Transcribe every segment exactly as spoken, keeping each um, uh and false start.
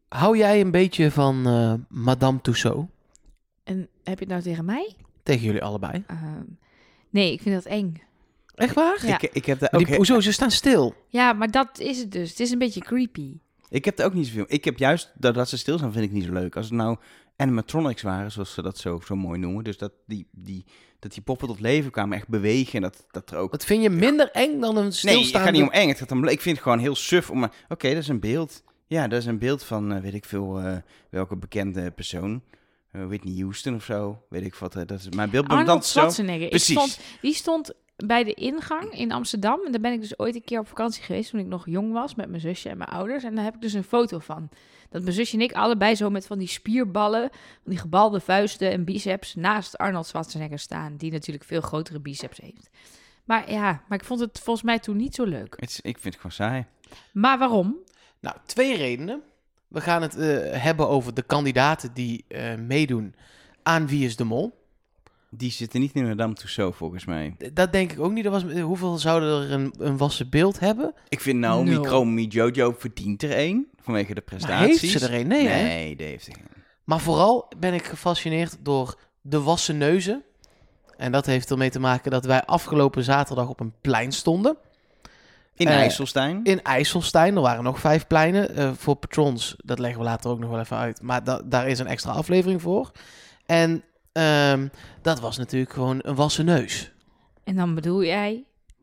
Hou jij een beetje van uh, Madame Tussauds? En heb je het nou tegen mij? Tegen jullie allebei. Uh, nee, ik vind dat eng. Echt waar? Ja. Ik, ik heb daar ook... Die, hoezo? Ze staan stil. Ja, maar dat is het dus. Het is een beetje creepy. Ik heb er ook niet zoveel. Ik heb juist dat, dat ze stil zijn, vind ik niet zo leuk. Als het nou animatronics waren, zoals ze dat zo, zo mooi noemen. Dus dat die, die, dat die poppen tot leven kwamen, echt bewegen. En dat, dat er ook... Wat vind je minder eng dan een stilstaande... Nee, het gaat niet om eng. Het gaat om... Ik vind het gewoon heel suf om... Oké, okay, dat is een beeld. Ja, dat is een beeld van, uh, weet ik veel, uh, welke bekende persoon. Uh, Whitney Houston of zo. Weet ik wat. Uh, dat is mijn beeld. Arnold Schwarzenegger. Zo. Precies. Ik stond, die stond bij de ingang in Amsterdam. En daar ben ik dus ooit een keer op vakantie geweest toen ik nog jong was met mijn zusje en mijn ouders. En daar heb ik dus een foto van. Dat mijn zusje en ik allebei zo met van die spierballen, van die gebalde vuisten en biceps naast Arnold Schwarzenegger staan. Die natuurlijk veel grotere biceps heeft. Maar ja, maar ik vond het volgens mij toen niet zo leuk. Het is, ik vind het gewoon saai. Maar waarom? Nou, twee redenen. We gaan het uh, hebben over de kandidaten die uh, meedoen aan Wie is de Mol. Die zitten niet in Madame Tussauds, volgens mij. D- dat denk ik ook niet. Er was, hoeveel zouden er een, een wassen beeld hebben? Ik vind Naomi no. Chromie Jojo verdient er één, vanwege de prestaties. Maar heeft ze er één? Nee, hè? Nee, die heeft er geen. Maar vooral ben ik gefascineerd door de wassen neuzen. En dat heeft ermee te maken dat wij afgelopen zaterdag op een plein stonden. In uh, IJsselstein? In IJsselstein. Er waren nog vijf pleinen. Uh, voor patrons, dat leggen we later ook nog wel even uit. Maar da- daar is een extra aflevering voor. En um, dat was natuurlijk gewoon een wassen neus. En dan bedoel jij?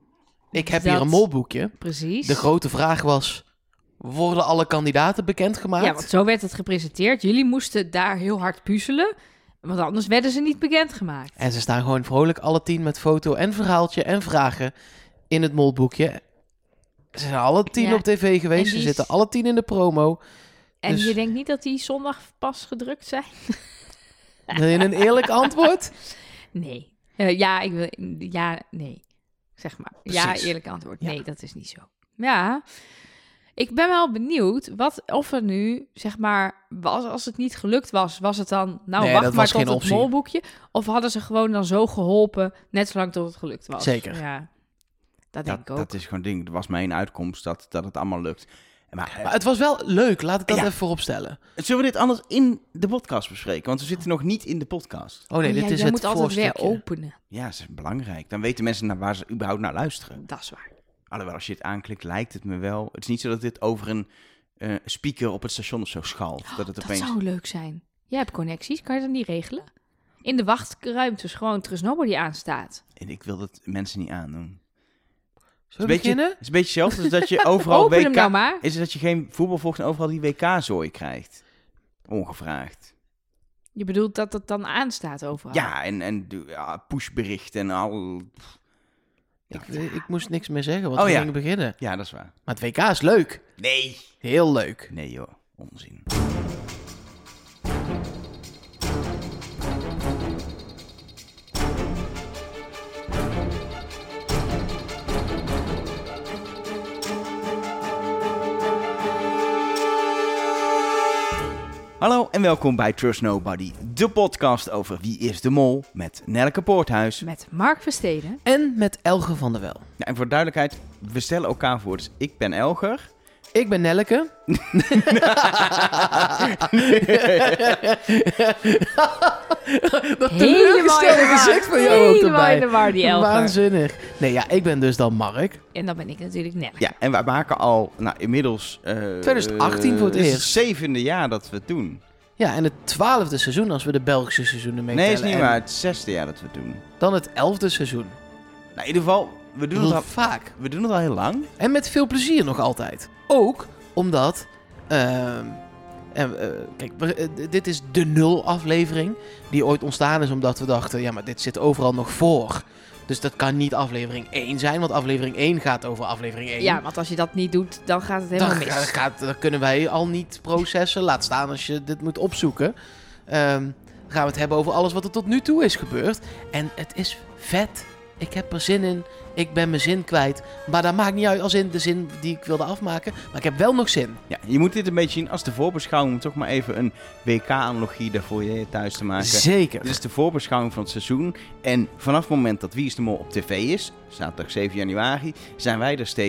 Ik heb dat... hier een molboekje. Precies. De grote vraag was, worden alle kandidaten bekendgemaakt? Ja, want zo werd het gepresenteerd. Jullie moesten daar heel hard puzzelen. Want anders werden ze niet bekendgemaakt. En ze staan gewoon vrolijk alle tien met foto en verhaaltje en vragen in het molboekje. Ze zijn alle tien ja. op tv geweest. Ze zitten alle tien in de promo. En dus... je denkt niet dat die zondag pas gedrukt zijn? Wil je een eerlijk antwoord? Nee. Uh, ja, ik wil... Ja, nee. Zeg maar. Precies. Ja, eerlijk antwoord. Nee, ja. Dat is niet zo. Ja. Ik ben wel benieuwd wat, of er nu, zeg maar, was, als het niet gelukt was, was het dan, nou nee, wacht maar tot het optie. molboekje? Of hadden ze gewoon dan zo geholpen, net zolang tot het gelukt was? Zeker. Ja, dat denk dat, ik ook. Dat is gewoon ding. Dat was mijn uitkomst, dat, dat het allemaal lukt. Maar, maar het was wel leuk, laat ik dat ja. even voorop stellen. Zullen we dit anders in de podcast bespreken? Want we zitten nog niet in de podcast. Oh nee, oh, dit ja, is jij het moet altijd weer openen. Ja, dat is belangrijk. Dan weten mensen naar waar ze überhaupt naar luisteren. Dat is waar. Alhoewel, als je het aanklikt, lijkt het me wel. Het is niet zo dat dit over een uh, speaker op het station of zo schalt. Oh, dat het dat opeens... zou leuk zijn. Jij hebt connecties, kan je dat niet regelen? In de wachtruimtes gewoon Trust Nobody aanstaat. En ik wil dat mensen niet aandoen. Zullen we beginnen? Het is een beetje zelfs als dat je overal Open W K... hem nou maar. Is het dat je geen voetbal volgt en overal die W K-zooi krijgt? Ongevraagd. Je bedoelt dat het dan aanstaat overal? Ja, en, en ja, pushberichten en al... Ik, ik moest niks meer zeggen, want oh, we ja. gingen beginnen. Ja, dat is waar. Maar het W K is leuk. Nee. Heel leuk. Nee joh, onzin. Hallo en welkom bij Trust Nobody, de podcast over Wie is de Mol met Nelleke Poorthuis. Met Mark Versteden. En met Elger van der Wel. Ja, en voor duidelijkheid, we stellen elkaar voor. Dus ik ben Elger. Ik ben Nelleke. Dat teleurgestelde gezicht van jou ook erbij. Helemaal in de war, die Elger. Waanzinnig. Nee, ja, ik ben dus dan Mark. En dan ben ik natuurlijk Nelleke. Ja, en wij maken al, nou inmiddels... Uh, twintig achttien voor het eerst. Het is het zevende jaar dat we het doen. Ja, en het twaalfde seizoen als we de Belgische seizoenen meetellen. Nee, is niet waar. Het zesde jaar dat we het doen. Dan het elfde seizoen. Nou, in ieder geval, we doen, het al, vaak. We doen het al heel lang. En met veel plezier nog altijd. Ook omdat... Uh, uh, kijk, uh, dit is de nul aflevering die ooit ontstaan is omdat we dachten... ja, maar dit zit overal nog voor. Dus dat kan niet aflevering één zijn, want aflevering één gaat over aflevering één. Ja, want als je dat niet doet, dan gaat het helemaal dan, mis. Dan, gaat, dan kunnen wij al niet processen. Laat staan als je dit moet opzoeken. Um, dan gaan we het hebben over alles wat er tot nu toe is gebeurd. En het is vet. Ik heb er zin in. Ik ben mijn zin kwijt. Maar dat maakt niet uit als in de zin die ik wilde afmaken. Maar ik heb wel nog zin. Ja, je moet dit een beetje zien als de voorbeschouwing. Om toch maar even een W K-analogie daarvoor je thuis te maken. Zeker. Dit is de voorbeschouwing van het seizoen. En vanaf het moment dat Wie is de Mol op tv is, zaterdag zeven januari, zijn wij er steeds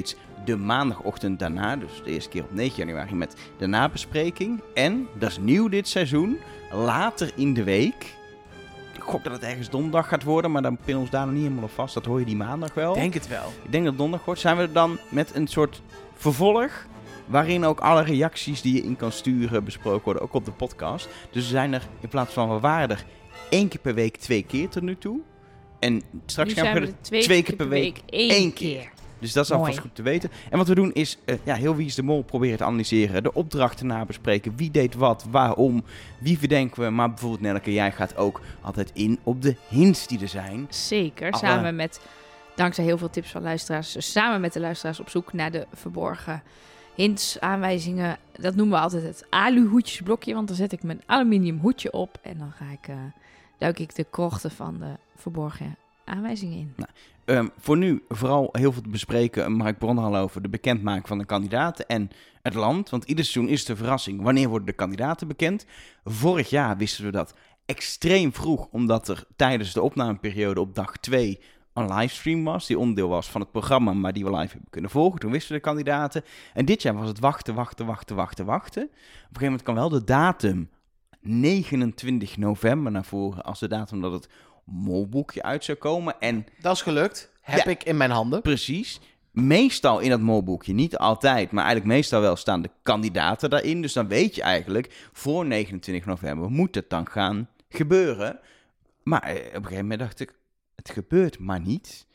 de maandagochtend daarna, dus de eerste keer op negen januari, met de nabespreking. En, dat is nieuw dit seizoen, later in de week, ik gok dat het ergens donderdag gaat worden, maar dan pinnen we ons daar nog niet helemaal op vast. Dat hoor je die maandag wel. Denk het wel. Ik denk dat het donderdag wordt. Zijn we er dan met een soort vervolg, waarin ook alle reacties die je in kan sturen besproken worden, ook op de podcast. Dus we zijn er, in plaats van we waren er één keer per week twee keer tot nu toe. En straks Nu gaan zijn we we er er twee, twee keer per week één, één keer. keer. Dus dat is alvast Mooi. goed te weten. En wat we doen is, uh, ja, heel Wie is de Mol proberen te analyseren. De opdrachten nabespreken. Wie deed wat, waarom, wie verdenken we. Maar bijvoorbeeld Nelleke, jij gaat ook altijd in op de hints die er zijn. Zeker, Alle- samen met, dankzij heel veel tips van luisteraars, dus samen met de luisteraars op zoek naar de verborgen hints, aanwijzingen. Dat noemen we altijd het aluhoedjesblokje, want dan zet ik mijn aluminium hoedje op en dan ga ik, uh, duik ik de krochten van de verborgen aanwijzingen in. Um, voor nu vooral heel veel te bespreken. Mark Bronhal over de bekendmaking van de kandidaten en het land. Want ieder seizoen is de verrassing. Wanneer worden de kandidaten bekend? Vorig jaar wisten we dat extreem vroeg, omdat er tijdens de opnameperiode op dag twee een livestream was. Die onderdeel was van het programma, maar die we live hebben kunnen volgen. Toen wisten we de kandidaten. En dit jaar was het wachten, wachten, wachten, wachten, wachten. Op een gegeven moment kwam wel de datum negenentwintig november naar voren als de datum dat het molboekje uit zou komen. En Dat is gelukt. Heb Ja. ik in mijn handen. precies, meestal in dat molboekje, niet altijd, maar eigenlijk meestal wel staan de kandidaten daarin. Dus dan weet je eigenlijk, voor negenentwintig november moet het dan gaan gebeuren. Maar eh, op een gegeven moment dacht ik, het gebeurt maar niet.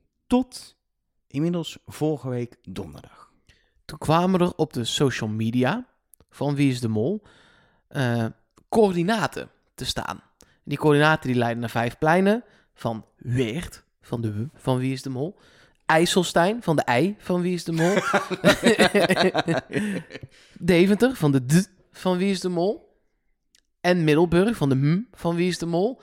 Tot inmiddels vorige week donderdag. Toen kwamen er op de social media van Wie is de Mol eh, coördinaten te staan. Die coördinaten die leiden naar vijf pleinen. Van Weert, van de W, van Wie is de Mol. IJsselstein, van de I, van Wie is de Mol. Deventer, van de D, van Wie is de Mol. En Middelburg, van de M, van Wie is de Mol.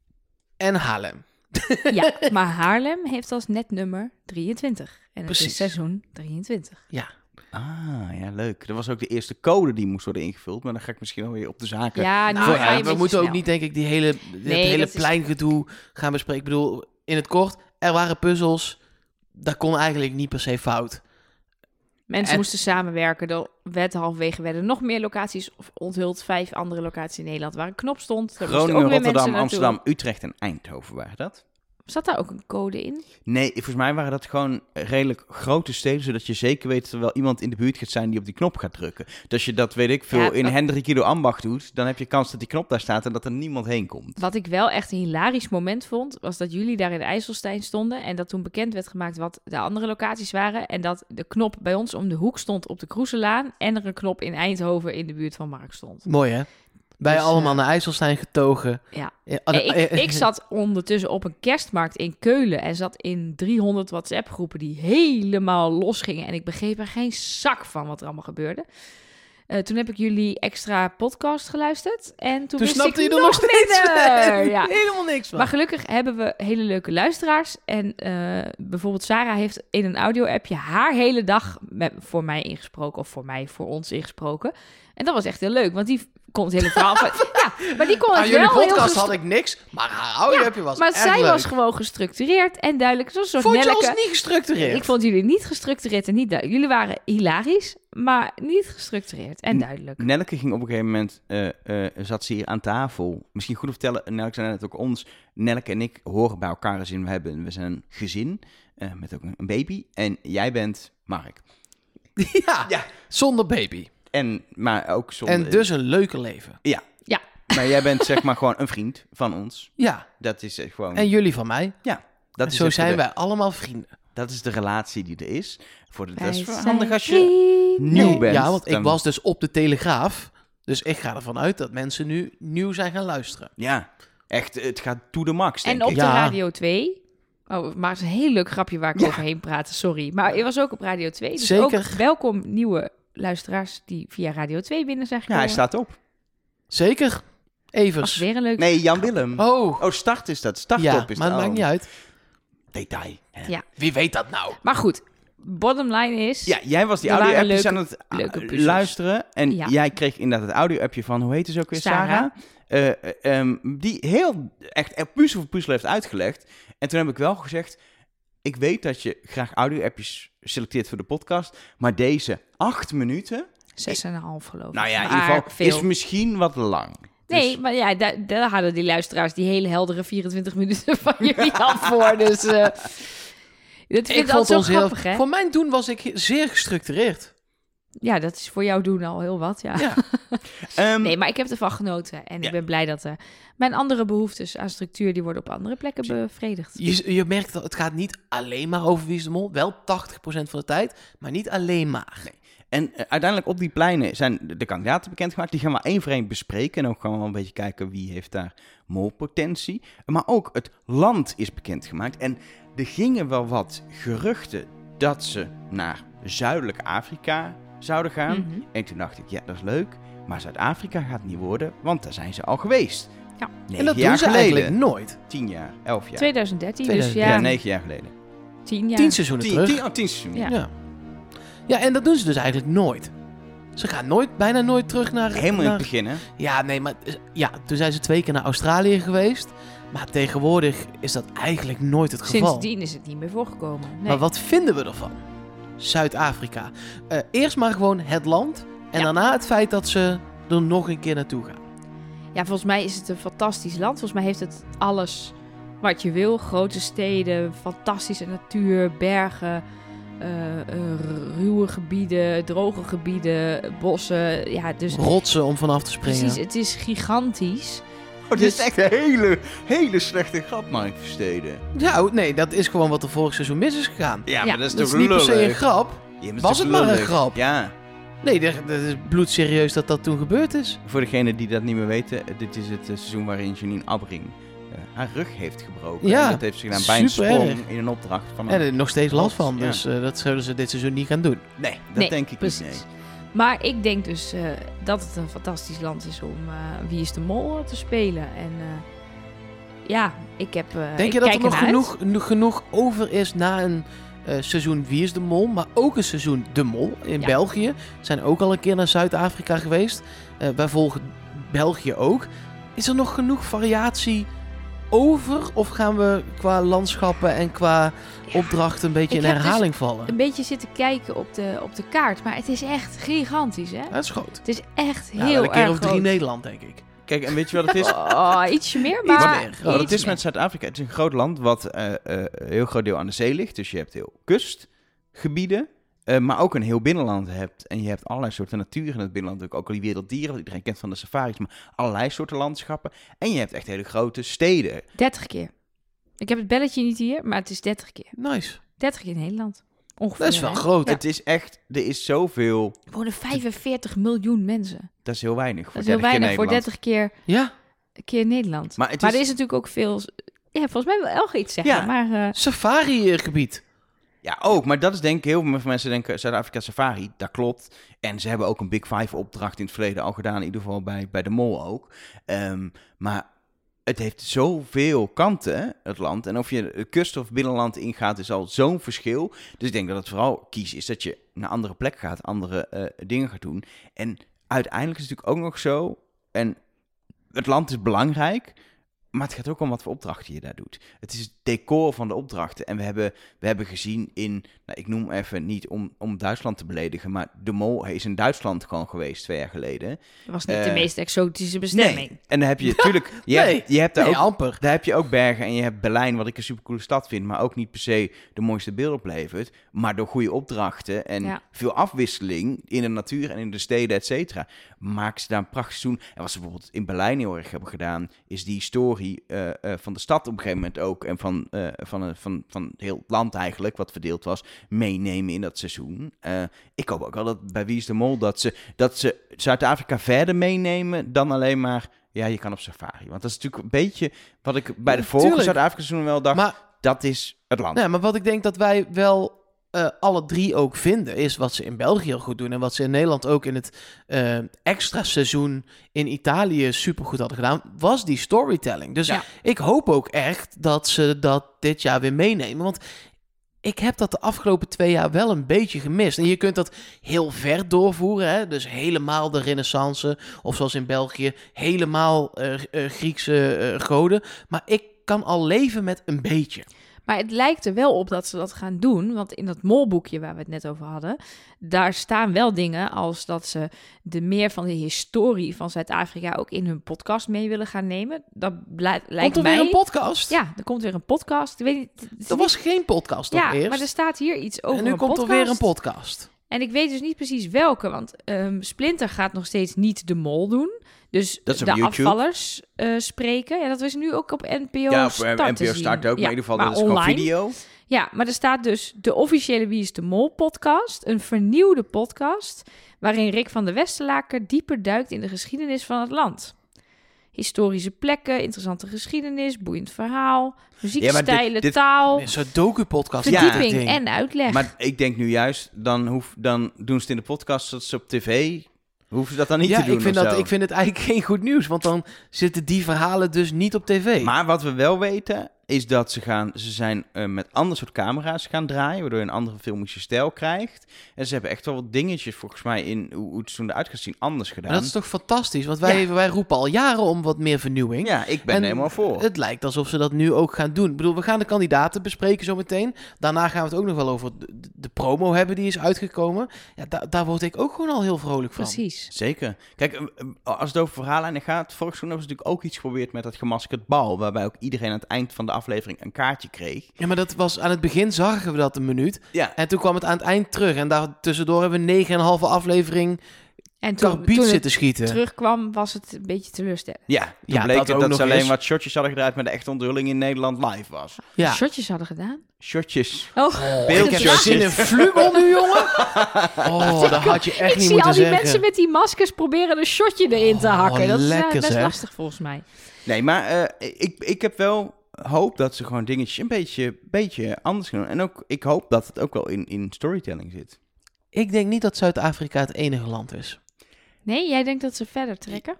En Haarlem. Ja, maar Haarlem heeft als netnummer drieëntwintig. En het Precies. is seizoen drieëntwintig. Ja, Ah, ja, leuk. Dat was ook de eerste code die moest worden ingevuld. Maar dan ga ik misschien alweer op de zaken. Ja, nu nou, ga je ja, een we beetje moeten ook snel. niet, denk ik, die hele, dit Nee, hele dat is- pleingedoe gaan bespreken. Ik bedoel, in het kort, er waren puzzels. Dat kon eigenlijk niet per se fout. Mensen En- moesten samenwerken. Er werd halverwege werden nog meer locaties onthuld. Vijf andere locaties in Nederland waar een knop stond. Daar moesten Groningen, ook weer mensen Rotterdam, naartoe. Amsterdam, Utrecht en Eindhoven waren dat. Zat daar ook een code in? Nee, volgens mij waren dat gewoon redelijk grote steden, zodat je zeker weet dat er wel iemand in de buurt gaat zijn die op die knop gaat drukken. Dus als je dat, weet ik veel, Ja, in dat- Hendrik Ido Ambacht doet, dan heb je kans dat die knop daar staat en dat er niemand heen komt. Wat ik wel echt een hilarisch moment vond, was dat jullie daar in de IJsselstein stonden en dat toen bekend werd gemaakt wat de andere locaties waren en dat de knop bij ons om de hoek stond op de Kroeselaan en er een knop in Eindhoven in de buurt van Mark stond. Mooi, hè? Wij Dus, allemaal eh, naar IJsselstein getogen. Ja. Ja, En eh, ik, ik zat ondertussen op een kerstmarkt in Keulen en zat in driehonderd WhatsApp-groepen die helemaal losgingen. En ik begreep er geen zak van wat er allemaal gebeurde. Eh, toen heb ik jullie extra podcast geluisterd en toen, Toen wist snapte ik je er nog steeds minder. Ja. helemaal niks van. Maar gelukkig hebben we hele leuke luisteraars. En eh, bijvoorbeeld Sarah heeft in een audio-appje haar hele dag met, voor mij ingesproken. Of voor mij, voor ons ingesproken. En dat was echt heel leuk, want die kon het hele verhaal... van, ja, maar die kon Aan het jullie wel heel podcast gestru- had ik niks, maar haar audio was Maar echt zij leuk. was gewoon gestructureerd en duidelijk. Zoals een soort Vond je Nelleke. ons niet gestructureerd? Ik vond jullie niet gestructureerd en niet duidelijk. Jullie waren hilarisch, maar niet gestructureerd en N- duidelijk. Nelke ging op een gegeven moment, eh, eh, zat ze hier aan tafel. Misschien goed om te vertellen, Nelke zei net ook ons. Nelke en ik horen bij elkaar als in, we, hebben, we zijn een gezin eh, met ook een, een baby. En jij bent Mark. ja, Ja. zonder baby. En, maar ook zonder... En dus een leuke leven. Ja. Ja. Maar jij bent zeg maar gewoon een vriend van ons. Ja, Dat is eh, gewoon... en jullie van mij. dat En is zo echt zijn de, wij allemaal vrienden. Dat is de relatie die er is. Voor de, dat Wij is zijn handig als je vrienden. nieuw bent. Ja, want ik dan- was dus op de Telegraaf. Dus ik ga ervan uit dat mensen nu nieuw zijn gaan luisteren. Ja, echt, het gaat to the max, denk En op ik. de Ja. Radio twee. Oh, maar het is een heel leuk grapje waar ik Ja. overheen praat. Sorry. Maar je was ook op Radio twee. Dus Zeker. ook welkom nieuwe luisteraars die via Radio twee binnen zijn Ja, gekomen. hij staat op. Zeker. Was Evers. weer een leuk... Nee, Jan Willem. Oh, Oh, start is dat. Start ja, op is maar het dat. maakt niet uit. Detail. hè. Ja. Wie weet dat nou? Maar goed, bottom line is... Ja, jij was die Er waren audio-appjes leuke- aan het ah, leuke puzzels. luisteren. En Ja. jij kreeg inderdaad het audio-appje van, hoe heet ze ook weer? Sarah. Sarah. Eh, eh, ehm, die heel echt er puzzel voor puzzel heeft uitgelegd. En toen heb ik wel gezegd, ik weet dat je graag audio-appjes selecteert voor de podcast, maar deze acht minuten... Zes en een half geloof ik. Nou ja, in Maar ieder geval veel. is misschien wat lang. Nee, Dus- maar ja, daar, daar hadden die luisteraars die hele heldere vierentwintig minuten van jullie al voor. Dus uh, dat vind ik altijd zo ons heel- grappig, hè? Voor mijn doen was ik zeer gestructureerd. Ja, dat is voor jou doen al heel wat, ja. Ja. Ehm, Nee, maar ik heb ervan genoten. En Ja. ik ben blij dat uh, mijn andere behoeftes aan structuur... die worden op andere plekken bevredigd. Je, je merkt dat het gaat niet alleen maar over Wie is de Mol. Wel tachtig procent van de tijd, maar niet alleen maar. En uh, uiteindelijk op die pleinen zijn de, de kandidaten bekendgemaakt. Die gaan we één voor één bespreken. En ook gaan we wel een beetje kijken wie heeft daar molpotentie. Maar ook het land is bekendgemaakt. En er gingen wel wat geruchten dat ze naar Zuidelijk Afrika zouden gaan. Mhm. En toen dacht ik, ja, dat is leuk. Maar Zuid-Afrika gaat het niet worden, want daar zijn ze al geweest. Ja. Negen En dat jaar doen ze geleden. eigenlijk nooit. Tien jaar, elf jaar. twintig dertien, twintig dus ja. ja, negen jaar geleden. tien jaar. Tien seizoenen Tien, terug. tien, oh, tien seizoenen. Ja. Ja. Ja, en dat doen ze dus eigenlijk nooit. Ze gaan nooit, bijna nooit terug naar... Helemaal in naar... het begin, hè? Ja, nee, maar... Ja, toen zijn ze twee keer naar Australië geweest. Maar tegenwoordig is dat eigenlijk nooit het geval. Sindsdien is het niet meer voorgekomen. Nee. Maar wat vinden we ervan? Zuid-Afrika. Uh, eerst maar gewoon het land. En Ja. daarna het feit dat ze er nog een keer naartoe gaan. Ja, volgens mij is het een fantastisch land. Volgens mij heeft het alles wat je wil. Grote steden, fantastische natuur, bergen, uh, uh, ruwe gebieden, droge gebieden, bossen. Ja, dus Rotsen om vanaf te springen. precies, het is gigantisch. Oh, dit is echt een hele, hele slechte grap, Mark Versteden. Ja, oh, nee, dat is gewoon wat er vorig seizoen mis is gegaan. Ja, Ja, maar dat is Dat toch is niet per se een lullig? grap. Ja, maar Was is het toch maar een lullig? grap? Ja. Nee, dat, dat is bloedserieus dat dat toen gebeurd is. Voor degenen die dat niet meer weten, dit is het uh, seizoen waarin Janine Abbring uh, haar rug heeft gebroken. Ja, En dat heeft ze gedaan bij een super sprong erg. in een opdracht van En een... er is nog steeds last van. Ja. Dus uh, dat zullen ze dit seizoen niet gaan doen. Nee, dat Nee, denk ik precies. niet, nee. Maar ik denk dus uh, dat het een fantastisch land is om uh, Wie is de Mol uh, te spelen. En uh, ja, ik heb. Uh, Denk ik je dat kijk er nog ernaar uit. genoeg, nog genoeg over is na een uh, seizoen Wie is de Mol, maar ook een seizoen De Mol in Ja. België? Zijn ook al een keer naar Zuid-Afrika geweest. Uh, wij volgen België ook. Is er nog genoeg variatie over? Of gaan we qua landschappen en qua Ja. opdrachten een beetje Ik in heb dus herhaling vallen? Een beetje zitten kijken op de, op de kaart. Maar het is echt gigantisch, hè? Dat is groot. Het is echt Ja, heel wel een keer erg of drie groot. Nederland, denk ik. Kijk, en weet je wat het is? Oh, ietsje meer, Iets maar... meer. Wat het iets is meer. met Zuid-Afrika, het is een groot land wat uh, uh, een heel groot deel aan de zee ligt. Dus je hebt heel kustgebieden, uh, maar ook een heel binnenland hebt. En je hebt allerlei soorten natuur in het binnenland. Ook al die werelddieren, wat iedereen kent van de safaris, maar allerlei soorten landschappen. En je hebt echt hele grote steden. dertig keer. Ik heb het belletje niet hier, maar het is dertig keer. Nice. dertig keer in Nederland. Ongeveer. Dat is wel hè? groot. Het is echt, er is zoveel, Er wonen vijfenveertig miljoen mensen. dat is heel weinig. Dat Voor is heel dertig keer weinig voor Nederland. dertig keer, Ja. keer Nederland. Maar Maar, het is- er is natuurlijk ook veel... Ja, volgens mij wil Elge iets zeggen, Ja. maar... uh, Safari-gebied. Ja, ook. Maar dat is denk ik, heel veel mensen denken Zuid-Afrika Safari. Dat klopt. En ze hebben ook een Big Five opdracht in het verleden al gedaan. In ieder geval bij, bij de Mol ook. Um, maar het heeft zoveel kanten, het land. En of je de kust of binnenland ingaat, is al zo'n verschil. Dus ik denk dat het vooral kiezen is dat je naar andere plekken gaat, andere uh, dingen gaat doen. En uiteindelijk is het natuurlijk ook nog zo, en het land is belangrijk, maar het gaat ook om wat voor opdrachten je daar doet. Het is het decor van de opdrachten. En we hebben, we hebben gezien in, nou, ik noem even niet om, om Duitsland te beledigen, maar de Mol is in Duitsland gewoon geweest twee jaar geleden. dat was niet Eh, de meest exotische bestemming. Nee. En dan heb je natuurlijk, je, Nee. hebt, je hebt daar Nee, ook amper. daar heb je ook bergen en je hebt Berlijn, wat ik een supercoole stad vind, maar ook niet per se de mooiste beelden oplevert. Maar door goede opdrachten en Ja. veel afwisseling in de natuur en in de steden, et cetera, maken ze daar een prachtig seizoen. En wat ze bijvoorbeeld in Berlijn heel erg hebben gedaan, is die story uh, uh, van de stad op een gegeven moment ook, en van, uh, van, uh, van, van heel het land eigenlijk, wat verdeeld was, meenemen in dat seizoen. Uh, ik hoop ook wel dat bij Wie is de Mol, dat ze, dat ze Zuid-Afrika verder meenemen dan alleen maar, ja, je kan op safari. Want dat is natuurlijk een beetje wat ik bij de Ja, vorige tuurlijk. Zuid-Afrika seizoen wel dacht, Maar, dat is het land. nee, maar wat ik denk dat wij wel uh, alle drie ook vinden, is wat ze in België heel goed doen en wat ze in Nederland ook in het uh, extra seizoen in Italië supergoed hadden gedaan, was die storytelling. Dus Ja. ik hoop ook echt dat ze dat dit jaar weer meenemen, want ik heb dat de afgelopen twee jaar wel een beetje gemist. En je kunt dat heel ver doorvoeren, hè? Dus helemaal de renaissance, of zoals in België, helemaal uh, uh, Griekse uh, goden. Maar ik kan al leven met een beetje. Maar het lijkt er wel op dat ze dat gaan doen. Want in dat molboekje waar we het net over hadden, daar staan wel dingen als dat ze de meer van de historie van Zuid-Afrika ook in hun podcast mee willen gaan nemen. Dat blij- lijkt Komt er mij... weer een podcast? Ja, er komt weer een podcast. Ik weet niet, het is Dat niet- was geen podcast toch Ja, eerst? maar er staat hier iets over en nu een komt podcast. er weer een podcast. En ik weet dus niet precies welke, want ehm, Splinter gaat nog steeds niet de mol doen. Dus Dat is op de YouTube. afvallers eh, spreken. Ja, dat is nu ook op N P O Ja, op Start eh, te N P O zien. Start ook, Ja, maar in ieder geval maar dat is gewoon online. video. Ja, maar er staat dus de officiële Wie is de Mol podcast. Een vernieuwde podcast waarin Rick van der Westerlaker dieper duikt in de geschiedenis van het land. Historische plekken, interessante geschiedenis, boeiend verhaal, muziekstijlen, dit- dit- taal, Een soort docu-podcast. Ja. verdieping ding. en uitleg. Maar ik denk nu juist, dan, hoef, dan doen ze het in de podcast, dat ze op tv... Hoeven ze dat dan niet ja, te doen ik vind, of dat, zo? ik vind het eigenlijk geen goed nieuws. Want dan zitten die verhalen dus niet op tv. Maar wat we wel weten, is dat ze gaan, ze zijn uh, met ander soort camera's gaan draaien, waardoor je een andere filmische stijl krijgt. En ze hebben echt wel wat dingetjes, volgens mij, in hoe, hoe het toen eruit gaat zien, anders gedaan. Maar dat is toch fantastisch? Want wij, wij roepen al jaren om wat meer vernieuwing. Ja, ik ben En er helemaal voor. Het lijkt alsof ze dat nu ook gaan doen. Ik bedoel, we gaan de kandidaten bespreken zometeen. Daarna gaan we het ook nog wel over de, de promo hebben die is uitgekomen. Ja, da- daar word ik ook gewoon al heel vrolijk van. Precies. Zeker. Kijk, uh, uh, als het over verhaallijnen gaat, vorig seizoen hebben ze natuurlijk ook iets geprobeerd met dat gemaskerd bal, waarbij ook iedereen aan het eind van de aflevering een kaartje kreeg. Ja, maar dat was aan het begin zagen we dat een minuut. Ja, En toen kwam het aan het eind terug. En daar tussendoor hebben we negen en een halve aflevering En toen, karbiet toen het zitten schieten. terugkwam, was het een beetje teleurstellend. ja. Toen Ja, bleek dat het ook dat nog ze alleen eens. wat shotjes hadden gedraaid met de echte onthulling in Nederland live was. Ja. Shotjes hadden gedaan. Shotjes. Oh, Ik Beeldjes. heb zin in vlugel nu, jongen. Oh, dat had je echt ik niet zie moeten al die zeggen. mensen met die maskers proberen een shotje erin te Oh, hakken. Dat is eh, lekker, best zeg. lastig volgens mij. Nee, maar uh, ik, ik heb wel hoop dat ze gewoon dingetjes een beetje, beetje anders gaan doen. En ook, ik hoop dat het ook wel in, in storytelling zit. Ik denk niet dat Zuid-Afrika het enige land is. Nee, jij denkt dat ze verder trekken?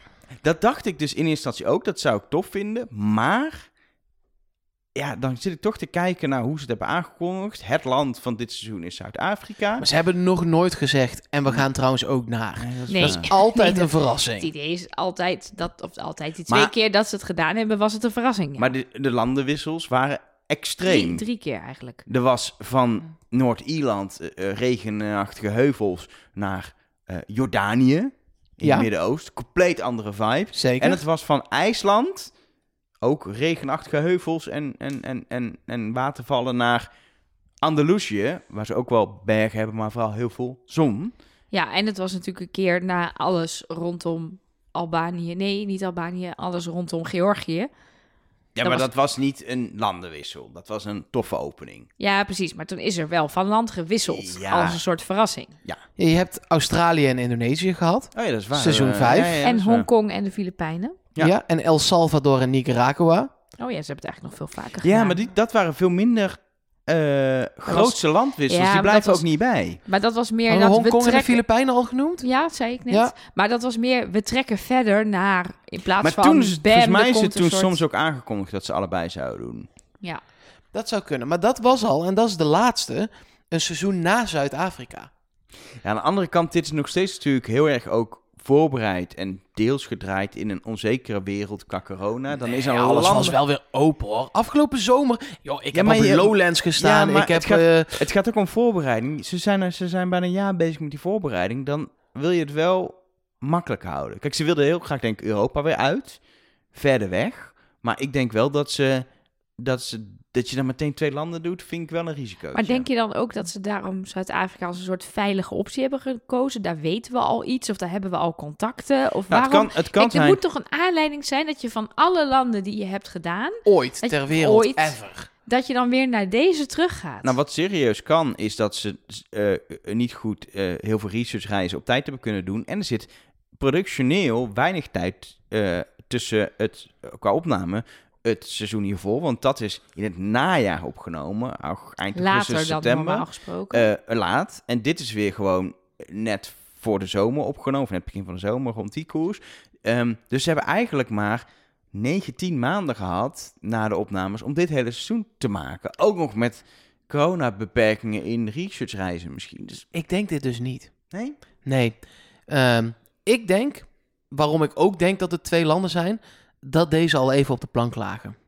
Dat dacht ik dus in eerste instantie ook. Dat zou ik tof vinden. Maar ja, dan zit ik toch te kijken naar hoe ze het hebben aangekondigd. Het land van dit seizoen is Zuid-Afrika. Maar ze hebben nog nooit gezegd. En we gaan trouwens ook naar. Nee, dat is Nee. waar. Dat is altijd Nee, een Het verrassing. idee is altijd dat, of altijd die twee Maar- keer dat ze het gedaan hebben, was het een verrassing. Ja. Maar de, de landenwissels waren extreem. drie, drie keer eigenlijk. Er was van Noord-Ierland uh, regenachtige heuvels naar uh, Jordanië in Ja. het Midden-Oosten. Compleet andere vibe. Zeker. En het was van IJsland, ook regenachtige heuvels en, en, en, en, en watervallen, naar Andalusië, waar ze ook wel bergen hebben, maar vooral heel veel zon. Ja, en het was natuurlijk een keer na alles rondom Albanië. Nee, niet Albanië, alles rondom Georgië. Ja, Dat maar was- dat was niet een landenwissel. Dat was een toffe opening. Ja, precies. Maar toen is er wel van land gewisseld. Ja. Als een soort verrassing. Ja, je hebt Australië en Indonesië gehad. Oh ja, dat is waar. Seizoen Eh, vijf. ja, ja, dat en is waar. Hongkong en de Filipijnen. Ja. Ja. En El Salvador en Nicaragua. Oh ja, ze hebben het eigenlijk nog veel vaker Ja, gedaan. maar die, dat waren veel minder uh, grootste landwissels. Ja, die maar blijven dat ook was- niet bij. Maar dat was meer Hadden we dat we Hongkong en de trekken... Filipijnen al genoemd? Ja, dat zei ik net. Ja. Maar dat was meer, we trekken verder naar, in plaats Maar van toen is het, bam, volgens mij er is het komt een toen soort- soms ook aangekondigd dat ze allebei zouden doen. Ja, Dat zou kunnen. Maar dat was al, en dat is de laatste, een seizoen na Zuid-Afrika. Ja, aan de andere kant, dit is nog steeds natuurlijk heel erg ook voorbereid en deels gedraaid in een onzekere wereld qua corona. Dan is Nee, er alles landen... was wel weer open, hoor. Afgelopen zomer, joh, ik heb maar op je- Lowlands gestaan. Ja, maar ik heb... het gaat- eh, Het gaat ook om voorbereiding. Ze zijn, er, ze zijn bijna een jaar bezig met die voorbereiding. Dan wil je het wel makkelijk houden. Kijk, ze wilden heel graag, denk ik, Europa weer uit. Verder weg. Maar ik denk wel dat ze... Dat, ze, dat je dan meteen twee landen doet, vind ik wel een risico. maar denk je dan ook dat ze daarom Zuid-Afrika als een soort veilige optie hebben gekozen? Daar weten we al iets of daar hebben we al contacten? Of Nou, het waarom? kan, het kan Kijk, er zijn... moet toch een aanleiding zijn dat je van alle landen die je hebt gedaan, ooit Dat je ter wereld, ooit- ever. dat je dan weer naar deze teruggaat. Nou, wat serieus kan, is dat ze uh, niet goed uh, heel veel researchreizen op tijd hebben kunnen doen. En er zit productioneel weinig tijd uh, tussen het, uh, qua opname, het seizoen hiervoor. Want dat is in het najaar opgenomen, eind Later augustus, dan september. normaal gesproken. Uh, laat. En dit is weer gewoon net voor de zomer opgenomen, of net begin van de zomer, rond die koers. Um, dus ze hebben eigenlijk maar negen, tien maanden gehad na de opnames om dit hele seizoen te maken. Ook nog met coronabeperkingen in researchreizen misschien. Dus, Ik denk dit dus niet. nee? Nee. Ehm, ik denk, waarom ik ook denk dat het twee landen zijn, dat deze al even op de plank lagen.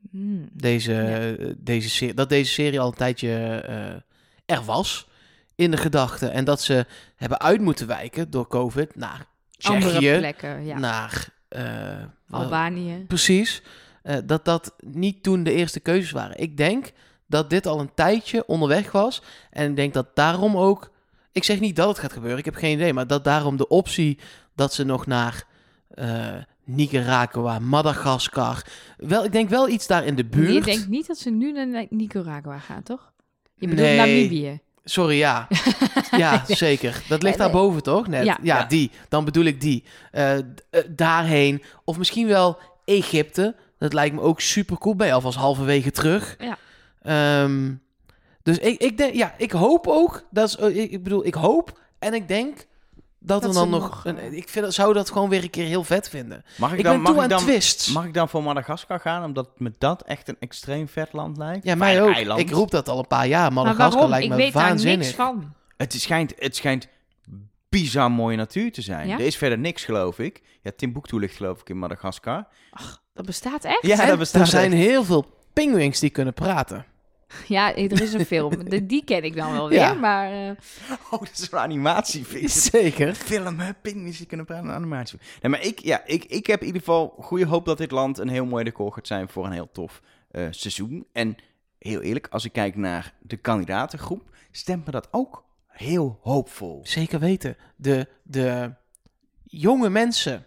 Hmm. Deze, Ja. uh, deze serie, dat deze serie al een tijdje uh, er was in de gedachten. En dat ze hebben uit moeten wijken door COVID naar Andere Tsjechië, plekken, ja. naar uh, Albanië. Precies. Uh, dat dat niet toen de eerste keuzes waren. Ik denk dat dit al een tijdje onderweg was. En ik denk dat daarom ook... Ik zeg niet dat het gaat gebeuren, ik heb geen idee. Maar dat daarom de optie dat ze nog naar uh, Nicaragua, Madagaskar... Wel, ik denk wel iets daar in de buurt. Je denkt niet dat ze nu naar Nicaragua gaan, toch? Je bedoelt Nee. Namibië. Sorry, ja. Ja, zeker. Dat ligt daarboven, toch? Net. Ja. Ja, Ja. die. Dan bedoel ik die. Uh, d- uh, daarheen. Of misschien wel Egypte. Dat lijkt me ook super cool. Ben je alvast halverwege terug. Ja. Um, dus ik, ik denk, ja, ik hoop ook. Dat is, uh, ik, ik bedoel, ik hoop en ik denk dat, Dat er ze dan nog. nog, een, uh, ik vind, dat- zou dat gewoon weer een keer heel vet vinden. Mag ik, Ik dan, ben mag toe ik aan dan, twists. Mag ik dan voor Madagaskar gaan, omdat me dat echt een extreem vet land lijkt? Ja, mij Fijn ook. eiland. Ik roep dat al een paar jaar. Maar Madagaskar waarom? lijkt Ik me weet daar waanzinnig. niks van. Het schijnt, het schijnt bizar mooie natuur te zijn. Ja? Er is verder niks, geloof ik. Ja, Timbuktu ligt geloof ik in Madagaskar. Dat bestaat echt? Ja, En dat bestaat er zijn echt. heel veel pinguïns die kunnen praten. Ja, er is een film. De- die ken ik dan wel weer, Ja. maar... uh, Oh, dat is een animatiefilm. Zeker. Film, hè? Pinguïns die kunnen praten, een animatie. Nee, maar ik, ja, ik, ik heb in ieder geval goede hoop dat dit land een heel mooi decor gaat zijn voor een heel tof uh, seizoen. En heel eerlijk, als ik kijk naar de kandidatengroep, stemt me dat ook heel hoopvol. Zeker weten. De, de jonge mensen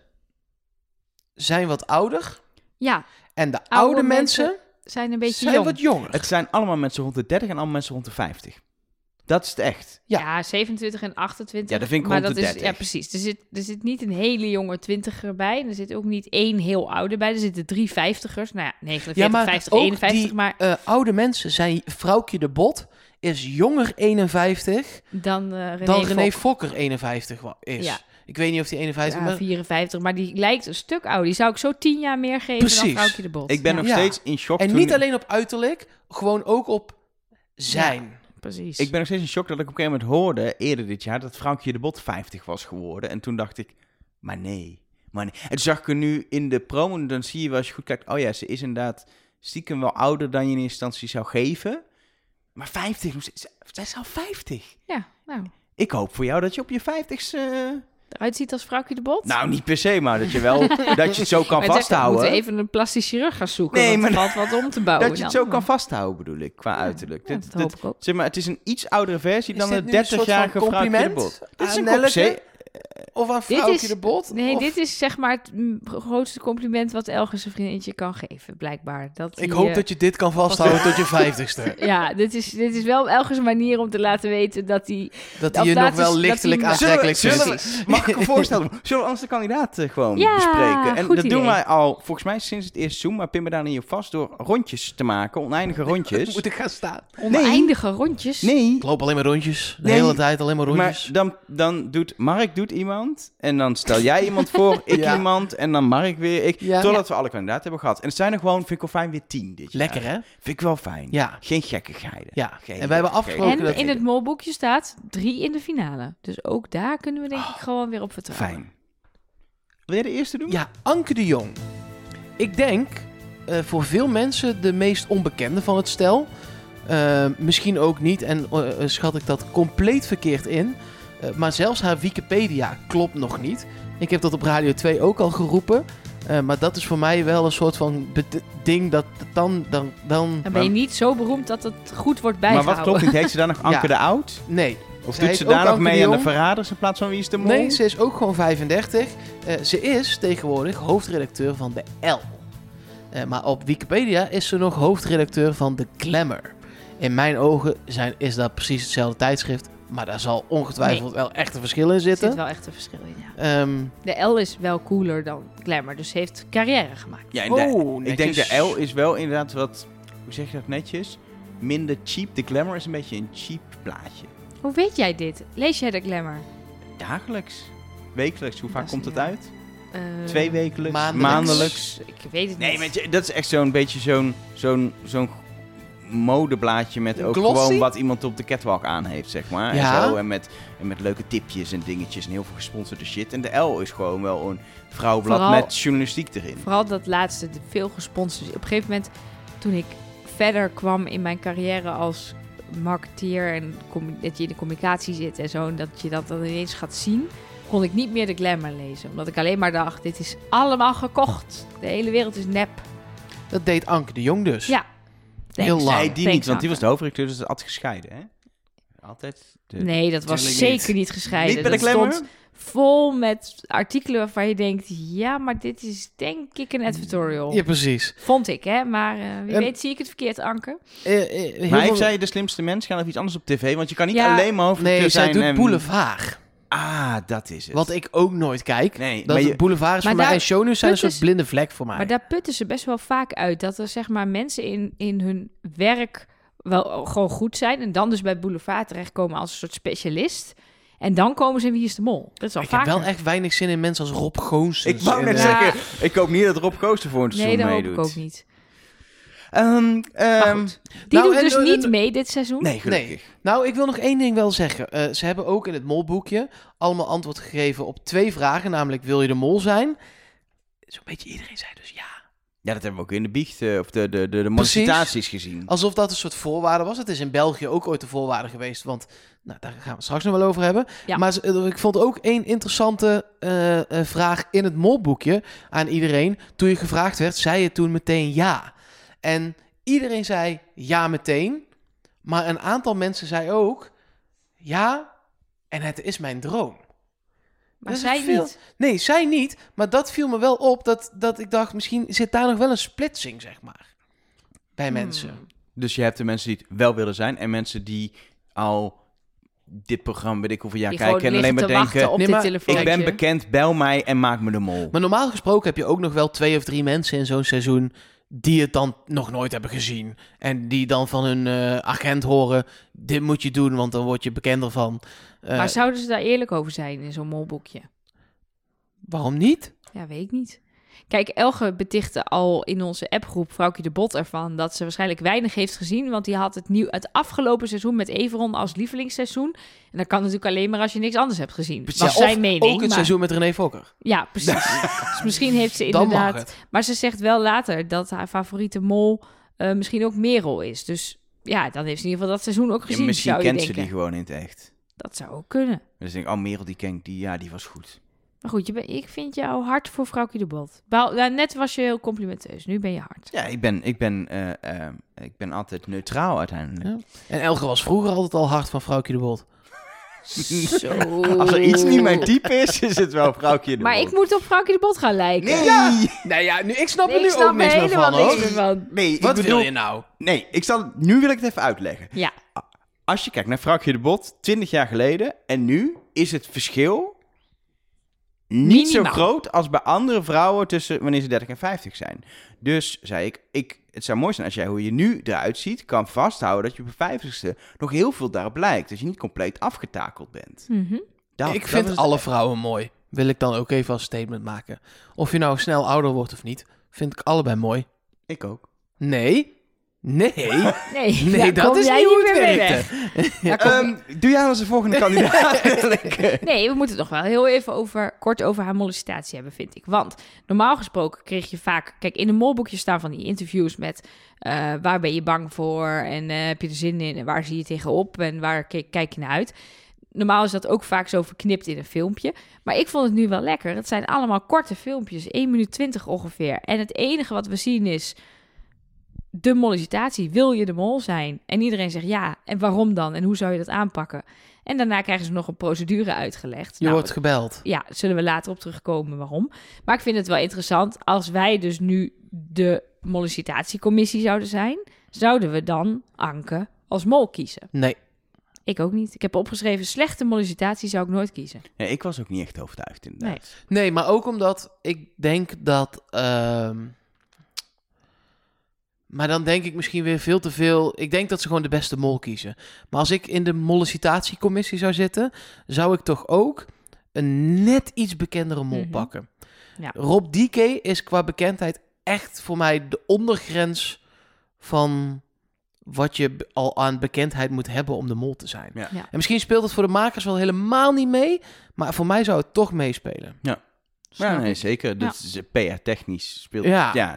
zijn wat ouder. ja, En de oude, Oude mensen, mensen zijn een beetje zijn jong. wat jonger. Het zijn allemaal mensen rond de dertig en allemaal mensen rond de vijftig. Dat is het echt. Ja. Ja. zevenentwintig en achtentwintig. Ja, dat vind ik maar rond dat de is, dertig. Ja, precies. Er zit, er zit niet een hele jonge twintiger bij. En er zit ook niet één heel oude bij. Er zitten drie vijftigers. Nou ja, negenenveertig, Ja, maar vijftig, ook eenenvijftig. die Maar uh, oude mensen zijn... Vrouwtje de Bot is jonger eenenvijftig dan uh, René, dan René Fok. Fokker eenenvijftig wa- is. Ja. Ik weet niet of die eenenvijftig... Ja, maar... vierenvijftig. Maar die lijkt een stuk ouder. Die zou ik zo tien jaar meer geven Precies. dan Vrouwtje de Bot. Ik ben ja. nog Ja. steeds in shock. En toen- niet alleen op uiterlijk, gewoon ook op zijn. Precies. Ik ben nog steeds in shock dat ik op een gegeven moment hoorde, eerder dit jaar, dat Vrouwtje de Bot vijftig was geworden. En toen dacht ik, maar nee, maar nee. En toen zag ik er nu in de promo, dan zie je wel als je goed kijkt, oh ja, ze is inderdaad stiekem wel ouder dan je in eerste instantie zou geven. Maar vijftig, zij is al vijftig. Ja, nou, Ik hoop voor jou dat je op je vijftigste... eruit ziet als Vrouwtje de Bot. Nou, niet per se, maar dat je wel dat je het zo kan Maar het- vasthouden. We moeten even een plastisch chirurg gaan zoeken. Nee, Nee, want maar- er valt wat om te bouwen. Dat je het dan. zo kan vasthouden, bedoel ik, qua Ja, uiterlijk. ja, Dit- dat dit- hoop ik ook. Zeg maar, het is een iets oudere versie Is dan dit een nu een soort van dertigjarige Vrouwtje de compliment Bot. Dit is aan een Nelleke? compliment. Of aan Dit Vrouwtje is- de Bot? Nee, Of- dit is zeg maar het mm, grootste compliment wat Elge zijn vriendinnetje kan geven, blijkbaar. Dat Ik hij, hoop eh, dat je dit kan vasthouden tot je vijftigste. Ja, dit is, dit is wel Elge's manier om te laten weten dat hij... Dat Of hij je dat nog is- wel dat lichtelijk hij- aantrekkelijk Zullen we- vindt. zullen we- Mag ik me voorstellen? Zullen we anders de kandidaat eh, gewoon Ja, bespreken? En goed dat doen idee. wij al, volgens mij sinds het eerste seizoen, maar pin me daar niet op vast, door rondjes te maken, oneindige rondjes. Moet ik gaan staan? Oneindige rondjes. Nee, Ik loop alleen maar rondjes. De Nee. hele tijd alleen maar rondjes. maar dan, dan doet Mark doet iemand, en dan stel jij iemand voor, ik Ja. iemand, en dan Mark weer, ik. Ja. Totdat we alle kandidaten hebben gehad. En het zijn er gewoon, vind ik wel fijn, weer tien dit jaar. Lekker, hè? Vind ik wel fijn. Ja. Geen gekkigheden. Ja. Geen En wij hebben afgesproken En dat... in het molboekje staat drie in de finale. Dus ook daar kunnen we denk ik gewoon weer op vertrouwen. Fijn. Wil jij de eerste doen? Ja, Anke de Jong. Ik denk eh, voor veel mensen de meest onbekende van het stel. Eh, misschien ook niet en eh, schat ik dat compleet verkeerd in. Eh, maar zelfs haar Wikipedia klopt nog niet. Ik heb dat op Radio twee ook al geroepen. Eh, maar dat is voor mij wel een soort van bet- ding dat dan... dan, dan Dan ben je niet zo beroemd dat het goed wordt Maar bijgehouden. wat klopt niet? Heet ze dan nog Anke Ja. de Oud? nee. Of Zij doet heet ze ook daar nog Anke mee de aan de Jong. Verraders in plaats van Wie is de Mol? Nee, ze is ook gewoon vijfendertig. Eh, ze is tegenwoordig hoofdredacteur van de L. Eh, maar op Wikipedia is ze nog hoofdredacteur van de Glamour. In mijn ogen zijn, is dat precies hetzelfde tijdschrift. Maar daar zal ongetwijfeld wel echt een verschil in Er zitten. zit wel echt een verschil in, ja. Ehm, De L is wel cooler dan Glamour, dus heeft carrière gemaakt. Ja, en de- oh, ik denk netjes. de L is wel inderdaad wat, hoe zeg je dat netjes? Minder cheap. De Glamour is een beetje een cheap plaatje. Hoe weet jij dit? Lees jij de Glamour? Dagelijks, wekelijks, hoe Dat vaak is komt het niet uit? Eh, Twee wekelijks, maandelijks. maandelijks. Ik weet het Nee, niet. weet je, dat is echt zo'n beetje zo'n zo'n zo'n modeblaadje met ook Glossy? gewoon wat iemand op de catwalk aan heeft, zeg maar. Ja. En, zo, en, met, en met leuke tipjes en dingetjes en heel veel gesponsorde shit. En de L is gewoon wel een vrouwenblad Vooral- met journalistiek erin. Vooral dat laatste, de veel gesponsord. Op een gegeven moment toen ik verder kwam in mijn carrière als marketeer en com- dat je in de communicatie zit en zo, en dat je dat dan ineens gaat zien, kon ik niet meer de Glamour lezen. Omdat ik alleen maar dacht, dit is allemaal gekocht. De hele wereld is nep. Dat deed Anke de Jong dus. Ja. Heel lang. Nee, die Thanks, niet, want die was Anke. de hoofdredacteur, dus dat had gescheiden, hè? Altijd. De... Nee, dat was Tuurlijk zeker niet, niet. gescheiden. Niet bij de dat Glamour? stond vol met artikelen waarvan je denkt, ja, maar dit is denk ik een editorial. Ja, precies. Vond ik, hè? Maar uh, wie En- weet zie ik het verkeerd, Anke. Eh, eh, heel Maar veel- ik zei de slimste mens, gaan of iets anders op tv, want je kan niet Ja. alleen maar hoofdredacteur Nee, zij zijn. doet en- Boulevard. Ah, dat is het. Wat ik ook nooit kijk. Nee, Dat maar je... Boulevard is Maar voor mij daar- en shownieuws zijn een putten soort blinde vlek voor mij. Maar daar putten ze best wel vaak uit. Dat er zeg maar mensen in, in hun werk wel gewoon goed zijn. En dan dus bij Boulevard terechtkomen als een soort specialist. En dan komen ze in Wie is de Mol. Dat is wel ik vaker. heb wel echt weinig zin in mensen als Rob Goossens. Ik wou en, net eh, Ja. zeggen, ik hoop niet dat Rob Kooster voor een Nee, seizoen dat hoop meedoet. ik ook niet. Ehm, Maar ehm, goed. Die nou, doet en- dus en- niet mee dit seizoen. nee, gelukkig. Nee. Nou, ik wil nog één ding wel zeggen. Eh, ze hebben ook in het molboekje allemaal antwoord gegeven op twee vragen. Namelijk, wil je de mol zijn? Zo'n beetje iedereen zei dus ja. Ja, dat hebben we ook in de biecht, eh, of de, de, de, de Precies. manifestaties gezien. Alsof dat een soort voorwaarde was. Het is in België ook ooit een voorwaarde geweest. Want nou, daar gaan we het straks nog wel over hebben. Ja. Maar ze- eh, ik vond ook één interessante eh, eh, vraag in het molboekje aan iedereen. Toen je gevraagd werd, zei je toen meteen ja. En iedereen zei ja meteen. Maar een aantal mensen zei ook ja, en het is mijn droom. Maar Dat is zij veel. niet. Nee, zij niet. Maar dat viel me wel op. Dat, dat ik dacht, misschien zit daar nog wel een splitsing, zeg maar. Bij Hmm. mensen. Dus je hebt de mensen die het wel willen zijn en mensen die al dit programma, weet ik hoeveel jaar Die kijken gewoon en alleen maar liggen te wachten denken, op Nee, dit maar telefoontje. ik ben bekend, bel mij en maak me de mol. Maar normaal gesproken heb je ook nog wel twee of drie mensen in zo'n seizoen die het dan nog nooit hebben gezien. En die dan van hun eh, agent horen, dit moet je doen, want dan word je bekender van. Eh, Maar zouden ze daar eerlijk over zijn in zo'n molboekje? Waarom niet? Ja, weet ik niet. Kijk, Elge betichtte al in onze appgroep Vrouwtje de Bot ervan dat ze waarschijnlijk weinig heeft gezien, want die had het, nieuw, het afgelopen seizoen met Everon als lievelingsseizoen. En dat kan natuurlijk alleen maar als je niks anders hebt gezien. Ja, Was of zijn mening. ook het maar- seizoen met René Fokker. Ja, precies. Dus misschien heeft ze Dan mag inderdaad... het. Maar ze zegt wel later dat haar favoriete mol eh, misschien ook Merel is. Dus ja, dan heeft ze in ieder geval dat seizoen ook Ja, gezien, misschien zou je kent ze denken. die gewoon in het echt. Dat zou ook kunnen. Dus ik denk, oh Merel die ken ik, die, ja, die was goed. Maar goed, je ben, ik vind jou hard voor Vrouwtje de Bot. Behal- nou, net was je heel complimenteus, nu ben je hard. Ja, ik ben, ik ben, eh, eh, ik ben altijd neutraal uiteindelijk. Ja. En Elge was vroeger altijd al hard van Vrouwtje de Bot. Zo. Als er iets niet mijn type is, is het wel vrouwtje de Maar Bot. ik moet op Vrouwtje de Bot gaan lijken. Nee, Nou ja, nu, ik snap Nee, er nu ik snap ook niks er meer helemaal van, hoor. niks meer van. nee, ik Wat bedoel, wil je nou? Nee, ik zal, nu wil ik het even uitleggen. Ja, Als je kijkt naar Vrouwtje de Bot, twintig jaar geleden en nu, is het verschil niet zo Minimaal. groot als bij andere vrouwen tussen wanneer ze dertig en vijftig zijn. Dus zei ik, ik, het zou mooi zijn als jij hoe je nu eruit ziet, kan vasthouden dat je op je vijftigste nog heel veel daarop lijkt. Dat je niet compleet afgetakeld bent. Mhm. Dat, ik dat vind is- alle vrouwen mooi. Wil ik dan ook even als statement maken. Of je nou snel ouder wordt of niet, vind ik allebei mooi. Ik ook. Nee. Nee. nee, Nee, daar dat kom is jij niet hoe meer het mee werkte. weg. Daar kom Ehm, doe jij als de volgende kandidaat eigenlijk? Nee, we moeten het nog wel heel even over, kort over haar molestatie hebben, vind ik. Want normaal gesproken kreeg je vaak... Kijk, in een molboekje staan van die interviews met... eh, waar ben je bang voor en eh, heb je er zin in en waar zie je tegenop en waar kijk, kijk je naar uit. Normaal is dat ook vaak zo verknipt in een filmpje. Maar ik vond het nu wel lekker. Het zijn allemaal korte filmpjes, één minuut twintig ongeveer. En het enige wat we zien is... de mollicitatie. Wil je de mol zijn? En iedereen zegt ja. En waarom dan? En hoe zou je dat aanpakken? En daarna krijgen ze nog een procedure uitgelegd. Je Nou, wordt gebeld. ja, zullen we later op terugkomen waarom. Maar ik vind het wel interessant. Als wij dus nu de mollicitatiecommissie zouden zijn... zouden we dan Anke als mol kiezen? Nee. Ik ook niet. Ik heb opgeschreven... slechte mollicitatie zou ik nooit kiezen. Nee, ik was ook niet echt overtuigd inderdaad. Nee. Nee, maar ook omdat ik denk dat... ehm, Maar dan denk ik misschien weer veel te veel... Ik denk dat ze gewoon de beste mol kiezen. Maar als ik in de mollicitatiecommissie zou zitten... zou ik toch ook een net iets bekendere mol Mhm. pakken. Ja. Rob D K is qua bekendheid echt voor mij de ondergrens van... wat je b- al aan bekendheid moet hebben om de mol te zijn. Ja. Ja. En misschien speelt het voor de makers wel helemaal niet mee... maar voor mij zou het toch meespelen. Ja, Snap nee, ik. zeker. Dus P R-technisch speelt... Ja. Ja.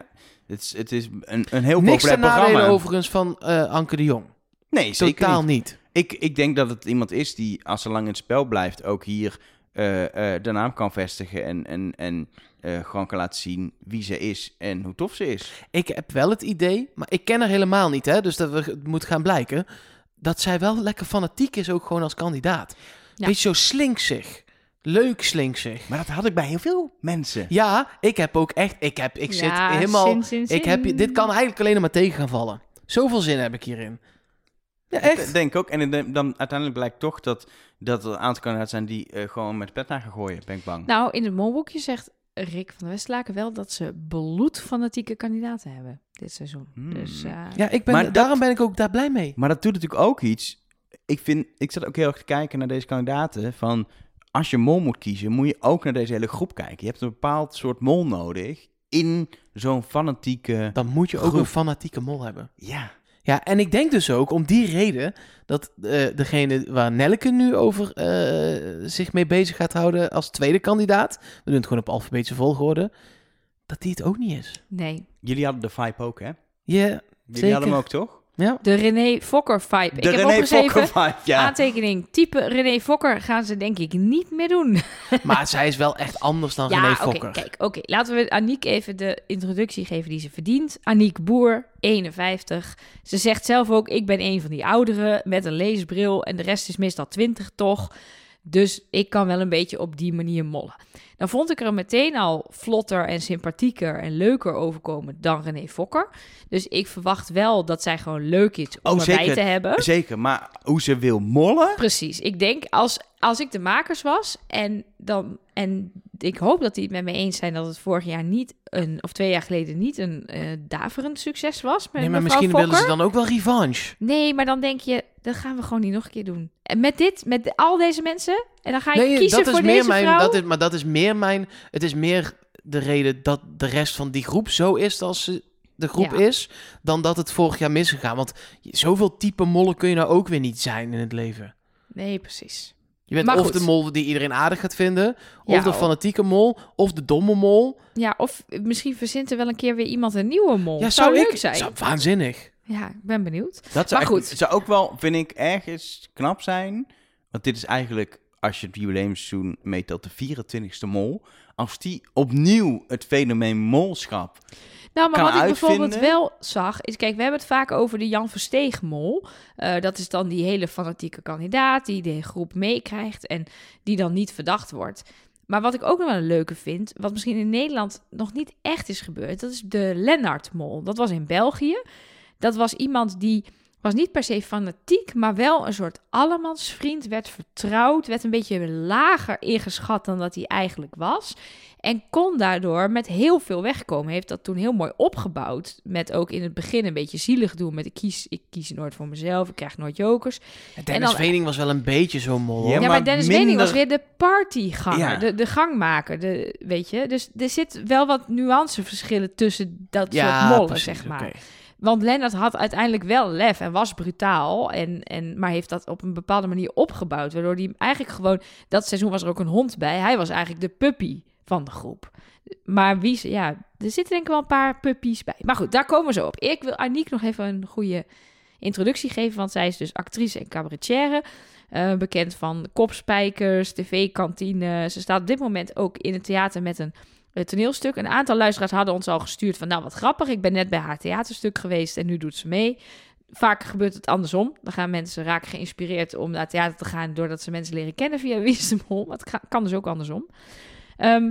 Het is, het is een, een heel Niks ten populair programma. nadele overigens van uh, Anke de Jong. Nee, zeker Totaal niet. niet. Ik, ik denk dat het iemand is die, als ze lang in het spel blijft, ook hier uh, uh, de naam kan vestigen en, en, en uh, gewoon kan laten zien wie ze is en hoe tof ze is. Ik heb wel het idee, maar ik ken haar helemaal niet, hè, dus dat we, het moet gaan blijken, dat zij wel lekker fanatiek is, ook gewoon als kandidaat. Ja. Weet je, zo slinksig. Leuk slinksig. Maar dat had ik bij heel veel mensen. Ja, ik heb ook echt, ik heb, ik zit Ja, helemaal, zin, zin, ik heb, zin. dit kan eigenlijk alleen maar tegen gaan vallen. Zoveel zin heb ik hierin. Ja, echt. Ik denk ook. En ik denk- dan uiteindelijk blijkt toch dat, dat er een aantal kandidaten zijn die uh, gewoon met de pet naar gaan gooien, ben ik bang. Nou, in het molboekje zegt Rick van der Westlaken wel dat ze bloedfanatieke kandidaten hebben dit seizoen. Hmm. Dus uh, Ja, ik ben, Maar dat- daarom ben ik ook daar blij mee. Maar dat doet natuurlijk ook iets. Ik vind, ik zat ook heel erg te kijken naar deze kandidaten. Van, als je mol moet kiezen, moet je ook naar deze hele groep kijken. Je hebt een bepaald soort mol nodig in zo'n fanatieke... Dan moet je ook Groep. een fanatieke mol hebben. Ja. Ja, en ik denk dus ook om die reden dat uh, degene waar Nelleke nu over uh, zich mee bezig gaat houden als tweede kandidaat, we doen het gewoon op alfabetische volgorde, dat die het ook niet is. nee. Jullie hadden de vibe ook, hè? Ja, Jullie zeker. hadden hem ook, toch? Ja. De René Fokker vibe. De ik heb René opgeschreven, Fokker vibe, ja. aantekening, type René Fokker gaan ze denk ik niet meer doen. Maar zij is wel echt anders dan René Ja, oké, Fokker. kijk, oké. Laten we Aniek even de introductie geven die ze verdient. Aniek Boer, eenenvijftig. Ze zegt zelf ook, ik ben een van die ouderen met een leesbril en de rest is meestal twintig toch. Dus ik kan wel een beetje op die manier mollen. Dan vond ik er meteen al vlotter en sympathieker en leuker overkomen dan René Fokker. Dus ik verwacht wel dat zij gewoon leuk is om Oh, erbij zeker. te hebben. Zeker, maar hoe ze wil mollen... Precies. Ik denk, als, als ik de makers was en dan... En ik hoop dat die het met me eens zijn dat het vorig jaar niet een... Of twee jaar geleden niet een uh, daverend succes was met Nee, maar mevrouw misschien Fokker. willen ze dan ook wel revanche. Nee, maar dan denk je, dat gaan we gewoon niet nog een keer doen. En met dit, met de- al deze mensen... En dan ga je Nee, kiezen dat is voor meer deze mijn, vrouw. dat is, maar dat is meer mijn, het is meer de reden dat de rest van die groep zo is als ze de groep Ja. is, dan dat het vorig jaar misgegaan. Want zoveel type mollen kun je nou ook weer niet zijn in het leven. Nee, precies. Je bent Maar of goed. de mol die iedereen aardig gaat vinden, of Ja, de of- fanatieke mol, of de domme mol. Ja, of misschien verzint er wel een keer weer iemand een nieuwe mol. Ja, zou, zou leuk ik, zijn. Zou waanzinnig. Ja, ik ben benieuwd. Dat zou, Maar echt- goed. zou ook wel, vind ik, ergens knap zijn. Want dit is eigenlijk, als je het jubileumseizoen meetelt, de vierentwintigste mol. Als die opnieuw het fenomeen molschap... Nou, maar kan wat ik bijvoorbeeld uitvinden. wel zag, is kijk, we hebben het vaak over de Jan Versteeg-mol. Uh, dat is dan die hele fanatieke kandidaat die de groep meekrijgt en die dan niet verdacht wordt. Maar wat ik ook nog wel een leuke vind, wat misschien in Nederland nog niet echt is gebeurd, dat is de Lennart-mol. Dat was in België. Dat was iemand die was niet per se fanatiek, maar wel een soort allemansvriend, werd vertrouwd, werd een beetje lager ingeschat dan dat hij eigenlijk was. En kon daardoor met heel veel wegkomen. Heeft dat toen heel mooi opgebouwd. Met ook in het begin een beetje zielig doen. Met ik kies, ik kies nooit voor mezelf. Ik krijg nooit jokers. En Dennis dan- Vening was wel een beetje zo'n mol. hoor. Ja, Ja, maar, maar Dennis minder- Wening was weer de partyganger. Ja. De, de gangmaker. De, weet je? Dus er zit wel wat nuanceverschillen tussen dat Ja, soort mollen, precies, zeg maar. oké. Want Lennart had uiteindelijk wel lef en was brutaal. En, en, maar heeft dat op een bepaalde manier opgebouwd. Waardoor hij eigenlijk gewoon... Dat seizoen was er ook een hond bij. Hij was eigenlijk de puppy van de groep. Maar wie... ze- Ja, er zitten denk ik wel een paar puppies bij. Maar goed, daar komen we zo op. Ik wil Aniek nog even een goede introductie geven. Want zij is dus actrice en cabaretière. Uh, bekend van Kopspijkers, tv-kantine. Ze staat op dit moment ook in het theater met een uh, toneelstuk. Een aantal luisteraars hadden ons al gestuurd van... Nou, wat grappig, ik ben net bij haar theaterstuk geweest en nu doet ze mee. Vaak gebeurt het andersom. Dan gaan mensen raken geïnspireerd om naar het theater te gaan... doordat ze mensen leren kennen via Wie is de Mol. Maar het ga- kan dus ook andersom. Um,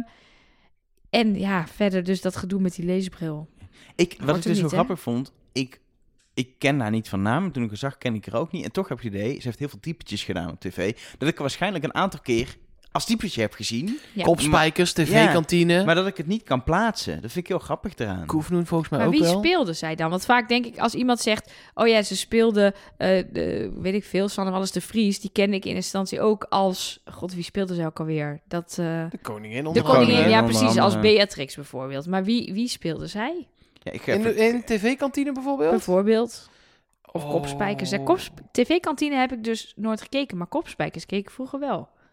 en ja, verder dus dat gedoe met die leesbril. Ik, wat Hoort ik er dus zo niet, hè? grappig vond, ik, ik ken haar niet van naam. Toen ik haar zag, ken ik haar ook niet. En toch heb ik het idee, ze heeft heel veel typetjes gedaan op tv. Dat ik er waarschijnlijk een aantal keer als typetje heb gezien. Ja. Kopspijkers, tv-kantine. Maar dat ik het niet kan plaatsen. Dat vind ik heel grappig eraan. Koefnoen volgens mij Maar ook wie wel. speelde zij dan? Want vaak denk ik, als iemand zegt... oh ja, ze speelde, uh, de, weet ik veel, Sanne Wallis de Vries... die kende ik in instantie ook als... God, wie speelde zij ook alweer? Dat, uh, De koningin de onder koningin, koningin, ja onder precies, als andere. Beatrix bijvoorbeeld. Maar wie, wie speelde zij? Ja, ik heb In de in tv-kantine bijvoorbeeld? Bijvoorbeeld. Of Oh. Kopspijkers. Ja, Kops- tv-kantine heb ik dus nooit gekeken... maar Kopspijkers keek ik vroeger wel.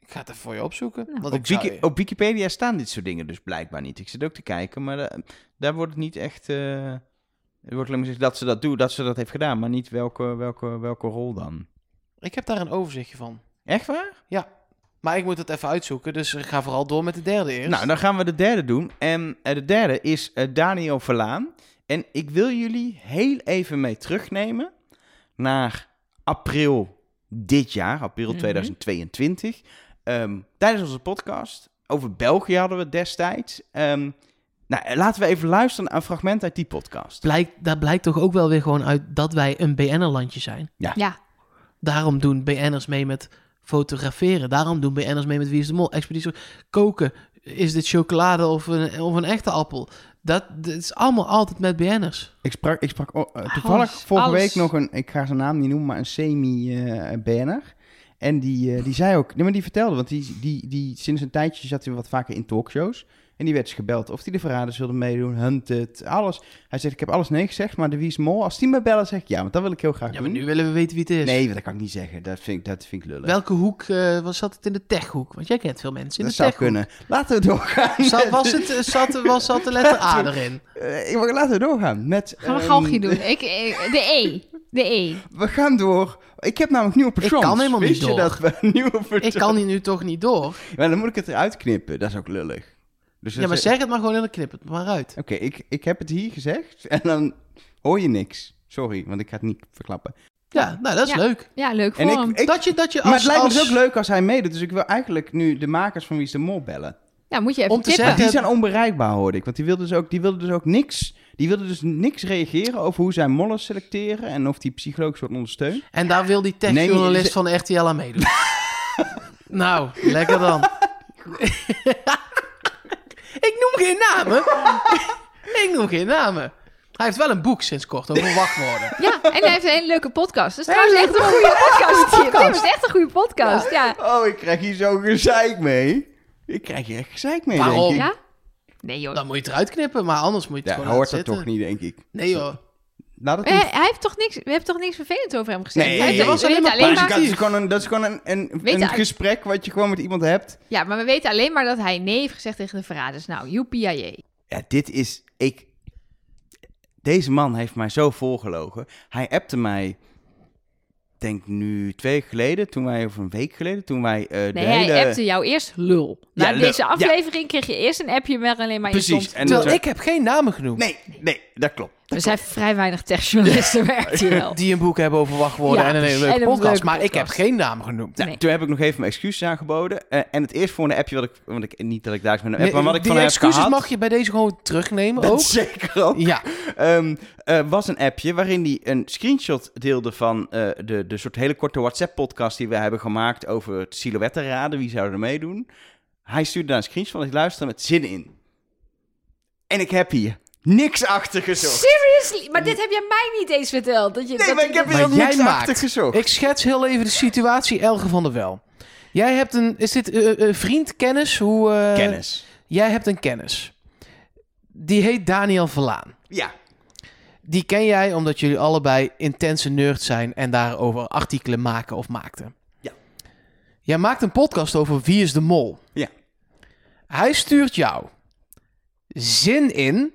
Ik ga het even voor je opzoeken. Nou. Want Op, ik zou Wiki- je- op Wikipedia staan dit soort dingen dus blijkbaar niet. Ik zit ook te kijken, maar da- daar wordt het niet echt... eh, er wordt alleen maar gezegd dat ze dat doen, dat ze dat heeft gedaan, maar niet welke, welke, welke rol dan. ik heb daar een overzichtje van. Echt waar? Maar ik moet het even uitzoeken, dus ik ga vooral door met de derde eerst. Nou, dan gaan we de derde doen. En eh, de derde is eh, Daniel Verlaan. En ik wil jullie heel even mee terugnemen naar april dit jaar, april Mhm. tweeduizend tweeëntwintig. Ehm, tijdens onze podcast. Over België hadden we het destijds. Ehm, nou, laten we even luisteren naar een fragment uit die podcast. Blijkt, daar blijkt toch ook wel weer gewoon uit dat wij een B N R-landje zijn. Ja, Daarom doen B N'ers mee met fotograferen. Daarom doen B N'ers mee met Wie is de Mol. Expeditie koken. Is dit chocolade of een, of een echte appel? Dat, dat is allemaal altijd met B N'ers. Ik sprak, ik sprak oh, eh, toevallig Alles, vorige alles. week nog een, ik ga zijn naam niet noemen, maar een semi-B N R. En die, eh, die zei ook, nee, maar die vertelde, want die, die, die, sinds een tijdje zat hij wat vaker in talkshows. En die werd dus gebeld of hij de Verraders wilde meedoen, Hunted, alles. Hij zegt, ik heb alles nee gezegd, maar de Wie is de Mol, als die me bellen, zeg ik ja, want dat wil ik heel graag Ja, maar doen. nu willen we weten wie het is. Nee, dat kan ik niet zeggen. Dat vind ik, dat vind ik lullig. Welke hoek uh, was zat het in de techhoek? Want jij kent veel mensen in dat de zou techhoek. kunnen. Laten we doorgaan. Zat, was het, uh, zat, was, zat de letter A erin? Uh, ik mag- laten we doorgaan met... gaan we ehm, galgje doen. Ik, ik- de E. De E. We gaan door. Ik heb namelijk nieuwe persoons. kan helemaal niet Wist je door. dat we een nieuwe persoon... Ik kan hier nu toch niet door? Maar dan moet ik het eruit knippen. Dat is ook lullig. Dus Ja, dat maar is- zeg het maar gewoon en dan knip het maar uit. Oké, ik, ik heb het hier gezegd en dan hoor je niks. Sorry, want ik ga het niet verklappen. Ja, nou dat is Ja. leuk. Ja, leuk voor En hem. ik, ik, dat je, dat je als, maar het lijkt me als, dus ook leuk als hij meedoet. Dus ik wil eigenlijk nu de makers van Wie is de Mol bellen. Ja, moet je even om te tippen. Maar zeggen- die zijn onbereikbaar, hoorde ik. Want die wilden dus ook, die wilden dus ook niks... Die wilden dus niks reageren over hoe zij mollen selecteren... en of die psychologisch wordt ondersteund. En daar wil die techjournalist Nee, van R T L aan meedoen. Nou, lekker dan. Ik noem geen namen. Ik noem geen namen. Hij heeft wel een boek sinds kort over wachtwoorden. Ja, en hij heeft een hele leuke podcast. Dus Hele trouwens echt een goede podcast. Tim. podcast. Tim is echt een goede podcast. Ja. Oh, ik krijg hier zo gezeik mee. Ik krijg hier echt gezeik mee, Waarom? denk ik. Ja? Nee joh. Dan moet je het eruit knippen, maar anders moet je het Ja, gewoon hoort laten dat zitten. toch niet, denk ik. Nee joh. Laat het Eh, niet... hij heeft toch niks, we hebben toch niks vervelends over hem gezegd? Nee, Hij heeft- dat we was alleen weten maar alleen Maar maar, dat is gewoon een, dat is gewoon een, een, Weet een je- gesprek wat je gewoon met iemand hebt. ja, maar we weten alleen maar dat hij nee heeft gezegd tegen de verraders. Nou, joepie Ja, dit is... Ik... Deze man heeft mij zo volgelogen. Hij appte mij, denk nu twee weken geleden, toen wij, of een week geleden, toen wij eh de Nee, hele... hij appte jou eerst lul. Na lul, deze ja. aflevering kreeg je eerst een appje met alleen maar in Precies. stond. En Terwijl toen- ik heb geen namen genoemd. Nee, nee, dat klopt. Er zijn vrij weinig techjournalisten bij R T L. Die een boek hebben over wachtwoorden Ja, en een hele leuke en een podcast. leuke Maar ik heb podcast. geen naam genoemd. Nou, Nee. Toen heb ik nog even mijn excuses aangeboden. Eh, en het eerstvolgende appje wat ik... Want ik niet dat ik daar met een app, Nee, maar wat ik die van hem heb excuses gehad... mag je bij deze gewoon terugnemen Dat ook. zeker ook. Ja, Ehm, eh, was een appje waarin hij een screenshot deelde van eh, de, de soort hele korte WhatsApp-podcast die we hebben gemaakt over het silhouetten raden. Wie zou er meedoen? Hij stuurde daar een screenshot van. Ik luisterde met zin in. En ik heb hier niks achter gezocht. Seriously? Maar dit heb jij mij niet eens verteld. Dat je, Nee, dat maar je- ik heb dat- hier Maar ook jij niks maakt- achter gezocht. ik schets heel even de situatie Elge van der Wel. Jij hebt een... Is dit eh, eh, vriend, kennis? Hoe, eh, Kennis. Jij hebt een kennis. Die heet Daniel Verlaan. Ja. Die ken jij omdat jullie allebei intense nerds zijn en daarover artikelen maken of maakten. Ja. Jij maakt een podcast over Wie is de Mol. Ja. Hij stuurt jou zin in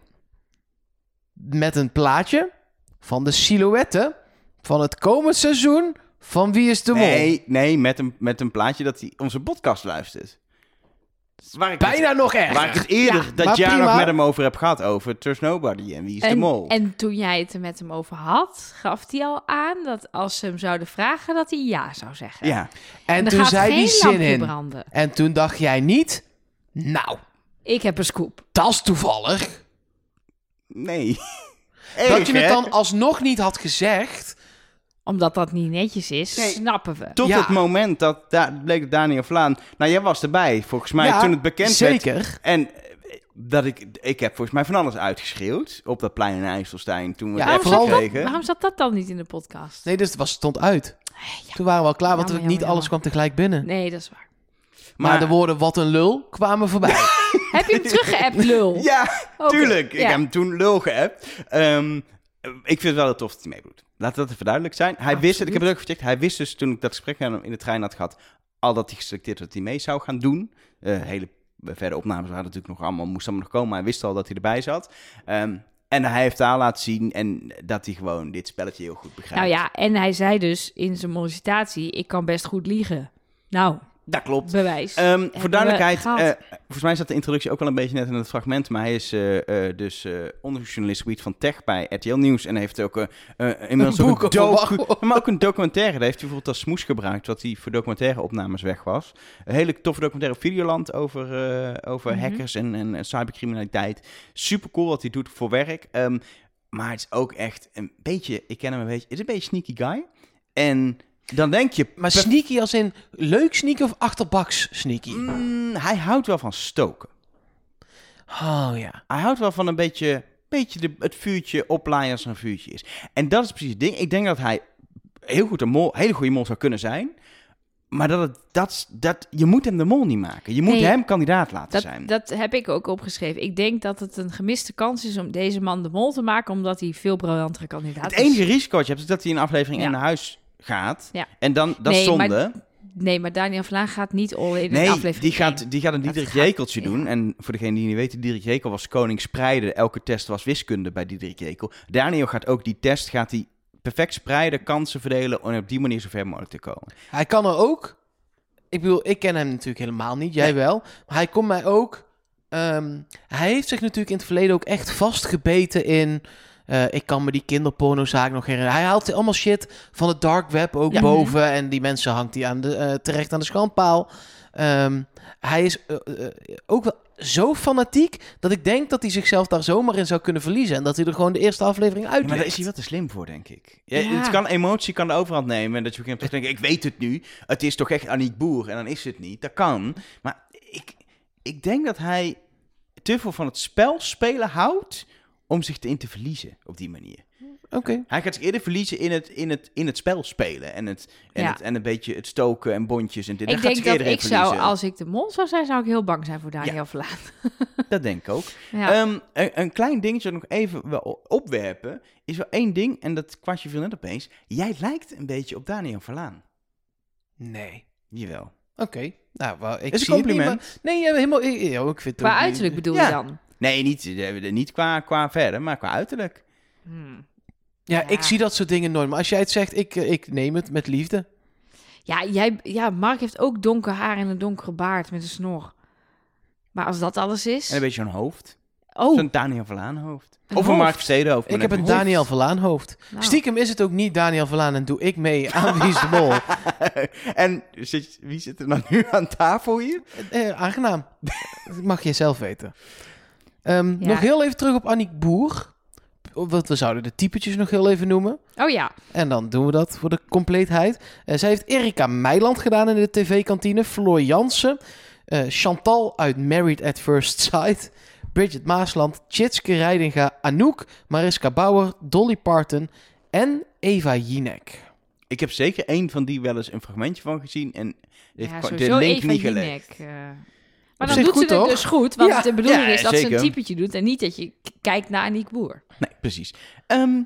met een plaatje van de silhouetten van het komend seizoen van Wie is de Mol. Nee, nee met, een, met een plaatje dat hij onze podcast luistert. Waar ik het- Bijna nog erger. Waar ik het eerder Ja, dat maar jaar prima. nog met hem over heb gehad. Over Trust Nobody en Wie is de En, Mol. en toen jij het er met hem over had, gaf hij al aan dat als ze hem zouden vragen, dat hij ja zou zeggen. Ja. En En er toen gaat zei geen hij zin lampje in. branden. En toen dacht jij niet, nou, Ik heb een scoop. dat is toevallig. Nee. Dat Erg, je het hè? dan alsnog niet had gezegd. Omdat dat niet netjes is, Nee. snappen we. Tot Ja. het moment dat da bleek dat Daniel Vlaan... Nou, jij was erbij, volgens mij, Ja, toen het bekend werd. zeker. En eh, dat ik... Ik heb volgens mij van alles uitgeschreeuwd. Op dat plein in IJsselstein, toen we Ja, het en even vooral- kregen. Waarom zat dat dan niet in de podcast? Nee, dus het was, stond uit. ja. Toen waren we al klaar, want Jammer, niet jammer, alles kwam tegelijk binnen. Nee, dat is waar. Maar, de woorden wat een lul kwamen voorbij. Heb je hem teruggeappt, lul? Ja, Oké, tuurlijk. Ik ja. heb hem toen lul geappt. Ehm, ik vind het wel heel tof dat hij meedoet. Laat dat even duidelijk zijn. Hij wist het, ik heb het ook gecheckt. Hij wist dus toen ik dat gesprek met hem in de trein had gehad... al dat hij geselecteerd werd dat hij mee zou gaan doen. Uh, hele verder opnames waren natuurlijk nog allemaal, moest allemaal nog komen, maar hij wist al dat hij erbij zat. Um, en hij heeft daar laten zien en dat hij gewoon dit spelletje heel goed begrijpt. Nou ja, en hij zei dus in zijn sollicitatie, ik kan best goed liegen. Nou, dat klopt. Bewijs. Um, voor duidelijkheid, uh, volgens mij zat de introductie ook wel een beetje net in het fragment, maar hij is uh, uh, dus uh, onderzoeksjournalist gebied van tech bij R T L Nieuws en heeft ook uh, uh, inmiddels een ook een, docu- docu- maar ook een documentaire. Daar heeft hij bijvoorbeeld als smoes gebruikt, wat hij voor documentaire opnames weg was. Een hele toffe documentaire op Videoland over, uh, over mm-hmm. hackers en, en, en cybercriminaliteit. Super cool wat hij doet voor werk. Um, maar het is ook echt een beetje, ik ken hem een beetje, het is een beetje sneaky guy. En dan denk je... Maar sneaky als in leuk sneaky of achterbaks sneaky? Mm, hij houdt wel van stoken. Oh ja. Hij houdt wel van een beetje, beetje de, het vuurtje oplaaien als er een vuurtje is. En dat is precies het ding. Ik denk dat hij heel goed een mol, hele goede mol zou kunnen zijn. Maar dat het, dat, dat, je moet hem de mol niet maken. Je moet nee, hem kandidaat laten dat, zijn. Dat heb ik ook opgeschreven. Ik denk dat het een gemiste kans is om deze man de mol te maken, omdat hij veel briljantere kandidaat is. Het enige risico dat je hebt, is dat hij in een aflevering ja. in naar huis gaat. Ja. En dan, dat nee, is zonde. Maar, nee, maar Daniel Vlaan gaat niet all in nee, een aflevering die gaat, die gaat een Diederik Jekeltje doen. Ja. En voor degene die niet weten, Diederik Jekel was koning spreiden. Elke test was wiskunde bij Diederik Jekel. Daniel gaat ook die test, gaat hij perfect spreiden, kansen verdelen en op die manier zo ver mogelijk te komen. Hij kan er ook... Ik bedoel, ik ken hem natuurlijk helemaal niet, jij nee. wel. Maar hij komt mij ook... Um, hij heeft zich natuurlijk in het verleden ook echt vastgebeten in... Uh, ik kan me die kinderpornozaak nog herinneren. Hij haalt allemaal shit van het dark web ook ja. boven. En die mensen hangt hij aan de, uh, terecht aan de schandpaal. Um, hij is uh, uh, ook wel zo fanatiek dat ik denk dat hij zichzelf daar zomaar in zou kunnen verliezen. En dat hij er gewoon de eerste aflevering uit. Ja, maar daar is hij wel te slim voor, denk ik. Ja, ja. Het kan emotie kan de overhand nemen. En dat je begint te denken, ik weet het nu. Het is toch echt Aniek Boer. En dan is het niet. Dat kan. Maar ik, ik denk dat hij te veel van het spel spelen houdt om zich erin te verliezen op die manier. Oké. Okay. Hij gaat zich eerder verliezen in het, in het, in het spel spelen. En, het, en, ja. het, en een beetje het stoken en bondjes. En dit. Ik Daar denk gaat dat zich ik verliezen. zou, als ik de mol zou zijn, zou ik heel bang zijn voor Daniel ja. Vlaan. Dat denk ik ook. Ja. Um, een, een klein dingetje nog even wel opwerpen. Is wel één ding, en dat kwartje viel net opeens. Jij lijkt een beetje op Daniel Vlaan. Nee. Jawel. Oké. Okay. Nou, wel, ik is zie een compliment. Het niet, maar... Nee, helemaal... Ik, ja, ik vind qua het uiterlijk bedoel ja. je dan? Nee, niet, niet qua, qua verder, maar qua uiterlijk. Hmm. Ja, ja, ik zie dat soort dingen nooit. Maar als jij het zegt, ik, ik neem het met liefde. Ja, jij, ja, Mark heeft ook donker haar en een donkere baard met een snor. Maar als dat alles is... En een beetje zo'n hoofd. Oh. Zo'n Daniel Verlaan hoofd. Een of hoofd. een Mark Versteden hoofd. Ik heb een hoofd. Daniel Verlaan hoofd. Nou. Stiekem is het ook niet Daniel Verlaan en doe ik mee aan Wie is de Mol. En zit, wie zit er dan nu aan tafel hier? Eh, aangenaam. Dat mag je zelf weten. Um, ja. Nog heel even terug op Aniek Boer. Want we zouden de typetjes nog heel even noemen. Oh ja. En dan doen we dat voor de compleetheid. Uh, zij heeft Erika Meiland gedaan in de tv-kantine. Floor Jansen. Uh, Chantal uit Married at First Sight. Bridget Maasland. Tjitske Reidinga. Anouk. Mariska Bauer. Dolly Parton. En Eva Jinek. Ik heb zeker één van die wel eens een fragmentje van gezien. En ja, de link Eva niet Jinek, gelegd. Uh... Maar dan doet goed, ze het toch? dus goed, want Ja. de bedoeling Ja, is dat zeker. ze een typetje doet en niet dat je k- kijkt naar Aniek Boer. Nee, precies. Um,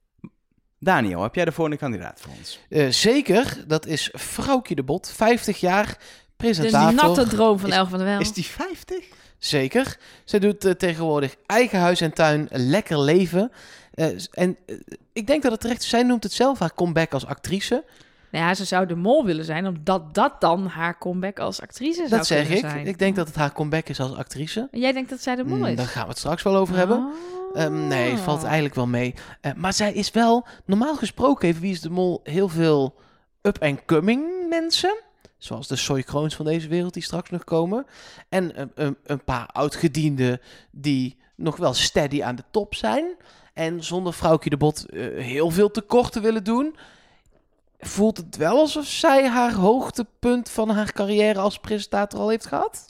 Daniel, heb jij de volgende kandidaat voor ons? Uh, zeker, dat is Vrouwtje de Bot, vijftig jaar, presentator. Dus die natte droom van Is- Elge van der Wel. Is die vijftig? Zeker. Zij doet uh, tegenwoordig eigen huis en tuin, lekker leven. Uh, en uh, ik denk dat het terecht is. Zij noemt het zelf haar comeback als actrice. Nou ja, ze zou de mol willen zijn, omdat dat dan haar comeback als actrice zou Dat zeg kunnen ik. zijn. Ik denk dat het haar comeback is als actrice. En jij denkt dat zij de mol Mm, is? daar gaan we het straks wel over hebben. Oh. Um, nee, het valt eigenlijk wel mee. Uh, maar zij is wel, normaal gesproken heeft Wie is de Mol heel veel up-and-coming mensen. Zoals de Soy Kroons van deze wereld die straks nog komen. En een, een, een paar oudgedienden die nog wel steady aan de top zijn. En zonder Vrouwtje de Bot uh, heel veel tekort te willen doen. Voelt het wel alsof zij haar hoogtepunt van haar carrière als presentator al heeft gehad?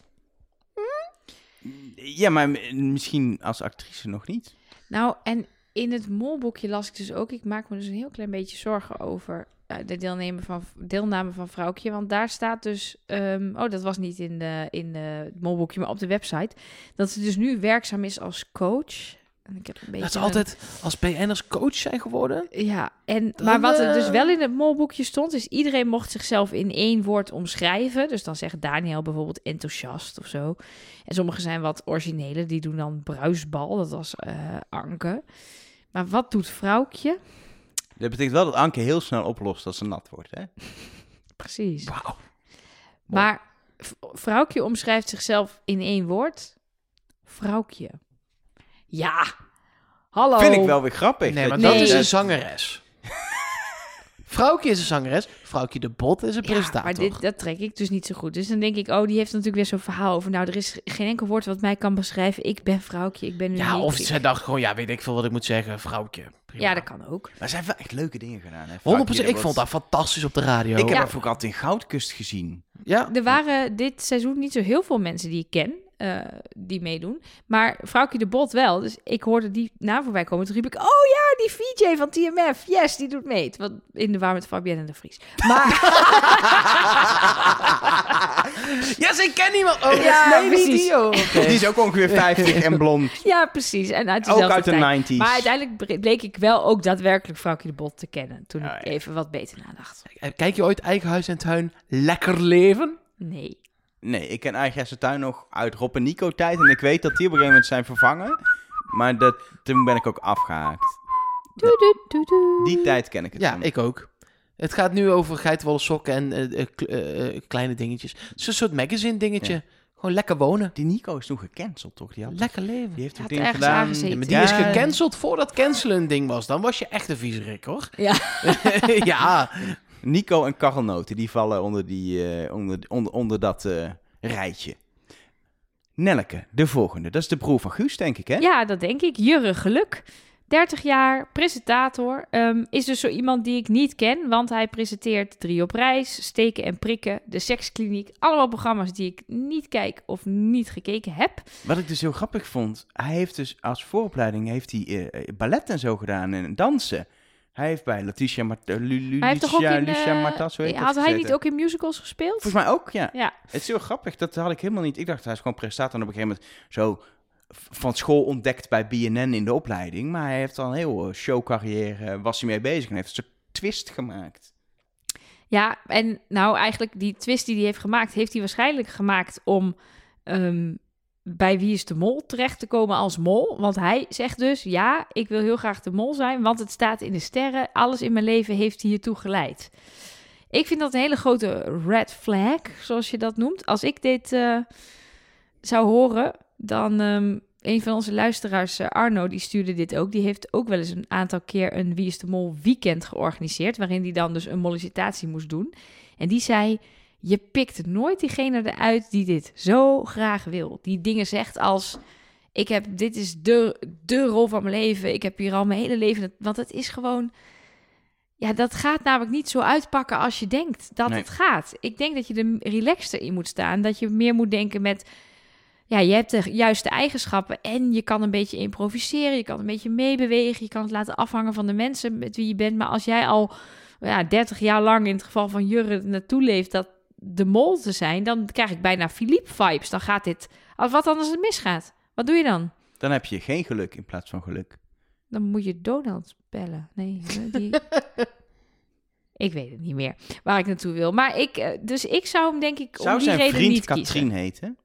Ja, maar m- misschien als actrice nog niet. Nou, en in het molboekje las ik dus ook... Ik maak me dus een heel klein beetje zorgen over uh, de deelname van, deelname van Vrouwtje. Want daar staat dus... Um, oh, dat was niet in, de, in de, het molboekje, maar op de website. Dat ze dus nu werkzaam is als coach En ik heb een beetje Dat ze een- altijd als B N'ers coach zijn geworden. Ja, en, Dan, maar wat er eh, dus wel in het molboekje stond, is iedereen mocht zichzelf in één woord omschrijven. Dus dan zegt Daniel bijvoorbeeld enthousiast of zo. En sommigen zijn wat originele, die doen dan bruisbal, dat was eh, Anke. Maar wat doet Vrouwtje? Dat betekent wel dat Anke heel snel oplost als ze nat wordt, hè? Precies. Wauw. Maar v- Vrouwtje omschrijft zichzelf in één woord. Vrouwtje. Ja, hallo. Vind ik wel weer grappig. Nee, maar dat Nee. dat is je een zangeres. Vrouwtje is een zangeres. Vrouwtje de Bot is een Ja, presentator. maar dit, dat trek ik dus niet zo goed. Dus dan denk ik, oh, die heeft natuurlijk weer zo'n verhaal over... nou, er is geen enkel woord wat mij kan beschrijven. Ik ben Vrouwtje, ik ben uniek. ja, of Ik- zij dacht gewoon, ja, weet ik veel wat ik moet zeggen. Vrouwtje. Prima. Ja, dat kan ook. Maar ze heeft wel echt leuke dingen gedaan, hè? honderd procent. Vrouwtje, Ik vond dat fantastisch op de radio. Ik heb Ja. haar ook altijd in Goudkust gezien. Ja, Er waren dit seizoen niet zo heel veel mensen die ik ken... eh, die meedoen. Maar Vrouwtje de Bot wel. Dus ik hoorde die naam voorbij komen. Toen riep ik, oh ja, die V J van T M F. Yes, die doet mee. Wat in de war met Fabienne en de Vries. Maar yes, ik ken iemand. Oh, Ja, nee, niet precies. die. Oh, oké. Die is ook ongeveer vijftig en blond. ja, precies. En uit Ook dezelfde uit de tijd. negentig. Maar uiteindelijk bre- bleek ik wel ook daadwerkelijk Vrouwtje de Bot te kennen. Toen Oh, ik ja. even wat beter nadacht. Kijk je ooit Eigen Huis en Tuin Lekker Leven? Nee. Nee, ik ken Eigen Tuin nog uit Rob en Nico tijd. En ik weet dat die op een gegeven moment zijn vervangen. Maar dat, toen ben ik ook afgehaakt. Doe, doe, doe, doe. Die tijd ken ik het Ja, van. ik ook. Het gaat nu over geitenwolle sokken en eh, eh, kle- eh, eh, kleine dingetjes. Het is een soort magazine dingetje. Ja. Gewoon lekker wonen. Die Nico is toen gecanceld, toch? Die, had, Lekker leven. die heeft Had ook dingen ergens gedaan. aangezeten. Ja, maar die Ja, is gecanceld voordat cancelen een ding was. Dan was je echt een viezerik, hoor. Ja. Ah, ja. Nico en Karelnoten, die vallen onder, die, eh, onder, onder, onder dat eh, rijtje. Nelleke, de volgende. Dat is de broer van Guus, denk ik, hè? ja, dat denk ik. Jurre Geluk. dertig jaar, presentator. Ehm, is dus zo iemand die ik niet ken, want hij presenteert Drie op Reis, Steken en Prikken, De Sekskliniek. Allemaal programma's die ik niet kijk of niet gekeken heb. Wat ik dus heel grappig vond, hij heeft dus als vooropleiding heeft hij, eh, ballet en zo gedaan en dansen. Hij heeft bij Letitia Mart uh, Lu- Lu- Hij heeft toch ook Lucia, in... Lucia eh, Martas, hoe heet had dat, hij gezeten. niet ook in musicals gespeeld? Volgens mij ook, ja. Ja. Het is heel grappig, dat had ik helemaal niet. Ik dacht, hij is gewoon presentator en op een gegeven moment zo v- van school ontdekt bij B N N in de opleiding. Maar hij heeft al een heel showcarrière, was hij mee bezig en heeft een soort twist gemaakt. Ja, en nou eigenlijk die twist die hij heeft gemaakt, heeft hij waarschijnlijk gemaakt om ehm, bij Wie is de Mol terecht te komen als mol. Want hij zegt dus, ja, ik wil heel graag de mol zijn, want het staat in de sterren. Alles in mijn leven heeft hiertoe geleid. Ik vind dat een hele grote red flag, zoals je dat noemt. Als ik dit eh, zou horen, dan... ehm, een van onze luisteraars, eh, Arno, die stuurde dit ook. Die heeft ook wel eens een aantal keer een Wie is de Mol weekend georganiseerd, waarin hij dan dus een mollicitatie moest doen. En die zei, je pikt nooit diegene eruit die dit zo graag wil. Die dingen zegt als, ik heb, dit is de, de rol van mijn leven. Ik heb hier al mijn hele leven... Want het is gewoon... Ja, dat gaat namelijk niet zo uitpakken als je denkt dat Nee. het gaat. Ik denk dat je er relaxter in moet staan. Dat je meer moet denken met... Ja, je hebt de juiste eigenschappen en je kan een beetje improviseren. Je kan een beetje meebewegen. Je kan het laten afhangen van de mensen met wie je bent. Maar als jij al ja, dertig jaar lang in het geval van Jurre naartoe leeft... dat de mol te zijn, dan krijg ik bijna Philippe-vibes. Dan gaat dit... Als wat dan als het misgaat? Wat doe je dan? Dan heb je geen geluk in plaats van geluk. Dan moet je Donald bellen. Nee, die... Ik weet het niet meer waar ik naartoe wil. Maar ik, eh, dus ik zou hem denk ik Zou om die zijn reden vriend niet Katrien kiezen. heten?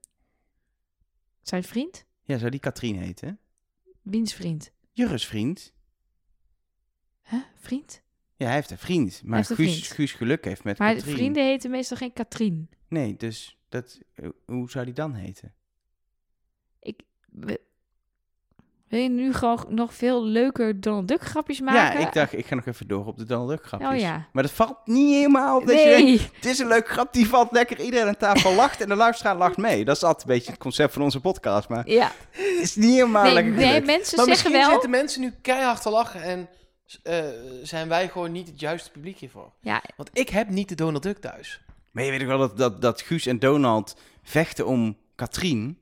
Zijn vriend? Ja, zou die Katrien heten? Wiens vriend? Jurre's vriend. Huh? Vriend? Ja, hij heeft een vriend. Maar heeft een Guus, vriend. Guus geluk heeft met Maar Katrien. vrienden heten meestal geen Katrien. Nee, dus dat, eh, hoe zou die dan heten? Ik... we- Wil je nu gewoon nog veel leuker Donald Duck grapjes maken? Ja, ik dacht, ik ga nog even door op de Donald Duck grapjes. Oh ja. Maar dat valt niet helemaal op. Dat je Nee. denkt, het is een leuk grap, die valt lekker. Iedereen aan tafel lacht en de luisteraar lacht mee. Dat is altijd een beetje het concept van onze podcast. Maar Ja. het is niet helemaal Nee, lekker nee, gelukt. mensen Maar zeggen misschien wel... zitten mensen nu keihard te lachen en eh, zijn wij gewoon niet het juiste publiek hiervoor. Ja, Want ik heb niet de Donald Duck thuis. Maar je weet ook wel dat, dat, dat Guus en Donald vechten om Katrien.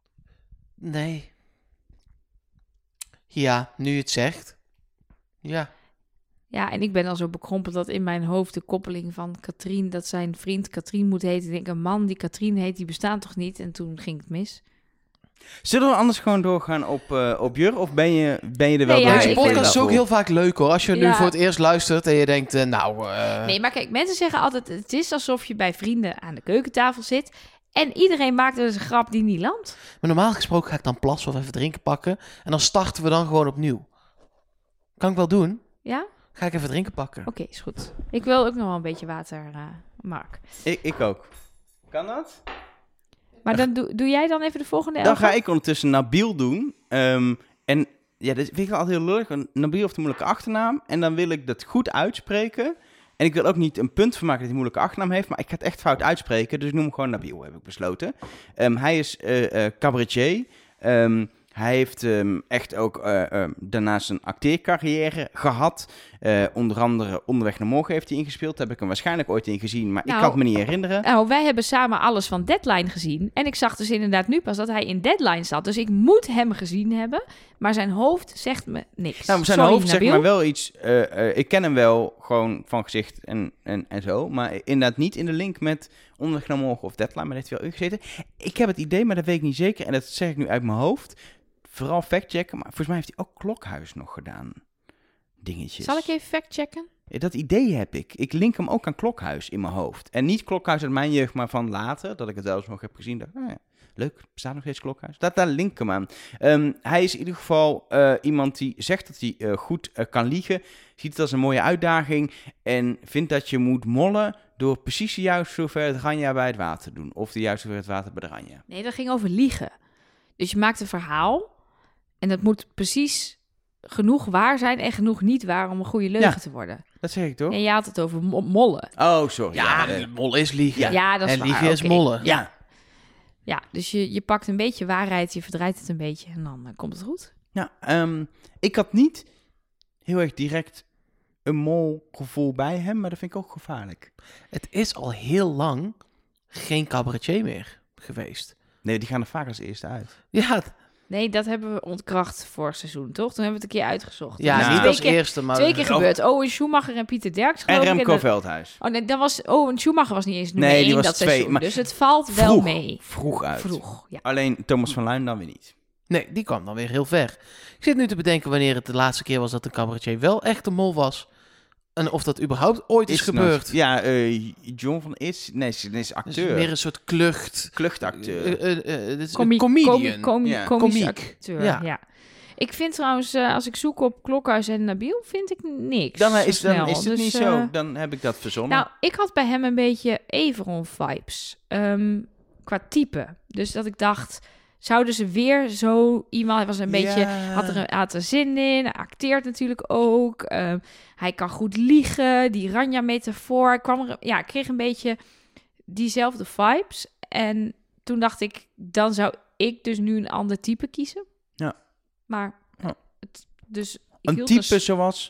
Nee. Ja, nu je het zegt. Ja. ja, en ik ben al zo bekrompen dat in mijn hoofd de koppeling van Katrien... dat zijn vriend Katrien moet heten. Ik denk, een man die Katrien heet, die bestaan toch niet? En toen ging het mis. Zullen we anders gewoon doorgaan op, uh, op Jur? Of ben je, ben je er wel Nee, ja, bij? Deze ik podcast vind is ook heel vaak leuk hoor. Als je nu Ja. voor het eerst luistert en je denkt, uh, nou... Uh... Nee, maar kijk, mensen zeggen altijd... het is alsof je bij vrienden aan de keukentafel zit... en iedereen maakt dus een grap die niet landt. Maar normaal gesproken ga ik dan plassen of even drinken pakken. En dan starten we dan gewoon opnieuw. Kan ik wel doen. Ja? Ga ik even drinken pakken. Oké, is goed. Ik wil ook nog wel een beetje water, uh, Mark. Ik, ik ook. Kan dat? Maar dan doe, doe jij dan even de volgende Dan Elga? ga ik ondertussen Nabil doen. Um, en ja, dat vind ik wel altijd heel leuk. Nabil heeft een moeilijke achternaam. En dan wil ik dat goed uitspreken. En ik wil ook niet een punt van maken dat hij een moeilijke achternaam heeft. Maar ik ga het echt fout uitspreken. Dus ik noem hem gewoon Nabil, heb ik besloten. Um, hij is uh, uh, cabaretier. Um, Hij heeft um, echt ook uh, uh, daarnaast een acteercarrière gehad. Uh, onder andere Onderweg naar Morgen heeft hij ingespeeld. Daar heb ik hem waarschijnlijk ooit in gezien, maar Nou, ik kan het me niet herinneren. Nou, wij hebben samen alles van Deadline gezien. En ik zag dus inderdaad nu pas dat hij in Deadline zat. Dus ik moet hem gezien hebben. Maar zijn hoofd zegt me niks. Nou, zijn Sorry, hoofd zegt Nabil. maar wel iets. Uh, uh, ik ken hem wel gewoon van gezicht en, en, en zo. Maar inderdaad niet in de link met Onderweg naar Morgen of Deadline. Maar dat heeft hij wel ingezeten. Ik heb het idee, maar dat weet ik niet zeker. En dat zeg ik nu uit mijn hoofd. Vooral factchecken, maar volgens mij heeft hij ook Klokhuis nog gedaan. Dingetjes. Zal ik even factchecken? Dat idee heb ik. Ik link hem ook aan Klokhuis in mijn hoofd. En niet Klokhuis uit mijn jeugd, maar van later, dat ik het zelfs nog heb gezien. Dacht, nou ja, leuk, bestaat nog steeds Klokhuis. Dat, daar link ik hem aan. Um, hij is in ieder geval uh, iemand die zegt dat hij uh, goed uh, kan liegen. Ziet het als een mooie uitdaging. En vindt dat je moet mollen door precies de juiste hoeveelheid ranja bij het water te doen. Of de juiste hoeveelheid water bij de ranja. Nee, dat ging over liegen. Dus je maakt een verhaal... en dat moet precies genoeg waar zijn en genoeg niet waar om een goede leugen Ja. te worden. Dat zeg ik toch? En je had het over mo- mollen. Oh, sorry. Ja, Ja, ja mol is liegen. Ja, dat is en waar, liegen is oké. mollen. ja. Ja, dus je, je pakt een beetje waarheid, je verdraait het een beetje en dan uh, komt het goed. Ja, um, ik had niet heel erg direct een molgevoel bij hem, maar dat vind ik ook gevaarlijk. Het is al heel lang geen cabaretier meer geweest. Nee, die gaan er vaak als eerste uit. Ja, t- Nee, dat hebben we ontkracht voor seizoen, toch? Toen hebben we het een keer uitgezocht. ja, Nou, niet twee als keer, eerste, maar... Twee keer Oh. gebeurd. Owen Schumacher en Pieter Derks, En geloof ik. Remco dat- Veldhuis. Oh nee, dat was... Owen Schumacher was niet eens nummer Nee, die één was dat twee, seizoen. maar Dus het valt wel Vroeg, mee. vroeg uit. Vroeg, ja. Alleen Thomas van Luijn dan weer niet. Nee, die kwam dan weer heel ver. Ik zit nu te bedenken wanneer het de laatste keer was dat een cabaretier wel echt een mol was. En of dat überhaupt ooit is, het nou- gebeurd. ja, uh, John van Is, nee, ze is Het acteur. is meer een soort klucht. Kluchtacteur. Uh, uh, uh, dit is Comiek- een comedian. comi- comi- Ja. komische Komiek. acteur, Ja. ja. Ik vind trouwens, uh, als ik zoek op Klokhuis en Nabil, vind ik niks. dan uh, zo is, dan snel. is het Dus, niet uh, zo. Dan heb ik dat verzonnen. Nou, ik had bij hem een beetje Everon-vibes. Um, qua type. Dus dat ik dacht, zouden ze weer zo iemand... Hij was een beetje... Ja. Had er, had er zin in. Hij acteert natuurlijk ook. Um, hij kan goed liegen. Die Ranja-metafoor. Kwam er, ja, ik kreeg een beetje diezelfde vibes. En toen dacht ik, dan zou ik dus nu een ander type kiezen. Ja. Maar, Ja. het, dus... ik Een hield type dus- zoals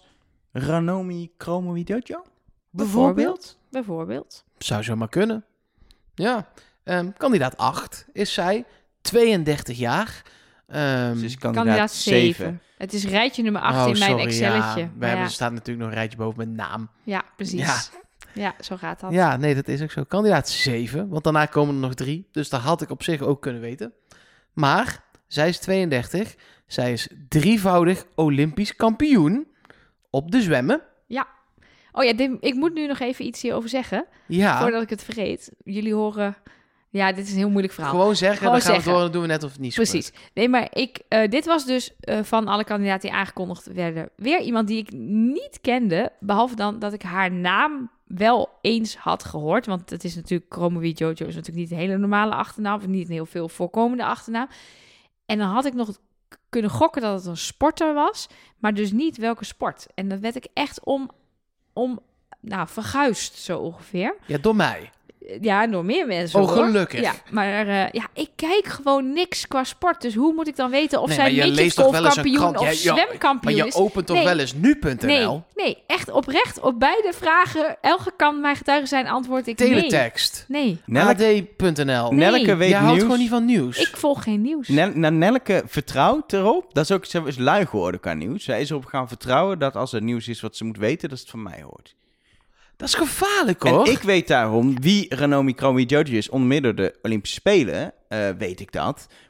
Ranomi Kromowidjojo? Bijvoorbeeld. Bijvoorbeeld. Zou zomaar kunnen. Ja. Ehm, kandidaat acht is zij. tweeëndertig jaar. Ehm, Ze is kandidaat, Kandidaat zeven. zeven. Het is rijtje nummer acht oh, in mijn sorry, Excelletje. Ja, we Maar hebben, ja, er staat natuurlijk nog een rijtje boven met naam. ja, precies. Ja. Ja. zo gaat dat. Ja, nee, dat is ook zo. Kandidaat zeven, want daarna komen er nog drie. Dus dat had ik op zich ook kunnen weten. Maar zij is tweeëndertig. Zij is drievoudig Olympisch kampioen op de zwemmen. Oh ja, dit- ik moet nu nog even iets hierover zeggen, Ja, voordat ik het vergeet. Jullie horen... Ja, dit is een heel moeilijk verhaal. gewoon zeggen. Gewoon dan gaan we zeggen. het door en dan doen we net of het niet is Precies. Nee, maar ik, uh, dit was dus uh, van alle kandidaten die aangekondigd werden... weer iemand die ik niet kende, behalve dan dat ik haar naam wel eens had gehoord. Want het is natuurlijk... Kromowidjojo is natuurlijk niet een hele normale achternaam... of niet een heel veel voorkomende achternaam. En dan had ik nog kunnen gokken dat het een sporter was... maar dus niet welke sport. En dan werd ik echt om... om nou, verguisd zo ongeveer. Ja, door mij. Ja, door meer mensen. Oh, hoor. gelukkig. Ja, maar uh, ja, ik kijk gewoon niks qua sport. Dus hoe moet ik dan weten of Nee, zij maar je leest toch wel eens een midgetgolfkampioen krant? of Ja, ja, zwemkampioen Maar je is? opent toch Nee. wel eens nu punt n l? Nee, nee, echt oprecht. Op beide vragen, Elge kan mijn getuige zijn, antwoord ik nee. Teletext. Nee, Nelke, A D punt n l. Nee. Nelke weet Jij houdt nieuws. gewoon niet van nieuws. ik volg geen nieuws. Nel, nou, Nelke vertrouwt erop. Dat is ook, ze is lui geworden qua nieuws. Zij is erop gaan vertrouwen dat als er nieuws is wat ze moet weten, dat ze het van mij hoort. Dat is gevaarlijk, hoor. En ik weet daarom wie Ranomi Kromowidjojo is. Onder meer door de Olympische Spelen uh, weet ik dat. Maar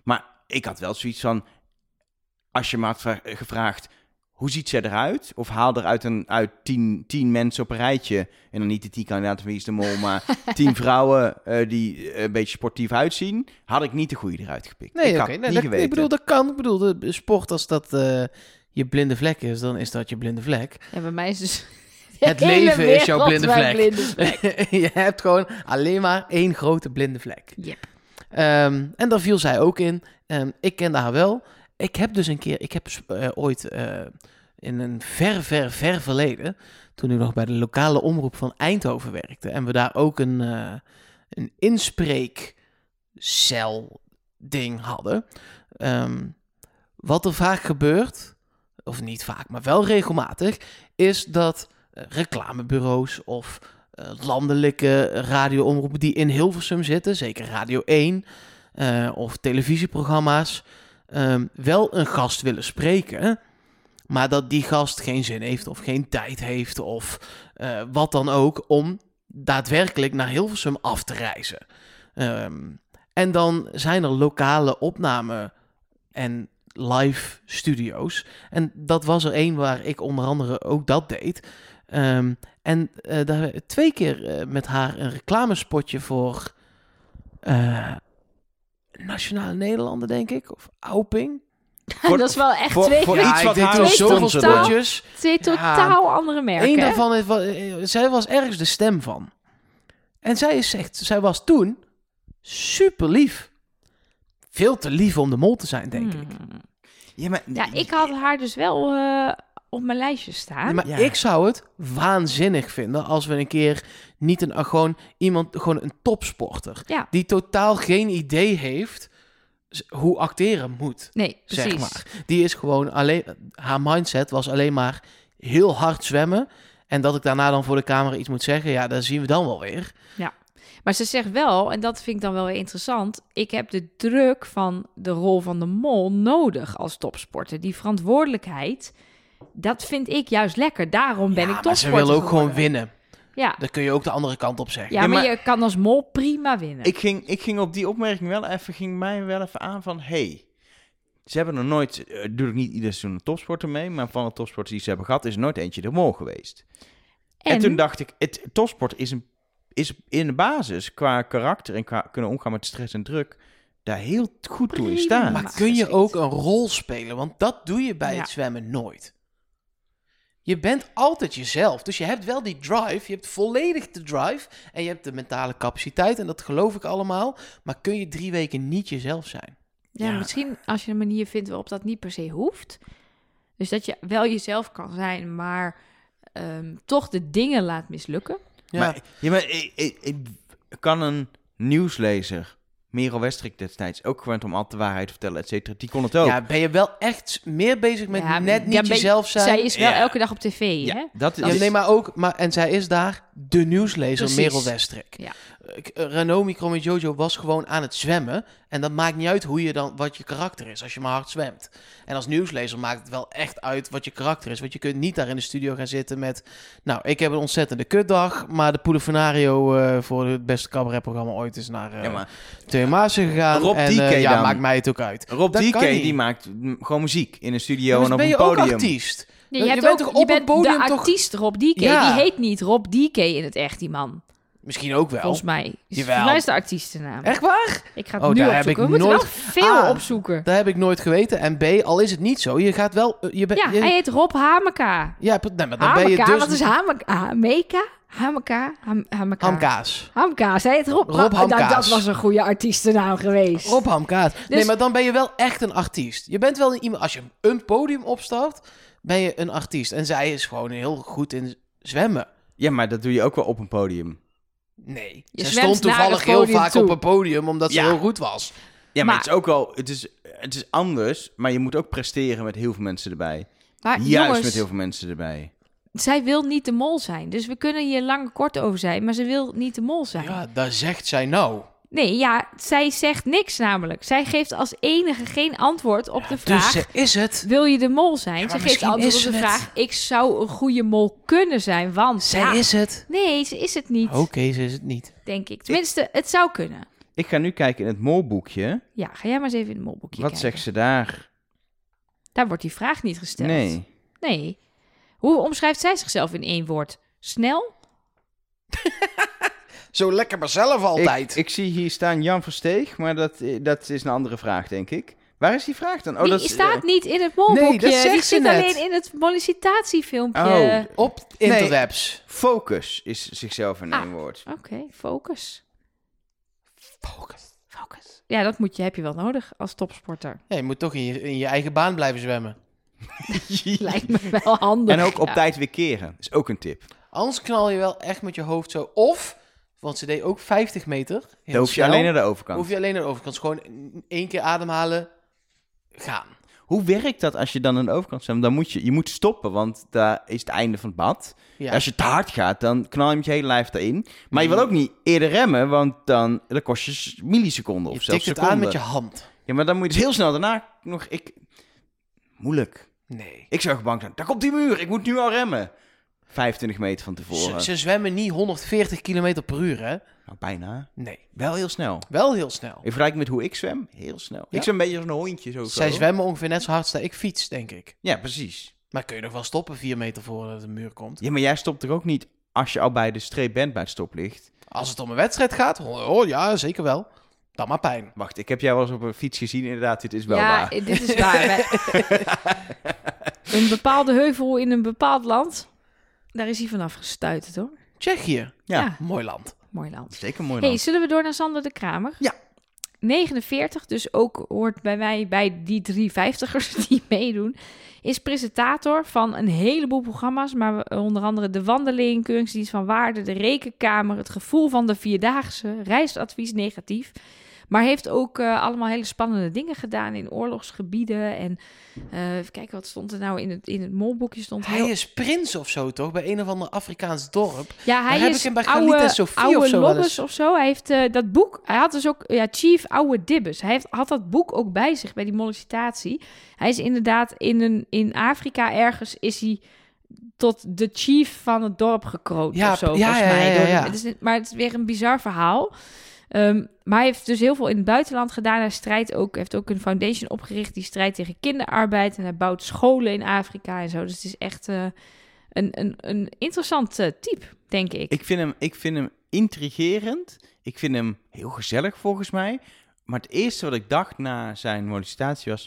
ik had wel zoiets van... Als je me had vra- gevraagd... Hoe ziet zij eruit? Of haal er uit, een, uit tien, tien mensen op een rijtje... En dan niet de tien kandidaten van Wie is de Mol... maar tien vrouwen uh, die een beetje sportief uitzien... had ik niet de goede eruit gepikt. Nee, ik oké. had Nee, niet dat, geweten. ik bedoel, dat kan. Ik bedoel, de sport, als dat uh, je blinde vlek is... dan is dat je blinde vlek. Ja, bij mij is dus... Het hele leven is jouw wereld blinde mijn vlek. blinde vlek. Je hebt gewoon alleen maar één grote blinde vlek. Yep. Um, en daar viel zij ook in. Um, ik kende haar wel. Ik heb dus een keer... Ik heb uh, ooit uh, in een ver, ver, ver verleden... toen ik nog bij de lokale omroep van Eindhoven werkte... en we daar ook een, uh, een inspreekcel ding hadden. Um, wat er vaak gebeurt... of niet vaak, maar wel regelmatig... is dat uh, reclamebureaus of... Uh, landelijke radioomroepen die in Hilversum zitten, zeker Radio één uh, of televisieprogramma's, um, wel een gast willen spreken, maar dat die gast geen zin heeft of geen tijd heeft of uh, wat dan ook om daadwerkelijk naar Hilversum af te reizen. Um, en dan zijn er lokale opnamen en live studio's. En dat was er één waar ik onder andere ook dat deed. Um, en uh, daar hebben we twee keer uh, met haar een reclamespotje voor uh, Nationale Nederlanden, denk ik. Of Auping. Voor, dat is wel echt voor, twee, voor ja, iets wat ik deed haar toen stond zoveel ze totaal- door. spotjes. twee totaal andere merken. Eén hè? daarvan, is, uh, zij was ergens de stem van. En zij is echt, zij was toen super lief. Veel te lief om de mol te zijn, denk Hmm. ik. Ja, maar, Ja, ik had haar dus wel uh, op mijn lijstje staan. Ja, maar Ja. ik zou het waanzinnig vinden als we een keer niet een, uh, gewoon iemand, gewoon een topsporter, Ja. die totaal geen idee heeft z- hoe acteren moet, Nee, precies. zeg maar. Die is gewoon alleen, haar mindset was alleen maar heel hard zwemmen en dat ik daarna dan voor de camera iets moet zeggen, ja, dat zien we dan wel weer. Maar ze zegt wel, en dat vind ik dan wel weer interessant... ik heb de druk van de rol van de mol nodig als topsporter. Die verantwoordelijkheid, dat vind ik juist lekker. Daarom ben ja, ik maar topsporter ze wil ook geworden. gewoon winnen. Ja. Dan kun je ook de andere kant op zeggen. Ja, Ja, maar, maar- je kan als mol prima winnen. ik, ging, ik ging op die opmerking wel even, ging mij wel even aan van... Hey, ze hebben er nooit, uh, doe ik niet ieder seizoen een topsporter mee... maar van de topsporters die ze hebben gehad, is er nooit eentje de mol geweest. En, en toen dacht ik, het topsport is, een, is in de basis qua karakter en qua kunnen omgaan met stress en druk... daar heel goed toe in staan. Maar Maar kun je geschikt. ook een rol spelen? Want dat doe je bij Ja. het zwemmen nooit. Je bent altijd jezelf. Dus je hebt wel die drive. Je hebt volledig de drive. En je hebt de mentale capaciteit. En dat geloof ik allemaal. Maar kun je drie weken niet jezelf zijn? Ja, Ja. misschien als je een manier vindt waarop dat niet per se hoeft. Dus dat je wel jezelf kan zijn, maar um, toch de dingen laat mislukken. Ja. Maar, ja, maar ik, ik, ik kan een nieuwslezer, Merel Westrik destijds, ook gewend om al de waarheid te vertellen, et cetera. Die kon het ook. Ja, ben je wel echt meer bezig met Ja, net ja, niet ben- jezelf zijn? Zij is wel Ja. elke dag op tv, Ja, hè? dat Ja, is... nee, maar ook... Maar, en zij is daar de nieuwslezer, Precies. Merel Westrik. Ja. Uh, Renaud Micro met Jojo was gewoon aan het zwemmen. En dat maakt niet uit hoe je dan, wat je karakter is, als je maar hard zwemt. En als nieuwslezer maakt het wel echt uit wat je karakter is. Want je kunt niet daar in de studio gaan zitten met... Nou, ik heb een ontzettende kutdag, maar de Poelefonario uh, voor het beste cabaretprogramma ooit is naar uh, Ja, maar Theo Maassen gegaan. Rob en D K uh, ja, dan. maakt mij het ook uit. Rob Dat D K, kan niet. die maakt mm, gewoon muziek in een Ja, studio maar en op ben een je ook podium. artiest? Nee, Je je, hebt bent ook, toch je op een bent podium de toch- artiest Rob D K. Ja. Die heet niet Rob D K in het echt, die man. Misschien ook wel. Volgens mij. Is, Jawel. volgens mij is de artiestennaam. Echt waar? Ik ga het Oh, nu daar opzoeken. heb ik We moeten nooit- wel veel Ah. opzoeken. Dat heb ik nooit geweten. En B, al is het niet zo, je gaat wel... uh, Je bent, Ja, je, hij heet Rob Hameka. ja, nee, maar dan ben je Hameka, dus... wat is Hameka? Hameka? Hameka? Ham, Hameka. Hamkaas. Hamkaas, hij heet Rob. Rob Nou, Hamkaas. dat was een goede artiestennaam geweest. Rob Hamkaas. Nee, Dus- maar dan ben je wel echt een artiest. Je bent wel iemand... Als je een podium opstapt, ben je een artiest. En zij is gewoon heel goed in zwemmen. Ja, maar dat doe je ook wel op een podium. Nee. Je Ze zwemt stond naar toevallig het heel podium vaak toe. op een podium, omdat ze Ja. heel goed was. Ja, maar, Maar- het is ook wel... Het is, het is anders, maar je moet ook presteren met heel veel mensen erbij. Maar Juist jongens, met heel veel mensen erbij. zij wil niet de mol zijn. Dus we kunnen hier lang en kort over zijn, maar ze wil niet de mol zijn. Ja, daar zegt zij nou. Nee, ja, zij zegt niks namelijk. Zij geeft als enige geen antwoord op de vraag... Dus ze is het. Wil je de mol zijn? Ja, maar ze geeft misschien antwoord op is de ze het. vraag... Ik zou een goede mol kunnen zijn, want... Zij ja, is het. Nee, ze is het niet, Oké, ze is het niet. denk ik. Tenminste, het zou kunnen. Ik ga nu kijken in het molboekje. Ja, ga jij maar eens even in het molboekje Wat kijken. zegt ze daar? Daar wordt die vraag niet gesteld. Nee. Nee. Hoe omschrijft zij zichzelf in één woord? Snel? Zo lekker maar zelf altijd. Ik, ik zie hier staan Jan Versteeg, maar dat, dat is een andere vraag, denk ik. Waar is die vraag dan? Oh, die dat is, staat eh, niet in het molboekje. Nee, dat zegt die ze zit net. alleen in het sollicitatiefilmpje. Oh. Op interwebs. Focus is zichzelf in één Ah. woord. Oké, focus. Focus. Focus. Ja, dat moet je, heb je wel nodig als topsporter. Ja, je moet toch in je, in je eigen baan blijven zwemmen. Lijkt me wel handig. En ook op ja. tijd weer keren. Is ook een tip. Anders knal je wel echt met je hoofd zo. Of, want ze deed ook vijftig meter. Heel Dan hoef je snel. alleen naar de overkant. Hoef je alleen naar de overkant. Gewoon één keer ademhalen, gaan. Hoe werkt dat als je dan aan de overkant zwemt? Dan moet je, je moet stoppen, want daar is het einde van het bad. Ja. Als je te hard gaat, dan knal je met je hele lijf erin. Maar je wil ook niet eerder remmen, want dan dat kost je s- milliseconden of Je zelfs tikt het seconden. aan met je hand. Ja, maar dan moet je dus heel snel daarna nog... Ik... Moeilijk. Nee. Ik zou bang zijn. Daar komt die muur, ik moet nu al remmen. vijfentwintig meter van tevoren. Ze, ze zwemmen niet honderdveertig kilometer per uur, hè? Nou, bijna. Nee. Wel heel snel. Wel heel snel. In vergelijking met hoe ik zwem, heel snel. Ja. Ik zwem een beetje als een hondje. Zo Zij zo. zwemmen ongeveer net zo hard als ik fiets, denk ik. Ja, precies. Maar kun je nog wel stoppen vier meter voordat de muur komt? Ja, maar jij stopt er ook niet als je al bij de streep bent bij het stoplicht. Als het om een wedstrijd gaat, oh, oh ja, zeker wel. Dan maar pijn. Wacht, ik heb jou wel eens op een fiets gezien. Inderdaad, dit is wel ja, waar. dit is waar. Wij- een bepaalde heuvel in een bepaald land, daar is hij vanaf gestuiterd, hoor. Tsjechië. Ja, Ja. Mooi land. Mooi land. zeker mooi Hey, land. zullen we door naar Sander de Kramer? Ja. negenenveertig, dus ook hoort bij mij bij die drie vijftigers die meedoen. Is presentator van een heleboel programma's, maar we- onder andere De Wandeling, Keuringsdienst van Waarde, De Rekenkamer, Het Gevoel van de Vierdaagse, Reisadvies Negatief. Maar heeft ook eh, allemaal hele spannende dingen gedaan in oorlogsgebieden. En eh, even kijken, wat stond er nou in het, in het molboekje? Stond Hij heel... is prins of zo, toch? Bij een of ander Afrikaans dorp. Ja, hij heb is ik hem bij oude, Galit en Sophie oude of zo wel Lobbes eens. of zo. Hij heeft eh, dat boek, hij had dus ook, ja, Chief Oude Dibbes. Hij heeft, had dat boek ook bij zich bij die mollicitatie. Hij is inderdaad in, een, in Afrika ergens, is hij tot de chief van het dorp gekroond Ja, of zo, ja, volgens ja, mij. ja, ja, Door de- ja. het is, maar het is weer een bizar verhaal. Um, maar hij heeft dus heel veel in het buitenland gedaan. Hij strijdt ook, heeft ook een foundation opgericht die strijdt tegen kinderarbeid. En hij bouwt scholen in Afrika en zo. Dus het is echt uh, een, een, een interessant uh, type, denk ik. Ik vind, hem, ik vind hem intrigerend. Ik vind hem heel gezellig, volgens mij. Maar het eerste wat ik dacht na zijn mollicitatie was...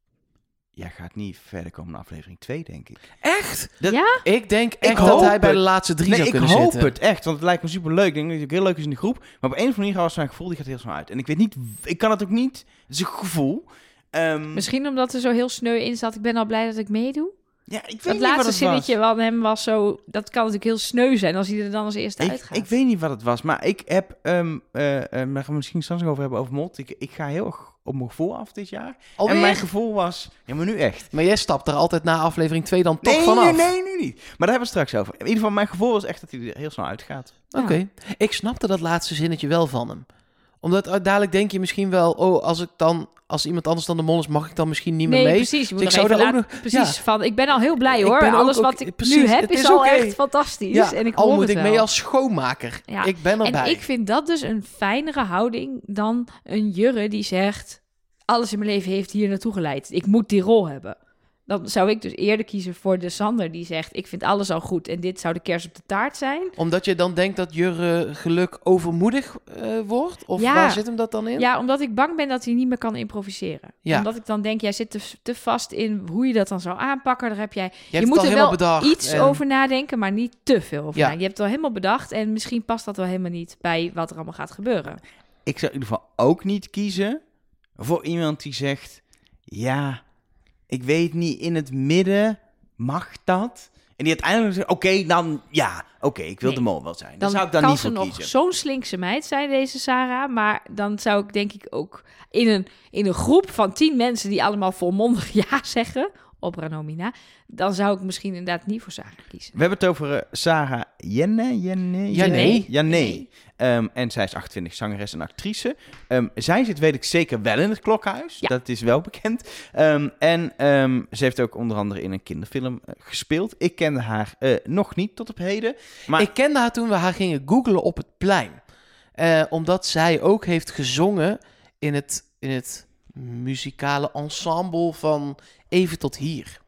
Jij gaat niet verder komen naar aflevering twee, denk ik. Echt? Dat- ja? Ik denk Ik echt dat hoop hij bij de het. laatste drie Nee, zou ik kunnen hoop zitten. het echt, want het lijkt me super leuk. Ik denk dat het ook heel leuk is in de groep. Maar op een of andere manier was mijn gevoel, die gaat heel snel uit. En ik weet niet, ik kan het ook niet. Het is een gevoel. Ehm, Misschien omdat er zo heel sneu in zat. Ik ben al blij dat ik meedoe. ja, ik weet Het niet wat laatste het zinnetje was. van hem was zo... Dat kan natuurlijk heel sneu zijn als hij er dan als eerste Ik, uitgaat. ik weet niet wat het was, maar ik heb, um, uh, uh, daar gaan we misschien straks nog over hebben, over Mot. Ik, ik ga heel erg op mijn gevoel af dit jaar. Alweer? En mijn gevoel was, ja, maar nu echt. Maar jij stapt er altijd na aflevering twee dan toch nee, vanaf. nee, nee, nu niet. Maar daar hebben we het straks over. In ieder geval, mijn gevoel was echt dat hij er heel snel uitgaat. Oké. Ik snapte dat laatste zinnetje wel van hem. Omdat uh, dadelijk denk je misschien wel... Oh, als ik dan... Als iemand anders dan de mol is, mag ik dan misschien niet meer Nee, mee? precies. Je moet Dus nog ik even zou er ook laten- precies ja. van... Ik ben al heel blij Ik hoor. ben ook Alles ook- wat ik precies, nu heb het is, is al oké. echt fantastisch. Ja, en ik al hoor moet het ik wel. mee als schoonmaker. Ja. Ik ben erbij. En ik vind dat dus een fijnere houding dan een jurre die zegt... Alles in mijn leven heeft hier naartoe geleid. Ik moet die rol hebben. Dan zou ik dus eerder kiezen voor de Sander die zegt... Ik vind alles al goed en dit zou de kers op de taart zijn. Omdat je dan denkt dat Jurre geluk overmoedig uh, wordt? Of Ja. waar zit hem dat dan in? Ja, omdat ik bang ben dat hij niet meer kan improviseren. Ja. Omdat ik dan denk, jij zit te, te vast in hoe je dat dan zou aanpakken. Daar heb jij... je Je, hebt moet het al er helemaal wel bedacht. iets en- over nadenken, maar niet te veel over Ja. nadenken. Je hebt het al helemaal bedacht en misschien past dat wel helemaal niet bij wat er allemaal gaat gebeuren. Ik zou in ieder geval ook niet kiezen voor iemand die zegt... Ja, ik weet niet, in het midden mag dat? En die uiteindelijk zegt, oké, okay, dan ja, oké, okay, ik wil Nee. de mol wel zijn. Dan, Dan zou ik daar kan niet ze voor nog kiezen. zo'n slinkse meid zijn, deze Sarah. Maar dan zou ik denk ik ook in een, in een groep van tien mensen die allemaal volmondig ja zeggen... op Ranomina, dan zou ik misschien inderdaad niet voor Sarah kiezen. We hebben het over uh, Sarah Jenne. Jenne, Jannee. Jannee. Um, en zij is achtentwintig, zangeres en actrice. Um, zij zit, weet ik zeker, wel in het Klokhuis. Ja. Dat is wel bekend. Um, en um, ze heeft ook onder andere in een kinderfilm uh, gespeeld. Ik kende haar uh, nog niet tot op heden. Maar Ik kende haar toen we haar gingen googlen op het plein. Uh, omdat zij ook heeft gezongen in het, in het muzikale ensemble van Even tot hier.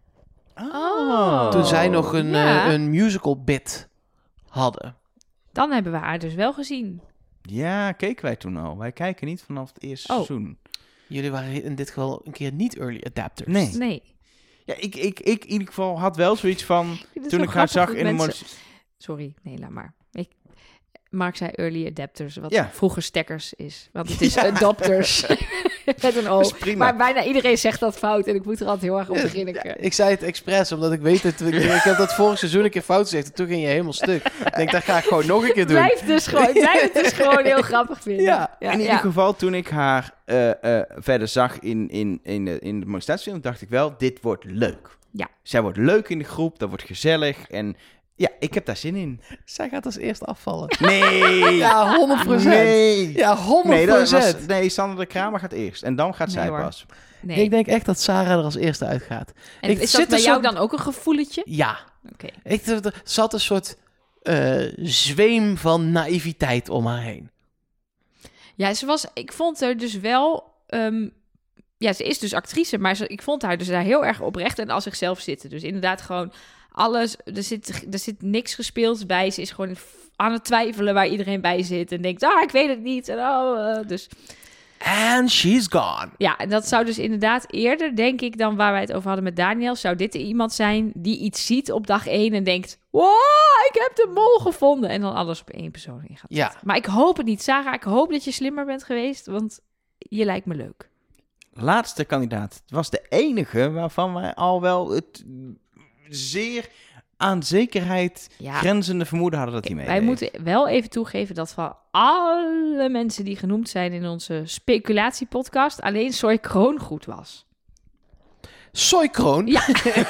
Oh. Toen zij nog een, ja. uh, een musical bit hadden. Dan hebben we haar dus wel gezien. Ja, keken wij toen al. Wij kijken niet vanaf het eerste Oh. seizoen. Jullie waren in dit geval een keer niet early adapters. Nee. Nee. Ja, ik, ik, ik in ieder geval had wel zoiets van... Ik Toen ik haar zag in een... mensen... Sorry, nee, laat maar. Ik... Mark zei early adapters, wat Ja. vroeger stekkers is. Want het is Ja. adopters. Met een O. Dat is prima. Maar bijna iedereen zegt dat fout en ik moet er altijd heel erg op Ja, beginnen. ja, ik zei het expres, omdat ik weet dat... Ik, ik heb dat vorig seizoen een keer fout gezegd en toen ging je helemaal stuk. Ik denk, dat ga ik gewoon nog een keer doen. Blijf dus gewoon, blijf het dus gewoon heel grappig vinden. Ja, ja, in ja. ieder geval, toen ik haar uh, uh, verder zag in, in, in, de, in de molestatiefilm, dacht ik wel, dit wordt leuk. Ja. Zij wordt leuk in de groep, dat wordt gezellig en ja, ik heb daar zin in. Zij gaat als eerst afvallen. Nee! Ja, honderd procent. Nee! Ja, honderd Nee, dat procent. was, nee, Sander de Kramer gaat eerst en dan gaat Nee, zij hoor. pas. Nee. Ik denk echt dat Sarah er als eerste uitgaat. En ik is zit dat bij een jou soort- dan ook een gevoeletje? Ja. Oké. Ik, er zat een soort uh, zweem van naïviteit om haar heen. Ja, ze was, ik vond er dus wel... Um, ja, ze is dus actrice, maar ze, ik vond haar dus daar heel erg oprecht en als zichzelf zitten. Dus inderdaad gewoon alles, er zit, er zit niks gespeeld bij. Ze is gewoon aan het twijfelen waar iedereen bij zit en denkt, ah, ik weet het niet. En oh, uh, dus... And she's gone. Ja, en dat zou dus inderdaad eerder, denk ik, dan waar wij het over hadden met Daniel, zou dit er iemand zijn die iets ziet op dag één en denkt, wow, ik heb de mol gevonden. En dan alles op één persoon in gaat Ja. zetten. Maar ik hoop het niet, Sarah. Ik hoop dat je slimmer bent geweest, want je lijkt me leuk. Laatste kandidaat. Het was de enige waarvan wij al wel het zeer aan zekerheid Ja. grenzende vermoeden hadden dat hij mee. Wij moeten wel even toegeven dat van alle mensen die genoemd zijn in onze speculatiepodcast, alleen Soy Kroon goed was. Soykroon. Ja.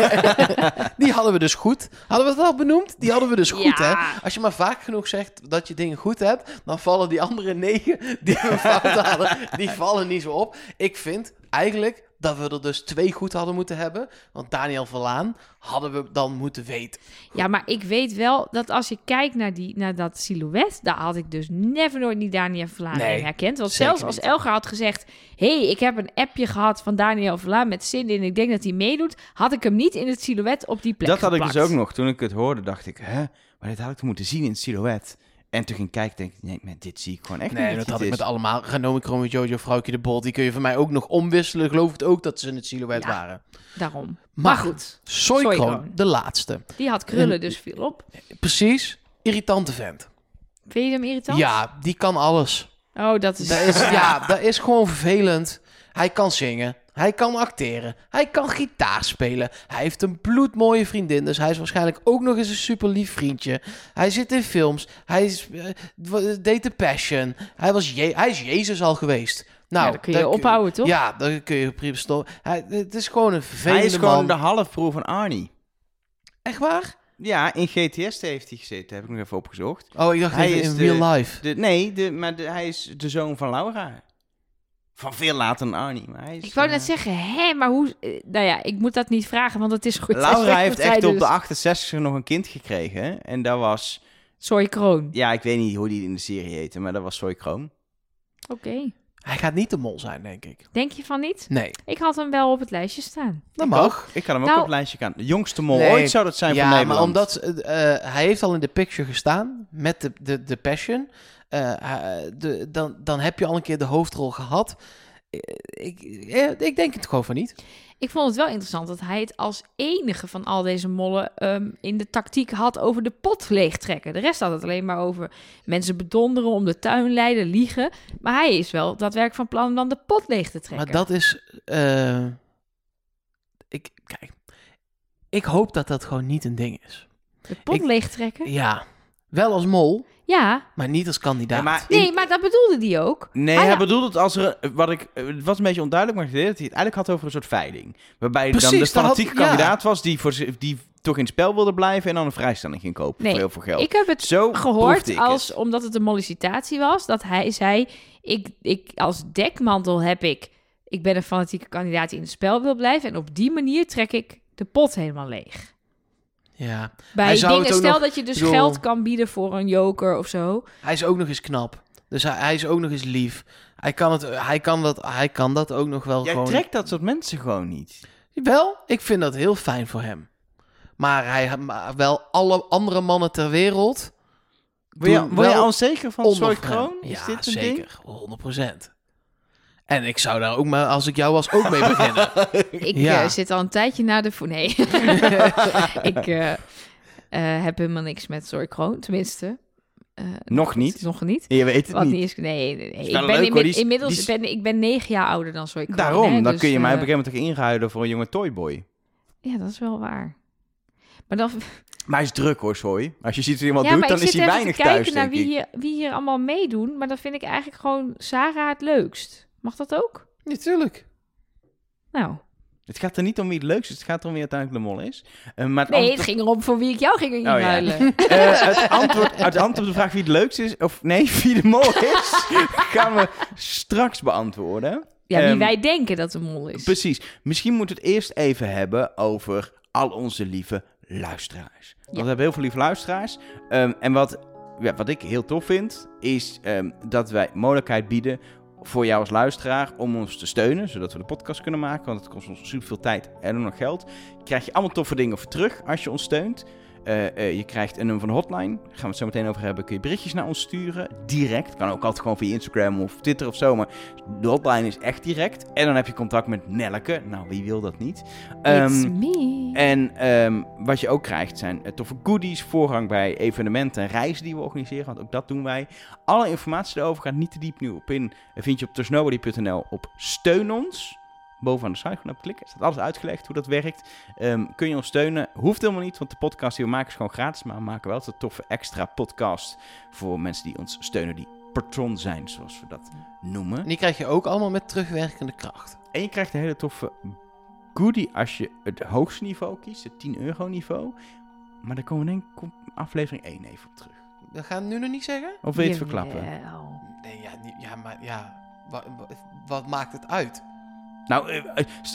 Die hadden we dus goed. Hadden we het al benoemd? Die hadden we dus goed, Ja. hè? Als je maar vaak genoeg zegt dat je dingen goed hebt, dan vallen die andere negen die we fout hadden, die vallen niet zo op. Ik vind eigenlijk dat we er dus twee goed hadden moeten hebben. Want Daniel Verlaan hadden we dan moeten weten. Ja, maar ik weet wel dat als je kijkt naar, die, naar dat silhouet, daar had ik dus never nooit niet Daniel Verlaan Nee, in herkend. Want zeker zelfs als niet. Elga had gezegd, hey, ik heb een appje gehad van Daniel Verlaan met zin in, ik denk dat hij meedoet, had ik hem niet in het silhouet op die plek Dat had ik geplakt. dus ook nog. Toen ik het hoorde, dacht ik, hè? Maar dit had ik moeten zien in het silhouet. En toen ging ik kijken, denk ik, nee, maar dit zie ik gewoon echt Nee, niet. dat dit had ik is. met allemaal. Ranomi Kroon met Jojo, Vrouwtje de Bol. Die kun je van mij ook nog omwisselen. Geloof ik het ook dat ze in het silhouet Ja. waren. Daarom. Maar, Maar goed, Soykroon, Soykroon. de laatste. die had krullen dus veel op. Precies. Irritante vent. Vind je hem irritant? Ja, die kan alles. Oh, dat is... Dat is, ja, dat is gewoon vervelend. Hij kan zingen. Hij kan acteren. Hij kan gitaar spelen. Hij heeft een bloedmooie vriendin. Dus hij is waarschijnlijk ook nog eens een super lief vriendje. Hij zit in films. Hij is, uh, deed The Passion. Hij, was je, hij is Jezus al geweest. Nou, Ja, dan kun je daar ophouden, toch? Ja, dan kun je prima stoppen. Hij, het is gewoon een vervelende Hij is gewoon man. de halfbroer van Arnie. Echt waar? Ja, in G T S heeft hij gezeten. Heb ik nog even opgezocht. Oh, ik dacht Hij even is in de- real life. De, nee, de, maar de, hij is de zoon van Laura. Van veel later dan Arnie. Maar hij is, Ik wou eh, net zeggen, hè, maar hoe... eh, Nou ja, ik moet dat niet vragen, want het is goed. Laura heeft Dat hij echt op dus- de achtenzestigste nog een kind gekregen. En dat was... Soy Kroon. Ja, ik weet niet hoe die in de serie heette, maar dat was Soy Kroon. Oké. Hij gaat niet de mol zijn, denk ik. Denk je van niet? Nee, Ik had hem wel op het lijstje staan. dat Ik mag. ook. Ik had hem ook Nou- op het lijstje gaan. De jongste mol Nee. ooit zou dat zijn ja, van Nederland. maar omdat eh, eh, hij heeft al in de picture gestaan met de, de, de Passion. Eh, hij- de, dan, dan heb je al een keer de hoofdrol gehad. Eh, Ik, eh, ik denk het gewoon van niet. Ik vond het wel interessant dat hij het als enige van al deze mollen ehm, in de tactiek had over de pot leegtrekken. De rest had het alleen maar over mensen bedonderen, om de tuin leiden, liegen. Maar hij is wel daadwerkelijk van plan om dan de pot leeg te trekken. Maar dat is... eh, ik, kijk, ik hoop dat dat gewoon niet een ding is. De pot ik- leegtrekken? Ja, wel als mol, Ja. maar niet als kandidaat. Ja, maar in- Nee, maar dat bedoelde hij ook. Nee, Hij hij had- bedoelde het als er... Wat ik, het was een beetje onduidelijk, maar ik deed dat hij het eigenlijk had over een soort veiling. Waarbij Precies, dan de daar had- fanatieke ja. kandidaat was die, voor, zi- die toch in het spel wilde blijven en dan een vrijstelling ging kopen Nee, voor heel veel geld. Ik heb het Zo gehoord proefde ik als, het. omdat het een mollicitatie was, dat hij zei, ik, ik, als dekmantel heb ik, ik ben een fanatieke kandidaat die in het spel wil blijven en op die manier trek ik de pot helemaal leeg. Ja, Hij Bij zou dingen, het ook stel nog- dat je dus bedoel- geld kan bieden voor een joker of zo. hij is ook nog eens knap. Dus hij, hij is ook nog eens lief. Hij kan, het, hij, kan dat, hij kan dat ook nog wel Jij gewoon... trekt dat soort mensen gewoon niet. Wel, ik vind dat heel fijn voor hem. Maar hij maar wel alle andere mannen ter wereld... Word je, doen word je wel onzeker van onder Soy hem. Kroon? Is Ja, dit een zeker. ding? honderd procent. En ik zou daar ook maar, als ik jou was, ook mee beginnen. Ik Ja. eh, zit al een tijdje naar de... vo- Nee. ik eh, eh, heb helemaal niks met Soy Kroon. Tenminste. eh, Nog niet? Nog niet. Je weet het Wat niet. niet is... Nee, nee, nee. Is wel Ik ben leuk, inmi- hoor. Die is- inmiddels... die is- Ik ben, ik ben negen jaar ouder dan Soy Kroon. Daarom, hè, dan dus, kun je mij op eh, een gegeven moment toch inruilen voor een jonge toyboy. Ja, dat is wel waar. Maar dan... Maar hij is druk hoor, Soy. Als je ziet wat iemand ja, doet, maar dan ik is zit hij even weinig te kijken thuis, naar denk wie ik. hier, wie hier allemaal meedoen. Maar dan vind ik eigenlijk gewoon Sarah het leukst. Mag dat ook? Natuurlijk. Nou... Het gaat er niet om wie het leukst is, het gaat erom wie uiteindelijk de mol is. Uh, maar het Nee, antwoord... het ging erom voor wie ik jou ging ja. inruilen. Uh, het, antwoord, het antwoord op de vraag wie het leukst is, of nee, wie de mol is, gaan we straks beantwoorden. Ja, wie Um, wij denken dat de mol is. Precies. Misschien moeten we het eerst even hebben over al onze lieve luisteraars. Want Ja. we hebben heel veel lieve luisteraars. Um, en wat, ja, wat ik heel tof vind, is um, dat wij mogelijkheid bieden voor jou als luisteraar om ons te steunen, zodat we de podcast kunnen maken, want het kost ons super veel tijd en ook nog geld. Krijg je allemaal toffe dingen voor terug als je ons steunt. Uh, uh, je krijgt een nummer van de hotline, daar gaan we het zo meteen over hebben. Kun je berichtjes naar ons sturen, direct. Kan ook altijd gewoon via Instagram of Twitter of zo, maar de hotline is echt direct. En dan heb je contact met Nelleke. Nou, wie wil dat niet? It's Um, me. en um, wat je ook krijgt zijn uh, toffe goodies, voorrang bij evenementen en reizen die we organiseren, want ook dat doen wij. Alle informatie daarover gaat niet te diep nu op in. Uh, vind je op trustnobody punt n l op steun ons. Bovenaan de site gewoon op klikken. Er staat alles uitgelegd hoe dat werkt. Um, kun je ons steunen? Hoeft helemaal niet, want de podcast die we maken is gewoon gratis. Maar we maken wel een toffe extra podcast voor mensen die ons steunen, die patron zijn, zoals we dat noemen. En die krijg je ook allemaal met terugwerkende kracht. En je krijgt een hele toffe goodie als je het hoogste niveau kiest, het tien euro niveau. Maar daar komen we denk ik op aflevering één even op terug. Dat gaan we nu nog niet zeggen? Of wil je het verklappen? Jawel. Nee, ja, niet, ja maar ja, wat, wat maakt het uit? Nou, uh,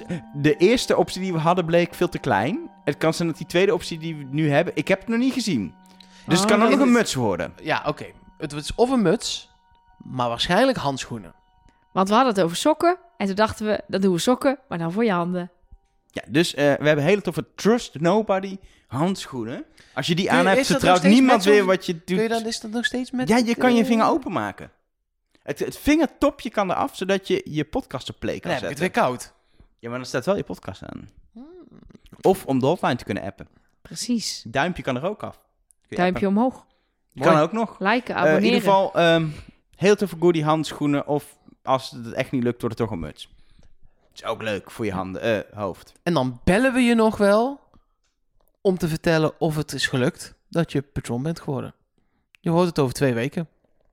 de eerste optie die we hadden bleek veel te klein. Het kan zijn dat die tweede optie die we nu hebben, ik heb het nog niet gezien. Dus het Oh, kan ook nee, nog een dit- muts worden. Ja, oké. Het is of een muts, maar waarschijnlijk handschoenen. Want we hadden het over sokken. En toen dachten we, dan doen we sokken, maar dan voor je handen. Ja, dus uh, we hebben hele toffe Trust Nobody handschoenen. Als je die Kun je- aan hebt, is dat vertrouwt nog steeds niemand met zo'n- weer wat je doet. Kun je dan, is dat nog steeds met... Ja, je kan je eh, vinger openmaken. Het, het vingertopje kan eraf, zodat je je podcast op play kan Dan heb ik het zetten. weer koud. Ja, maar dan staat wel je podcast aan. Of om de hotline te kunnen appen. Precies. Duimpje kan er ook af. Kun je Duimpje appen. omhoog. Kan Mooi. ook nog. Liken, Uh, abonneren. in ieder geval, um, heel toffe goodie handschoenen. Of als het echt niet lukt, wordt het toch een muts. Het is ook leuk voor je handen, eh, hoofd. En dan bellen we je nog wel om te vertellen of het is gelukt dat je patron bent geworden. Je hoort het over twee weken.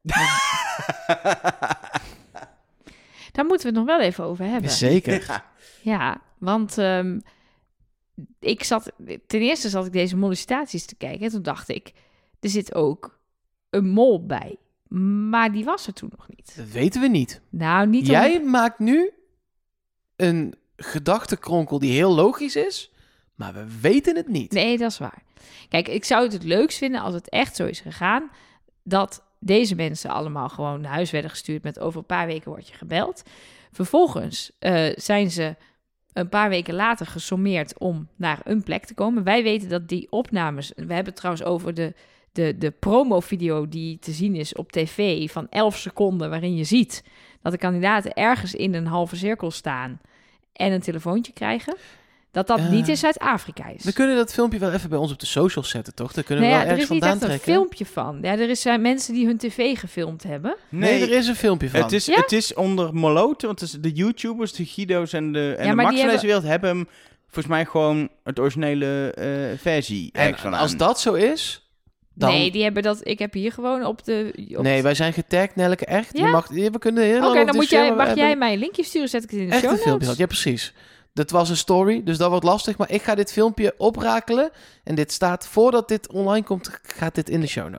Daar moeten we het nog wel even over hebben. Zeker. Ja. Ja, want ehm, ik zat... Ten eerste zat ik deze mollicitaties te kijken. En toen dacht ik, er zit ook een mol bij. Maar die was er toen nog niet. Dat weten we niet. Nou, niet om- Jij maakt nu een gedachtenkronkel die heel logisch is, maar we weten het niet. Nee, dat is waar. Kijk, ik zou het het leukst vinden als het echt zo is gegaan... dat deze mensen allemaal gewoon naar huis werden gestuurd... met over een paar weken word je gebeld. Vervolgens eh, zijn ze een paar weken later gesommeerd om naar een plek te komen. Wij weten dat die opnames... We hebben het trouwens over de, de, de promovideo die te zien is op tv... van elf seconden, waarin je ziet dat de kandidaten ergens in een halve cirkel staan... en een telefoontje krijgen... dat dat Uh, niet in Zuid-Afrika is. We kunnen dat filmpje wel even bij ons op de socials zetten, toch? Daar kunnen Nou we ja, wel er ergens is niet vandaan echt een trekken. filmpje van. Ja, er is, zijn mensen die hun tv gefilmd hebben. Nee, er is een filmpje van. Het is, Ja? het is onder Moloten, want het is de YouTubers, de Guido's en de, en Ja, de maar Max die van deze hebben- wereld hebben hem volgens mij gewoon het originele eh, versie. En ergens van als aan. dat zo is, dan... Nee, die hebben dat... Ik heb hier gewoon op de... Op Nee, wij zijn getagd, Nelleke, echt. Ja? Je mag, we kunnen heel Oké, lang over dan moet discussiëren, jij, maar mag we jij hebben mij een linkje sturen, zet ik het in de echt show een filmpje notes. gehad. Ja, precies. Dat was een story, dus dat wordt lastig. Maar ik ga dit filmpje oprakelen. En dit staat, voordat dit online komt, gaat dit in de show notes.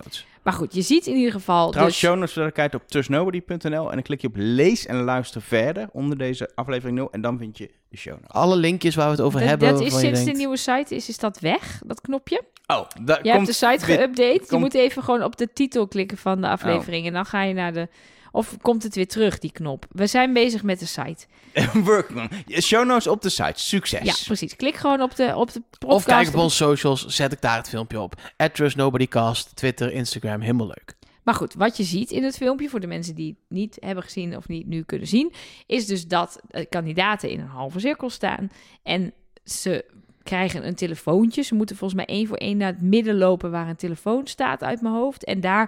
Maar goed, je ziet in ieder geval... Trouwens, dus... show notes voor de kijkt op trust nobody punt n l en dan klik je op lees en luister verder onder deze aflevering nul en dan vind je de show notes. Alle linkjes waar we het over dat, hebben. Dat is waarvan je sinds de denkt, nieuwe site, is, is dat weg, dat knopje? Oh, daar Je hebt de site weer- geüpdate. Je komt- moet even gewoon op de titel klikken van de aflevering en dan ga je naar de... Of komt het weer terug, die knop? We zijn bezig met de site. Working on. Show notes op de site. Succes. Ja, precies. Klik gewoon op de, op de podcast. Of kijk op onze socials, zet ik daar het filmpje op. at trust nobody cast, Twitter, Instagram, helemaal leuk. Maar goed, wat je ziet in het filmpje, voor de mensen die het niet hebben gezien of niet nu kunnen zien, is dus dat uh, kandidaten in een halve cirkel staan en ze krijgen een telefoontje. Ze moeten volgens mij één voor één naar het midden lopen waar een telefoon staat uit mijn hoofd. En daar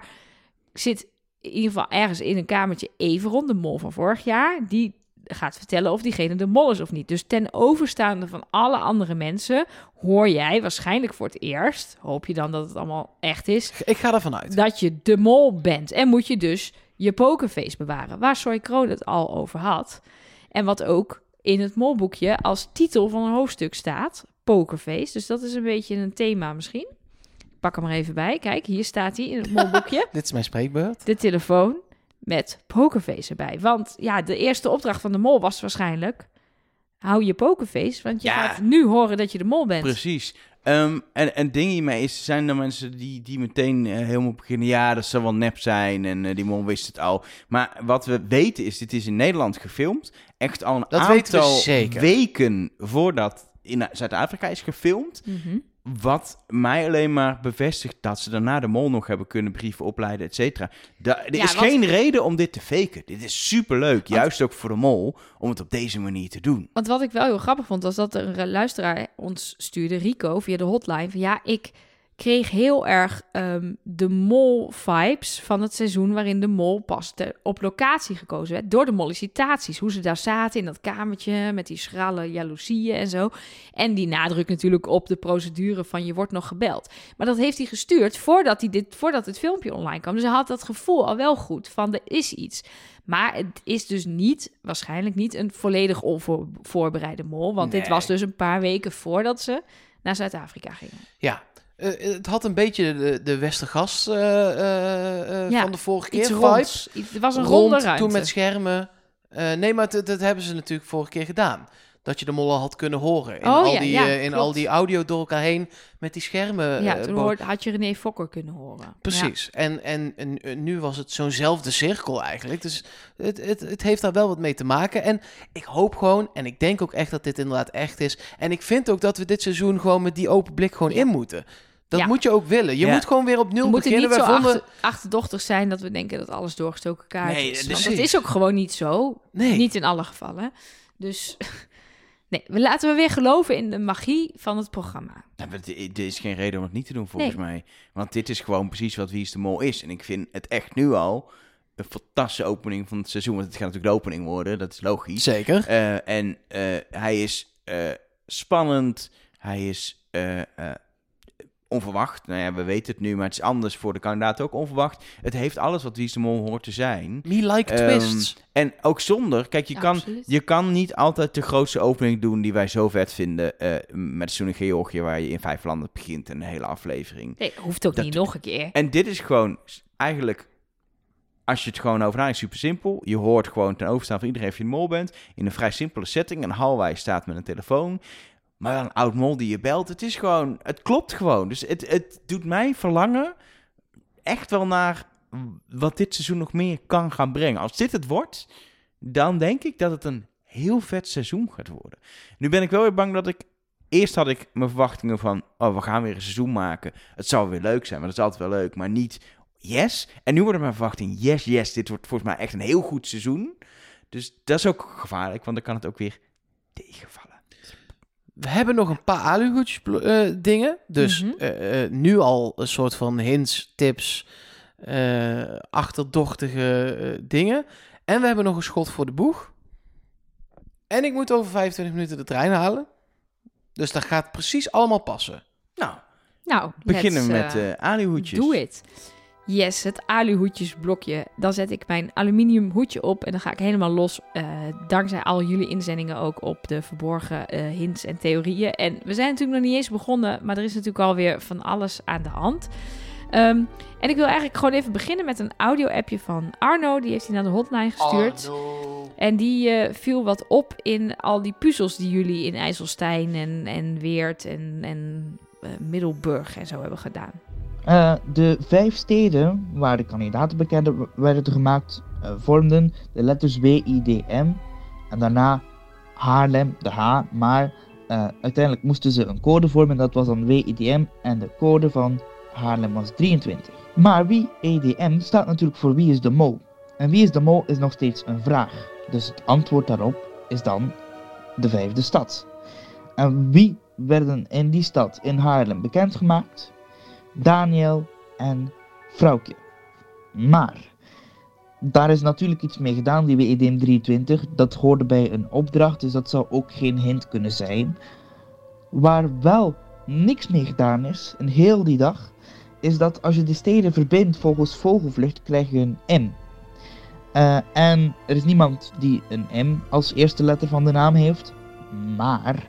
zit in ieder geval ergens in een kamertje Everon, de mol van vorig jaar, die gaat vertellen of diegene de mol is of niet. Dus ten overstaande van alle andere mensen hoor jij waarschijnlijk voor het eerst, hoop je dan dat het allemaal echt is, Ik ga ervan uit. dat je de mol bent. En moet je dus je pokerface bewaren, waar Soy Kroon het al over had. En wat ook in het molboekje als titel van een hoofdstuk staat, pokerface. Dus dat is een beetje een thema misschien. Ik pak hem er even bij. Kijk, hier staat hij in het molboekje. Dit is mijn spreekbeurt. De telefoon met pokerface erbij. Want ja, de eerste opdracht van de mol was waarschijnlijk, hou je pokerface, want je Ja. gaat nu horen dat je de mol bent. Precies. Um, en en ding hiermee is, zijn er mensen die, die meteen uh, helemaal beginnen, ja, dat zal wel nep zijn en uh, die mol wist het al. Maar wat we weten is, dit is in Nederland gefilmd. Echt al een Dat weten we aantal zeker. weken voordat in Zuid-Afrika is gefilmd. Mhm. Wat mij alleen maar bevestigt dat ze daarna de mol nog hebben kunnen brieven opleiden, et cetera. Da- er Ja, is want- geen reden om dit te faken. Dit is superleuk, juist ook voor de mol, om het op deze manier te doen. Want wat ik wel heel grappig vond, was dat er een luisteraar ons stuurde, Rico, via de hotline. Van ja, ik kreeg heel erg ehm, de mol-vibes van het seizoen waarin de mol pas te- op locatie gekozen werd. Door de mollicitaties, hoe ze daar zaten in dat kamertje met die schralle jaloezieën en zo. En die nadruk natuurlijk op de procedure van je wordt nog gebeld. Maar dat heeft hij gestuurd voordat, hij dit, voordat het filmpje online kwam. Dus hij had dat gevoel al wel goed van er is iets. Maar het is dus niet, waarschijnlijk niet, een volledig onvoorbereide mol. Want dit Nee. was dus een paar weken voordat ze naar Zuid-Afrika gingen. Ja, eh, het had een beetje de, de Westergas eh, eh, eh, Ja, van de vorige keer Iets vibes. ronds. Iets- Het was een ronde Rond, ruimte. toen met schermen. Eh, nee, maar dat, dat hebben ze natuurlijk vorige keer gedaan. Dat je de mollen had kunnen horen. In, Oh al, ja, die, ja, eh, in klopt. al die audio door elkaar heen met die schermen. ja, eh, toen bo- hoorde, had je René Fokker kunnen horen. Precies. En, en, en eh, nu was het zo'nzelfde cirkel eigenlijk. Dus het, het, het heeft daar wel wat mee te maken. En ik hoop gewoon, en ik denk ook echt dat dit inderdaad echt is. En ik vind ook dat we dit seizoen gewoon met die open blik gewoon in moeten. Dat Ja. moet je ook willen. Je Ja. moet gewoon weer op nul We moeten beginnen. niet zo Wij vonden... achter, achterdochtig zijn dat we denken dat alles doorgestoken kaart Nee, is. dat Want is- dat is ook gewoon niet zo. Nee. Niet in alle gevallen. Dus nee, we laten we weer geloven in de magie van het programma. Nou, maar er er is geen reden om het niet te doen, volgens mij. Want dit is gewoon precies wat Wie is de Mol is. En ik vind het echt nu al een fantastische opening van het seizoen. Want het gaat natuurlijk de opening worden, dat is logisch. Zeker. Eh, en eh, hij is eh, spannend, hij is eh, eh, onverwacht. Nou ja, we weten het nu, maar het is anders voor de kandidaat ook onverwacht. Het heeft alles wat Wie is de Mol hoort te zijn. Me like Ehm, twists. En ook zonder, kijk, je, Ja, kan, absoluut. je kan niet altijd de grootste opening doen die wij zo vet vinden. eh, met Seizoen in Georgië, waar je in vijf landen begint, een hele aflevering. Nee, hoeft ook Dat- niet nog een keer. En dit is gewoon s- eigenlijk, als je het gewoon over nadenkt, super simpel. Je hoort gewoon ten overstaan van iedereen of je een mol bent. In een vrij simpele setting. Een halwij staat met een telefoon. Maar wel een oud mol die je belt. Het is gewoon, het klopt gewoon. Dus het, het doet mij verlangen echt wel naar wat dit seizoen nog meer kan gaan brengen. Als dit het wordt, dan denk ik dat het een heel vet seizoen gaat worden. Nu ben ik wel weer bang dat ik... Eerst had ik mijn verwachtingen van, oh, we gaan weer een seizoen maken. Het zal weer leuk zijn, maar dat is altijd wel leuk. Maar niet, yes. En nu worden mijn verwachtingen, yes, yes. Dit wordt volgens mij echt een heel goed seizoen. Dus dat is ook gevaarlijk, want dan kan het ook weer tegenvallen. We hebben nog een paar aluhoedjes eh, dingen. Dus Mhm. eh, eh, nu al een soort van hints, tips, eh, achterdochtige eh, dingen. En we hebben nog een schot voor de boeg. En ik moet over vijfentwintig minuten de trein halen. Dus dat gaat precies allemaal passen. Nou, Nou, beginnen let's, met eh, uh, aluhoedjes. Doe it. Yes, het aluhoedjesblokje. Dan zet ik mijn aluminium hoedje op en dan ga ik helemaal los. eh, dankzij al jullie inzendingen ook op de verborgen eh, hints en theorieën. En we zijn natuurlijk nog niet eens begonnen, maar er is natuurlijk alweer van alles aan de hand. Um, en ik wil eigenlijk gewoon even beginnen met een audio-appje van Arno. Die heeft hij naar de hotline gestuurd. Arno. En die uh, viel wat op in al die puzzels die jullie in IJsselstein en, en Weert en, en uh, Middelburg en zo hebben gedaan. Uh, de vijf steden waar de kandidaten bekend werden gemaakt, uh, vormden de letters W, I, D, M. En daarna Haarlem, de H. Maar uh, uiteindelijk moesten ze een code vormen. Dat was dan W, I, D, M. En de code van Haarlem was drieëntwintig. Maar W, I, D, M staat natuurlijk voor wie is de mol. En wie is de mol is nog steeds een vraag. Dus het antwoord daarop is dan de vijfde stad. En wie werden in die stad, in Haarlem, bekendgemaakt? Daniel en Vrouwtje. Maar daar is natuurlijk iets mee gedaan, die W I D M drieëntwintig. Dat hoorde bij een opdracht, dus dat zou ook geen hint kunnen zijn. Waar wel niks mee gedaan is, in heel die dag, is dat als je de steden verbindt volgens vogelvlucht, krijg je een M. Uh, en er is niemand die een M als eerste letter van de naam heeft. Maar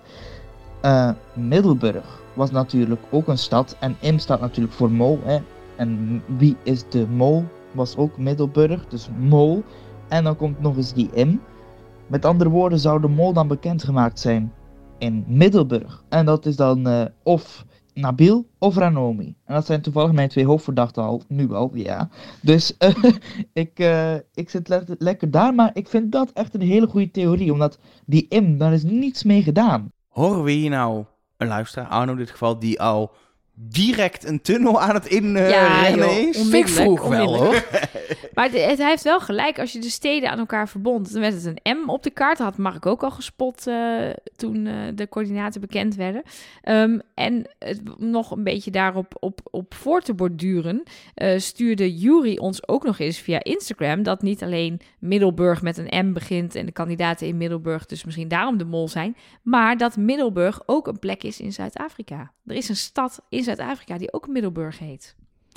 uh, Middelburg was natuurlijk ook een stad. En M staat natuurlijk voor mol. Hè. En wie is de mol? Was ook Middelburg. Dus mol. En dan komt nog eens die M. Met andere woorden zou de mol dan bekendgemaakt zijn in Middelburg. En dat is dan uh, of Nabil of Ranomi. En dat zijn toevallig mijn twee hoofdverdachten al. Nu al, ja. Dus uh, ik, uh, ik zit le- lekker daar. Maar ik vind dat echt een hele goede theorie. Omdat die M, daar is niets mee gedaan. Horen we hier nou een luisteraar, Arno in dit geval, die al direct een tunnel aan het inrennen uh, ja, is? Vind ik vroeg wel, hoor. Maar het, het, hij heeft wel gelijk, als je de steden aan elkaar verbond, dan werd het een M op de kaart. Dat had Mark ook al gespot uh, toen uh, de coördinaten bekend werden. Um, en het, nog een beetje daarop op, op voor te borduren, uh, stuurde Jury ons ook nog eens via Instagram dat niet alleen Middelburg met een M begint en de kandidaten in Middelburg dus misschien daarom de mol zijn, maar dat Middelburg ook een plek is in Zuid-Afrika. Er is een stad in Zuid-Afrika die ook Middelburg heet.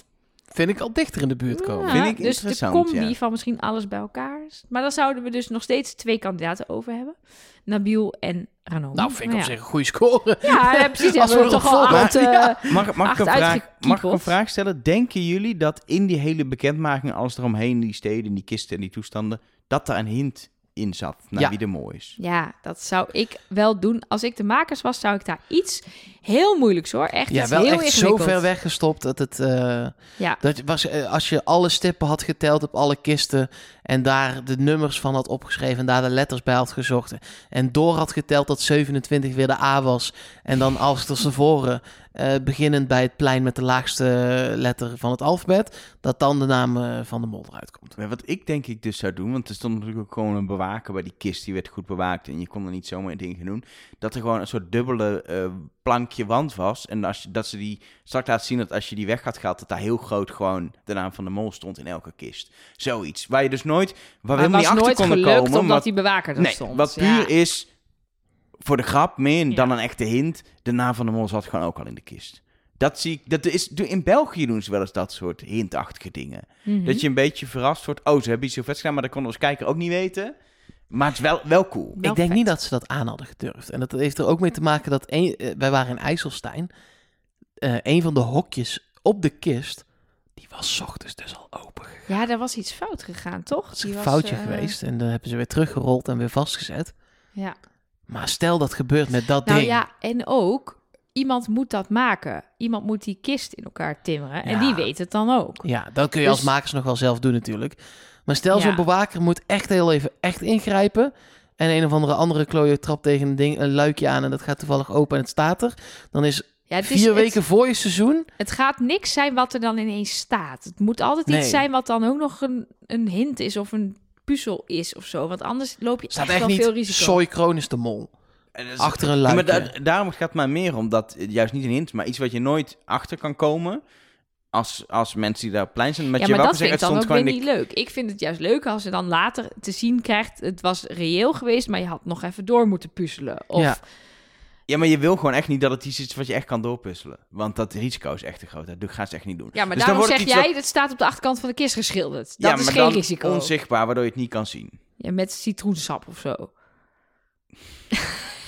Vind ik al dichter in de buurt komen. Ja, Vind ik dus interessant, de combi ja. van misschien alles bij elkaar. Maar dan zouden we dus nog steeds twee kandidaten over hebben. Nabil en Ranomi. Nou, vind ik Maar op ja. zich een goede score. Ja, ja, precies. Als Hebben we we erop toch al volgen. acht, uh, Ja. Mag, mag, ik een acht vraag, mag ik een uitgekiepeld. vraag stellen? Denken jullie dat in die hele bekendmaking, alles eromheen, die steden, die kisten en die toestanden, dat daar een hint in zat naar Ja. wie er mooi is? Ja, dat zou ik wel doen. Als ik de makers was, zou ik daar iets heel moeilijks hoor. Echt Ja, iets wel heel echt zo ingewikkeld. ver weggestopt dat het... Uh, Ja. dat was, uh, als je alle stippen had geteld op alle kisten en daar de nummers van had opgeschreven en daar de letters bij had gezocht en door had geteld dat zevenentwintig weer de A was en dan achterstevoren uh, beginnend bij het plein met de laagste letter van het alfabet, dat dan de naam uh, van de mol eruit komt. Maar wat ik denk ik dus zou doen, want er stond natuurlijk ook gewoon een bewaker bij die kist, die werd goed bewaakt en je kon er niet zomaar dingen gaan doen, dat er gewoon een soort dubbele uh, plankje wand was en als je, dat ze die straks laat zien dat als je die weg had gehaald, dat daar heel groot gewoon de naam van de mol stond in elke kist. Zoiets, waar je dus nooit, waar we Maar helemaal niet was achter nooit konden gelukt komen. omdat wat- die bewaker er nee, stond. wat Ja. puur is voor de grap meer Ja. dan een echte hint, de naam van de mol zat gewoon ook al in de kist. Dat zie ik, dat is, in België doen ze wel eens dat soort hintachtige dingen. Mhm. Dat je een beetje verrast wordt. Oh, ze hebben iets zo vets gedaan, maar dat konden we als kijker ook niet weten. Maar het is wel, wel cool. Wel ik denk vet. niet dat ze dat aan hadden gedurfd. En dat heeft er ook mee te maken dat een, uh, wij waren in IJsselstein. Uh, een van de hokjes op de kist, die was 's ochtends dus al open gegaan. Ja, daar was iets fout gegaan, toch? Dat is Die een was, foutje uh, geweest en dan hebben ze weer teruggerold en weer vastgezet. Ja. Maar stel dat gebeurt met dat Nou ding. ja, en ook, iemand moet dat maken. Iemand moet die kist in elkaar timmeren. En Ja. die weet het dan ook. Ja, dat kun je Dus- als makers nog wel zelf doen natuurlijk. Maar stel Ja. zo'n bewaker moet echt heel even echt ingrijpen. En een of andere andere klooier trapt tegen een, ding, een luikje aan en dat gaat toevallig open en het staat er. Dan is Ja, het is- vier het- weken voor je seizoen. Het gaat niks zijn wat er dan ineens staat. Het moet altijd Nee. iets zijn wat dan ook nog een, een hint is of een puzzel is of zo. Want anders loop je Staat echt echt wel veel niet risico. Soy Kroon is de mol. En dat is- Achter een Ja, maar luikje. da- daarom gaat het maar meer om dat, eh, juist niet een hint, maar iets wat je nooit achter kan komen. Als, als mensen die daar op het plein zijn. Met Ja, je maar wel dat vind ik zeggen, dan het ook stond weer gewoon in niet leuk. Ik vind het juist leuk als je dan later te zien krijgt... het was reëel geweest, maar je had nog even door moeten puzzelen. Of, Ja. de- Ja, maar je wil gewoon echt niet dat het iets is wat je echt kan doorpuzzelen. Want dat risico is echt te groot. Dat gaan ze echt niet doen. Ja, maar Dus dan daarom wordt zeg het iets jij, dat staat op de achterkant van de kist geschilderd. Dat ja, is maar geen dan risico. onzichtbaar, waardoor je het niet kan zien. Ja, met citroensap of zo.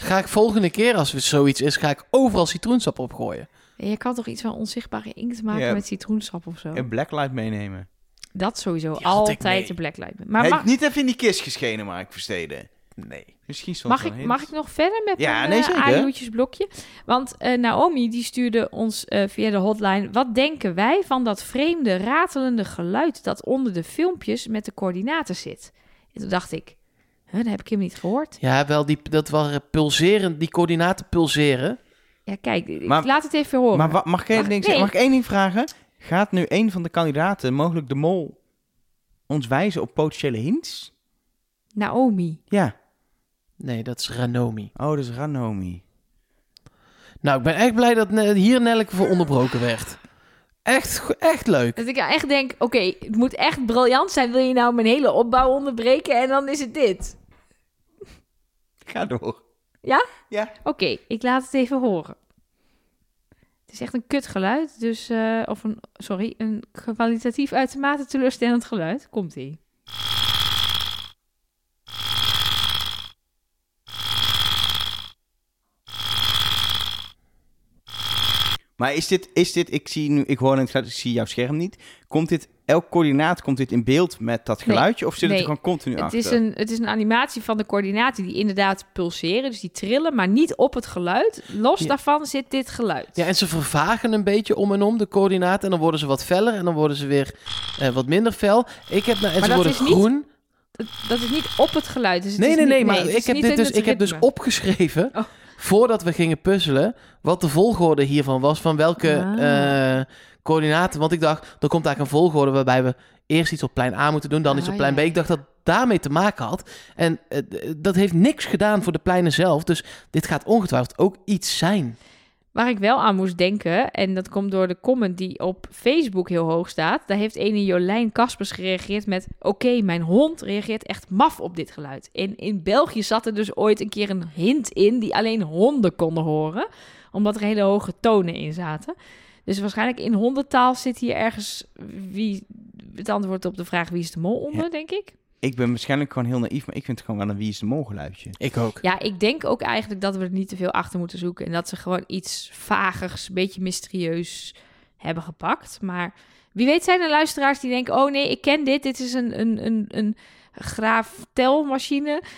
Ga ik volgende keer, als er zoiets is, ga ik overal citroensap opgooien. Je kan toch iets van onzichtbare inkt maken Ja. met citroensap of zo? Een blacklight meenemen. Dat sowieso had ik altijd mee. de blacklight. Maar Hey, mag, Niet even in die kist geschenen, maar ik versteden. Nee. Misschien soms mag, wel ik, een mag hint. ik nog verder met Ja, mijn nee, uh, zeker. A-joetjesblokje? Want uh, Naomi die stuurde ons uh, via de hotline... Wat denken wij van dat vreemde ratelende geluid... dat onder de filmpjes met de coördinaten zit? En toen dacht ik, huh, dat heb ik hem niet gehoord. Ja, wel, die, dat waren pulseren, die coördinaten pulseren. Ja, kijk, ik Maar- laat het even horen. Maar wa- mag, ik één Mag- ding nee. zeggen? Mag ik één ding vragen? Gaat nu een van de kandidaten, mogelijk de mol, ons wijzen op potentiële hints? Naomi. Ja. Nee, dat is Ranomi. Oh, dat is Ranomi. Nou, ik ben echt blij dat ne- hier Nelleke voor onderbroken werd. Echt, go- echt leuk. Dat ik echt denk, oké, het moet echt briljant zijn. Wil je nou mijn hele opbouw onderbreken? En dan is het dit. Ga door. Ja? Ja. Oké, ik laat het even horen. Het is echt een kut geluid, dus... eh, of een, sorry, een kwalitatief uitermate teleurstellend geluid. Komt-ie. Maar is dit, is dit, ik zie nu, ik hoor het geluid, ik zie jouw scherm niet. Komt dit, elk coördinaat, komt dit in beeld met dat Nee. geluidje? Of zit het Nee. er gewoon continu Het achter? is, een, het is een animatie van de coördinaten die inderdaad pulseren. Dus die trillen, maar niet op het geluid. Los Ja. daarvan zit dit geluid. Ja, en ze vervagen een beetje om en om, de coördinaten. En dan worden ze wat feller en dan worden ze weer eh, wat minder fel. Ik heb, nou, en Maar ze dat worden is niet- groen. Dat, dat is niet op het geluid. Dus het Nee, is nee, niet- nee, maar het is ik heb, niet dit in dus, het ik heb dus ritme. opgeschreven, Oh. voordat we gingen puzzelen, wat de volgorde hiervan was, van welke Ah. eh, coördinaten. Want ik dacht, er komt eigenlijk een volgorde waarbij we eerst iets op plein A moeten doen, dan iets Ah, op plein ja. B. Ik dacht dat daarmee te maken had. En eh, d- dat heeft niks gedaan voor de pleinen zelf. Dus dit gaat ongetwijfeld ook iets zijn. Waar ik wel aan moest denken, en dat komt door de comment die op Facebook heel hoog staat. Daar heeft ene Jolijn Kaspers gereageerd met... Oké, mijn hond reageert echt maf op dit geluid. En in België zat er dus ooit een keer een hint in... die alleen honden konden horen, omdat er hele hoge tonen in zaten. Dus waarschijnlijk in hondentaal zit hier ergens... Wie, het antwoord op de vraag wie is de mol onder, Ja. denk ik. Ik ben waarschijnlijk gewoon heel naïef, maar ik vind het gewoon wel een wie is de mol geluidje. Ik ook. Ja, ik denk ook eigenlijk dat we er niet te veel achter moeten zoeken. En dat ze gewoon iets vagers, een beetje mysterieus hebben gepakt. Maar wie weet zijn er luisteraars die denken... oh nee, ik ken dit. Dit is een, een, een, een graaftelmachine.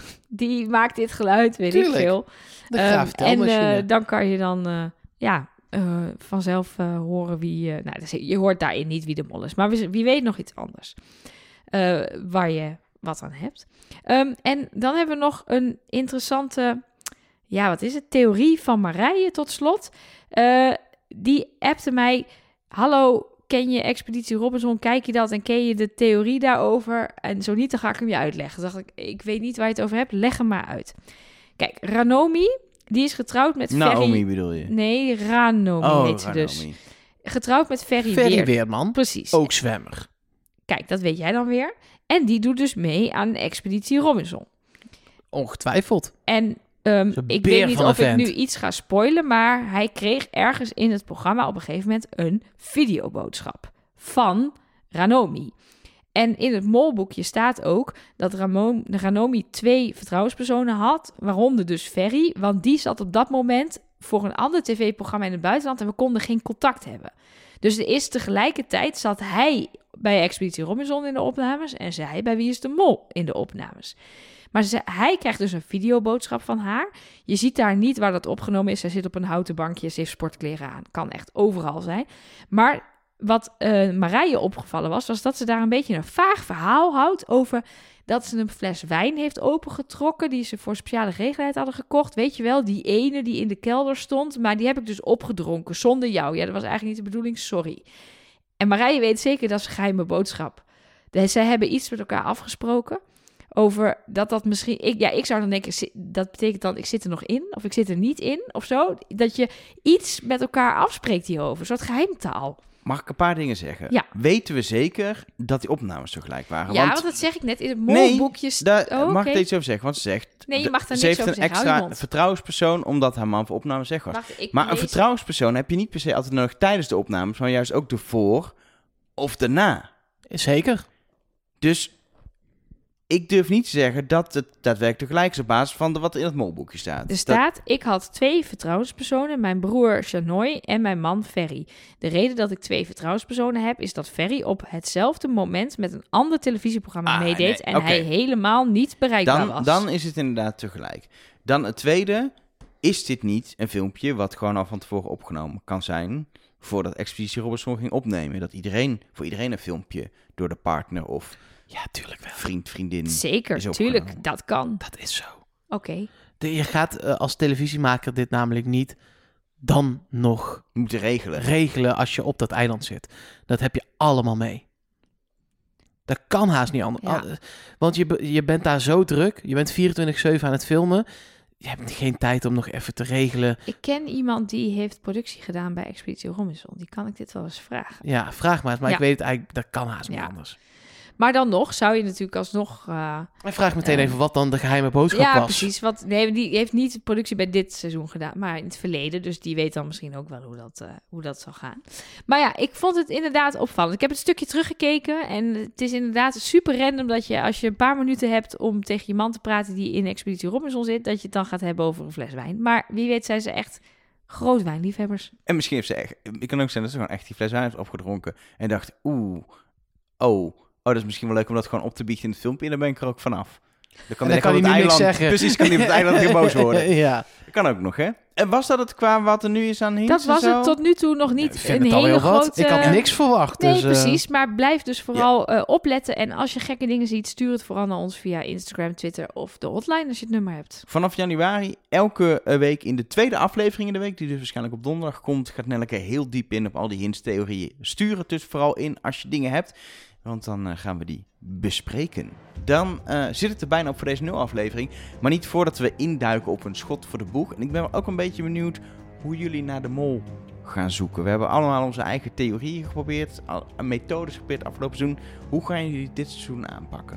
Die maakt dit geluid, weet Tuurlijk. ik veel. De Ehm, graaftelmachine. En uh, dan kan je dan uh, ja, uh, vanzelf uh, horen wie... Uh, nou, dus je hoort daarin niet wie de mol is. Maar wie, wie weet nog iets anders. Uh, waar je wat aan hebt. Um, en dan hebben we nog een interessante... Ja, wat is het? Theorie van Marije tot slot. Uh, die appte mij... Hallo, ken je Expeditie Robinson? Kijk je dat en ken je de theorie daarover? En zo niet, dan ga ik hem je uitleggen. Toen dacht ik, ik weet niet waar je het over hebt. Leg hem maar uit. Kijk, Ranomi, die is getrouwd met Ferry... Naomi bedoel je? Nee, Ranomi oh, heet ze Ranomi. dus. Getrouwd met Ferry, Ferry Weert. Weerman. Precies. Ook zwemmer. Kijk, dat weet jij dan weer. En die doet dus mee aan Expeditie Robinson. Ongetwijfeld. En um, Zo'n ik beer weet niet van of een ik vent. nu iets ga spoilen, maar hij kreeg ergens in het programma op een gegeven moment een videoboodschap van Ranomi. En in het molboekje staat ook dat Ramo- Ranomi twee vertrouwenspersonen had, waaronder dus Ferry, want die zat op dat moment voor een ander tv-programma in het buitenland en we konden geen contact hebben. Dus er is tegelijkertijd zat hij bij Expeditie Robinson in de opnames en zij bij Wie is de Mol in de opnames. Maar ze, hij krijgt dus een videoboodschap van haar. Je ziet daar niet waar dat opgenomen is. Zij zit op een houten bankje, ze heeft sportkleren aan. Kan echt overal zijn. Maar wat uh, Marije opgevallen was, was dat ze daar een beetje een vaag verhaal houdt over dat ze een fles wijn heeft opengetrokken die ze voor speciale gelegenheid hadden gekocht. Weet je wel, die ene die in de kelder stond, maar die heb ik dus opgedronken zonder jou. Ja, dat was eigenlijk niet de bedoeling, sorry. En Marije weet zeker dat is een geheime boodschap. Dus zij hebben iets met elkaar afgesproken over dat dat misschien... Ik, ja, ik zou dan denken, dat betekent dan ik zit er nog in of ik zit er niet in of zo. Dat je iets met elkaar afspreekt hierover, een soort geheimtaal. Mag ik een paar dingen zeggen? Ja. Weten we zeker dat die opnames tegelijk waren? Ja, want want dat zeg ik net in het Nee, molboekje. daar oh, mag oké. ik er iets over zeggen. Want ze zegt... Nee, je de- mag daar ze niks heeft over een zeggen. Hou je extra mond. vertrouwenspersoon omdat haar man voor opnames weg was. Wacht, ik Maar een lees- vertrouwenspersoon heb je niet per se altijd nodig tijdens de opnames, maar juist ook ervoor of daarna. Zeker. Dus ik durf niet te zeggen dat het daadwerkelijk gelijk is op basis van de, wat er in het molboekje staat. Er staat, ik had twee vertrouwenspersonen, mijn broer Shanoy en mijn man Ferry. De reden dat ik twee vertrouwenspersonen heb, is dat Ferry op hetzelfde moment met een ander televisieprogramma Ah, meedeed nee, en oké. hij helemaal niet bereikbaar dan, was. dan is het inderdaad tegelijk. Dan het tweede, is dit niet een filmpje wat gewoon al van tevoren opgenomen kan zijn voordat Expeditie Robinson ging opnemen? Dat iedereen, voor iedereen een filmpje door de partner of Ja, tuurlijk wel. vriend, vriendin Zeker, is opgenomen. tuurlijk, dat kan. Dat is zo. Oké. De, je gaat uh, als televisiemaker dit namelijk niet dan nog moeten regelen. regelen als je op dat eiland zit. Dat heb je allemaal mee. Dat kan haast niet anders. Ja. Ah, Want je, be- je bent daar zo druk. Je bent vierentwintig zeven aan het filmen. Je hebt geen tijd om nog even te regelen. Ik ken iemand die heeft productie gedaan bij Expeditie Robinson. Die kan ik dit wel eens vragen. Ja, vraag maar eens. Maar Ja. ik weet het eigenlijk, dat kan haast niet Ja. anders. Maar dan nog zou je natuurlijk alsnog... Uh, En vraag meteen Eh, even wat dan de geheime boodschap ja, was. precies. Want, nee, die heeft niet productie bij dit seizoen gedaan, maar in het verleden. Dus die weet dan misschien ook wel hoe dat, uh, hoe dat zal gaan. Maar ja, ik vond het inderdaad opvallend. Ik heb het stukje teruggekeken en het is inderdaad super random dat je, als je een paar minuten hebt om tegen je man te praten die in Expeditie Robinson zit, dat je het dan gaat hebben over een fles wijn. Maar wie weet zijn ze echt groot wijnliefhebbers. En misschien heeft ze echt... Ik kan ook zijn dat ze gewoon echt die fles wijn heeft opgedronken en dacht, oeh, oh... Oh, dat is misschien wel leuk om dat gewoon op te biechten in het filmpje. En dan ben ik er ook vanaf. Dan kan, En dan kan hij hij op nu het niks eiland, zeggen. Precies, kan hij op het eiland heel boos worden. Ja. Dat kan ook nog, hè? En was dat het qua wat er nu is aan hints Dat en was zo? het tot nu toe nog niet Ik vind een het al hele heel wat. grote... Ik had niks verwacht. Nee, dus, eh, precies. Maar blijf dus vooral eh, opletten. En als je gekke dingen ziet, stuur het vooral naar ons via Instagram, Twitter of de hotline als je het nummer hebt. Vanaf januari, elke eh, week in de tweede aflevering in de week, die dus waarschijnlijk op donderdag komt, gaat Nelleke heel diep in op al die hints, theorieën. Stuur het dus vooral in als je dingen hebt, want dan uh, gaan we die bespreken. Dan uh, zit het er bijna op voor deze nul aflevering, maar niet voordat we induiken op een schot voor de boeg. En ik ben ook een beetje benieuwd hoe jullie naar de mol gaan zoeken. We hebben allemaal onze eigen theorieën geprobeerd, al, methodes geprobeerd afgelopen seizoen. Hoe gaan jullie dit seizoen aanpakken?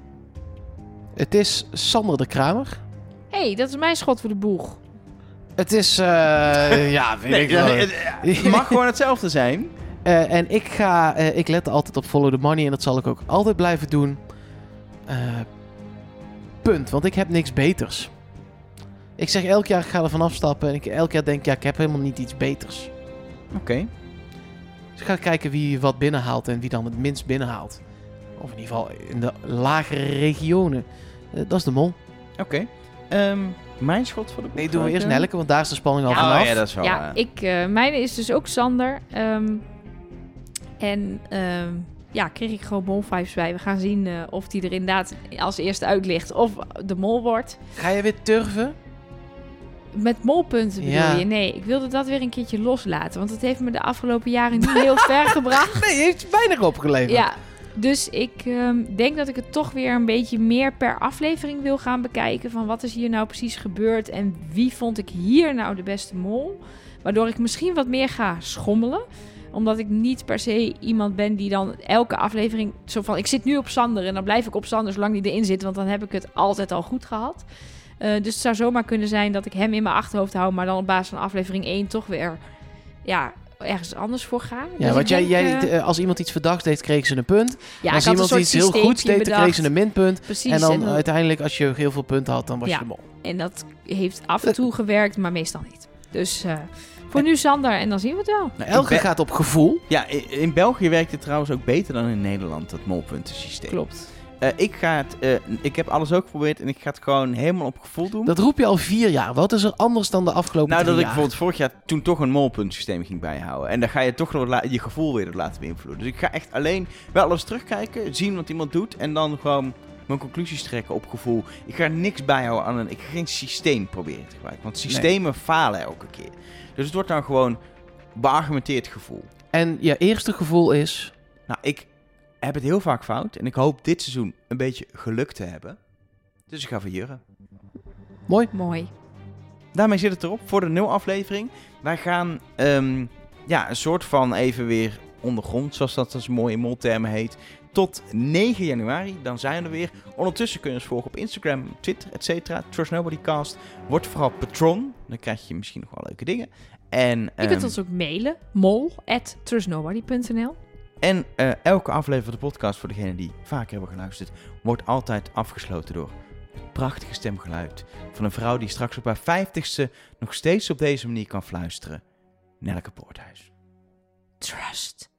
Het is Sander de Kramer. Hé, hey, dat is mijn schot voor de boeg. Het is, uh, ja, weet ik wel. het, het mag gewoon hetzelfde zijn. Uh, en ik ga, uh, ik let altijd op follow the money en dat zal ik ook altijd blijven doen. Uh, punt, want ik heb niks beters. Ik zeg elk jaar, ik ga er vanaf stappen en ik elk jaar denk, ja, ik heb helemaal niet iets beters. Oké. Okay. Dus ik ga kijken wie wat binnenhaalt en wie dan het minst binnenhaalt. Of in ieder geval in de lagere regionen. Uh, dat is de mol. Oké. Okay. Um, mijn schot voor de boeg. Nee, doen we eerst Nelleke, want daar is de spanning al Ja, vanaf. Oh ja, dat is wel... Ja, uh... ik, uh, mijn is dus ook Sander. Um, en um, ja, kreeg ik gewoon mol-vibes bij. We gaan zien uh, of die er inderdaad als eerste uit ligt of de mol wordt. Ga je weer turven? Met molpunten bedoel Ja. je? Nee, ik wilde dat weer een keertje loslaten. Want het heeft me de afgelopen jaren niet heel ver gebracht. Nee, heeft je weinig opgeleverd. Ja, dus ik um, denk dat ik het toch weer een beetje meer per aflevering wil gaan bekijken. Van wat is hier nou precies gebeurd en wie vond ik hier nou de beste mol? Waardoor ik misschien wat meer ga schommelen. Omdat ik niet per se iemand ben die dan elke aflevering... Zo van, ik zit nu op Sander en dan blijf ik op Sander zolang die erin zit. Want dan heb ik het altijd al goed gehad. Uh, dus het zou zomaar kunnen zijn dat ik hem in mijn achterhoofd hou. Maar dan op basis van aflevering één toch weer... Ja, ergens anders voor ga. Ja, dus want ik jij, denk, jij, uh, als iemand iets verdacht deed, kreeg ze een punt. ja, als ik had een iemand soort iets heel systeempje goed deed, dan bedacht. kreeg ze een minpunt. Precies. En dan, en dan uiteindelijk, als je heel veel punten had, dan was Ja. je de mol. En dat heeft af en toe gewerkt, maar meestal niet. Dus uh, voor nu Sander en dan zien we het wel. Nou, Elke Be- gaat op gevoel. Ja, in, in België werkt het trouwens ook beter dan in Nederland, dat molpuntensysteem. Klopt. Uh, ik, ga het, uh, ik heb alles ook geprobeerd en ik ga het gewoon helemaal op gevoel doen. Dat roep je al vier jaar. Wat is er anders dan de afgelopen nou, dat drie ik jaar? bijvoorbeeld vorig jaar toen toch een molpuntensysteem ging bijhouden. En dan ga je toch nog la- je gevoel weer laten beïnvloeden. Dus ik ga echt alleen wel alles terugkijken, zien wat iemand doet en dan gewoon mijn conclusies trekken op gevoel. Ik ga niks bijhouden aan een... Ik ga geen systeem proberen te gebruiken, want systemen nee. falen elke keer. Dus het wordt dan gewoon beargumenteerd gevoel. En je eerste gevoel is... Nou, ik heb het heel vaak fout en ik hoop dit seizoen een beetje geluk te hebben. Dus ik ga voor Jurre. Mooi. Mooi. Daarmee zit het erop voor de nul aflevering. Wij gaan um, ja, een soort van even weer ondergrond, zoals dat als mooie moltermen heet. Tot negen januari, dan zijn we er weer. Ondertussen kun je ons volgen op Instagram, Twitter, et cetera. Trust Nobody Cast. Word vooral patron, dan krijg je misschien nog wel leuke dingen. En, je um, kunt ons ook mailen, mol at trust nobody punt n l. En uh, elke aflevering van de podcast, voor degenen die vaker hebben geluisterd, wordt altijd afgesloten door het prachtige stemgeluid van een vrouw die straks op haar vijftigste nog steeds op deze manier kan fluisteren. Nelleke Poorthuis. Trust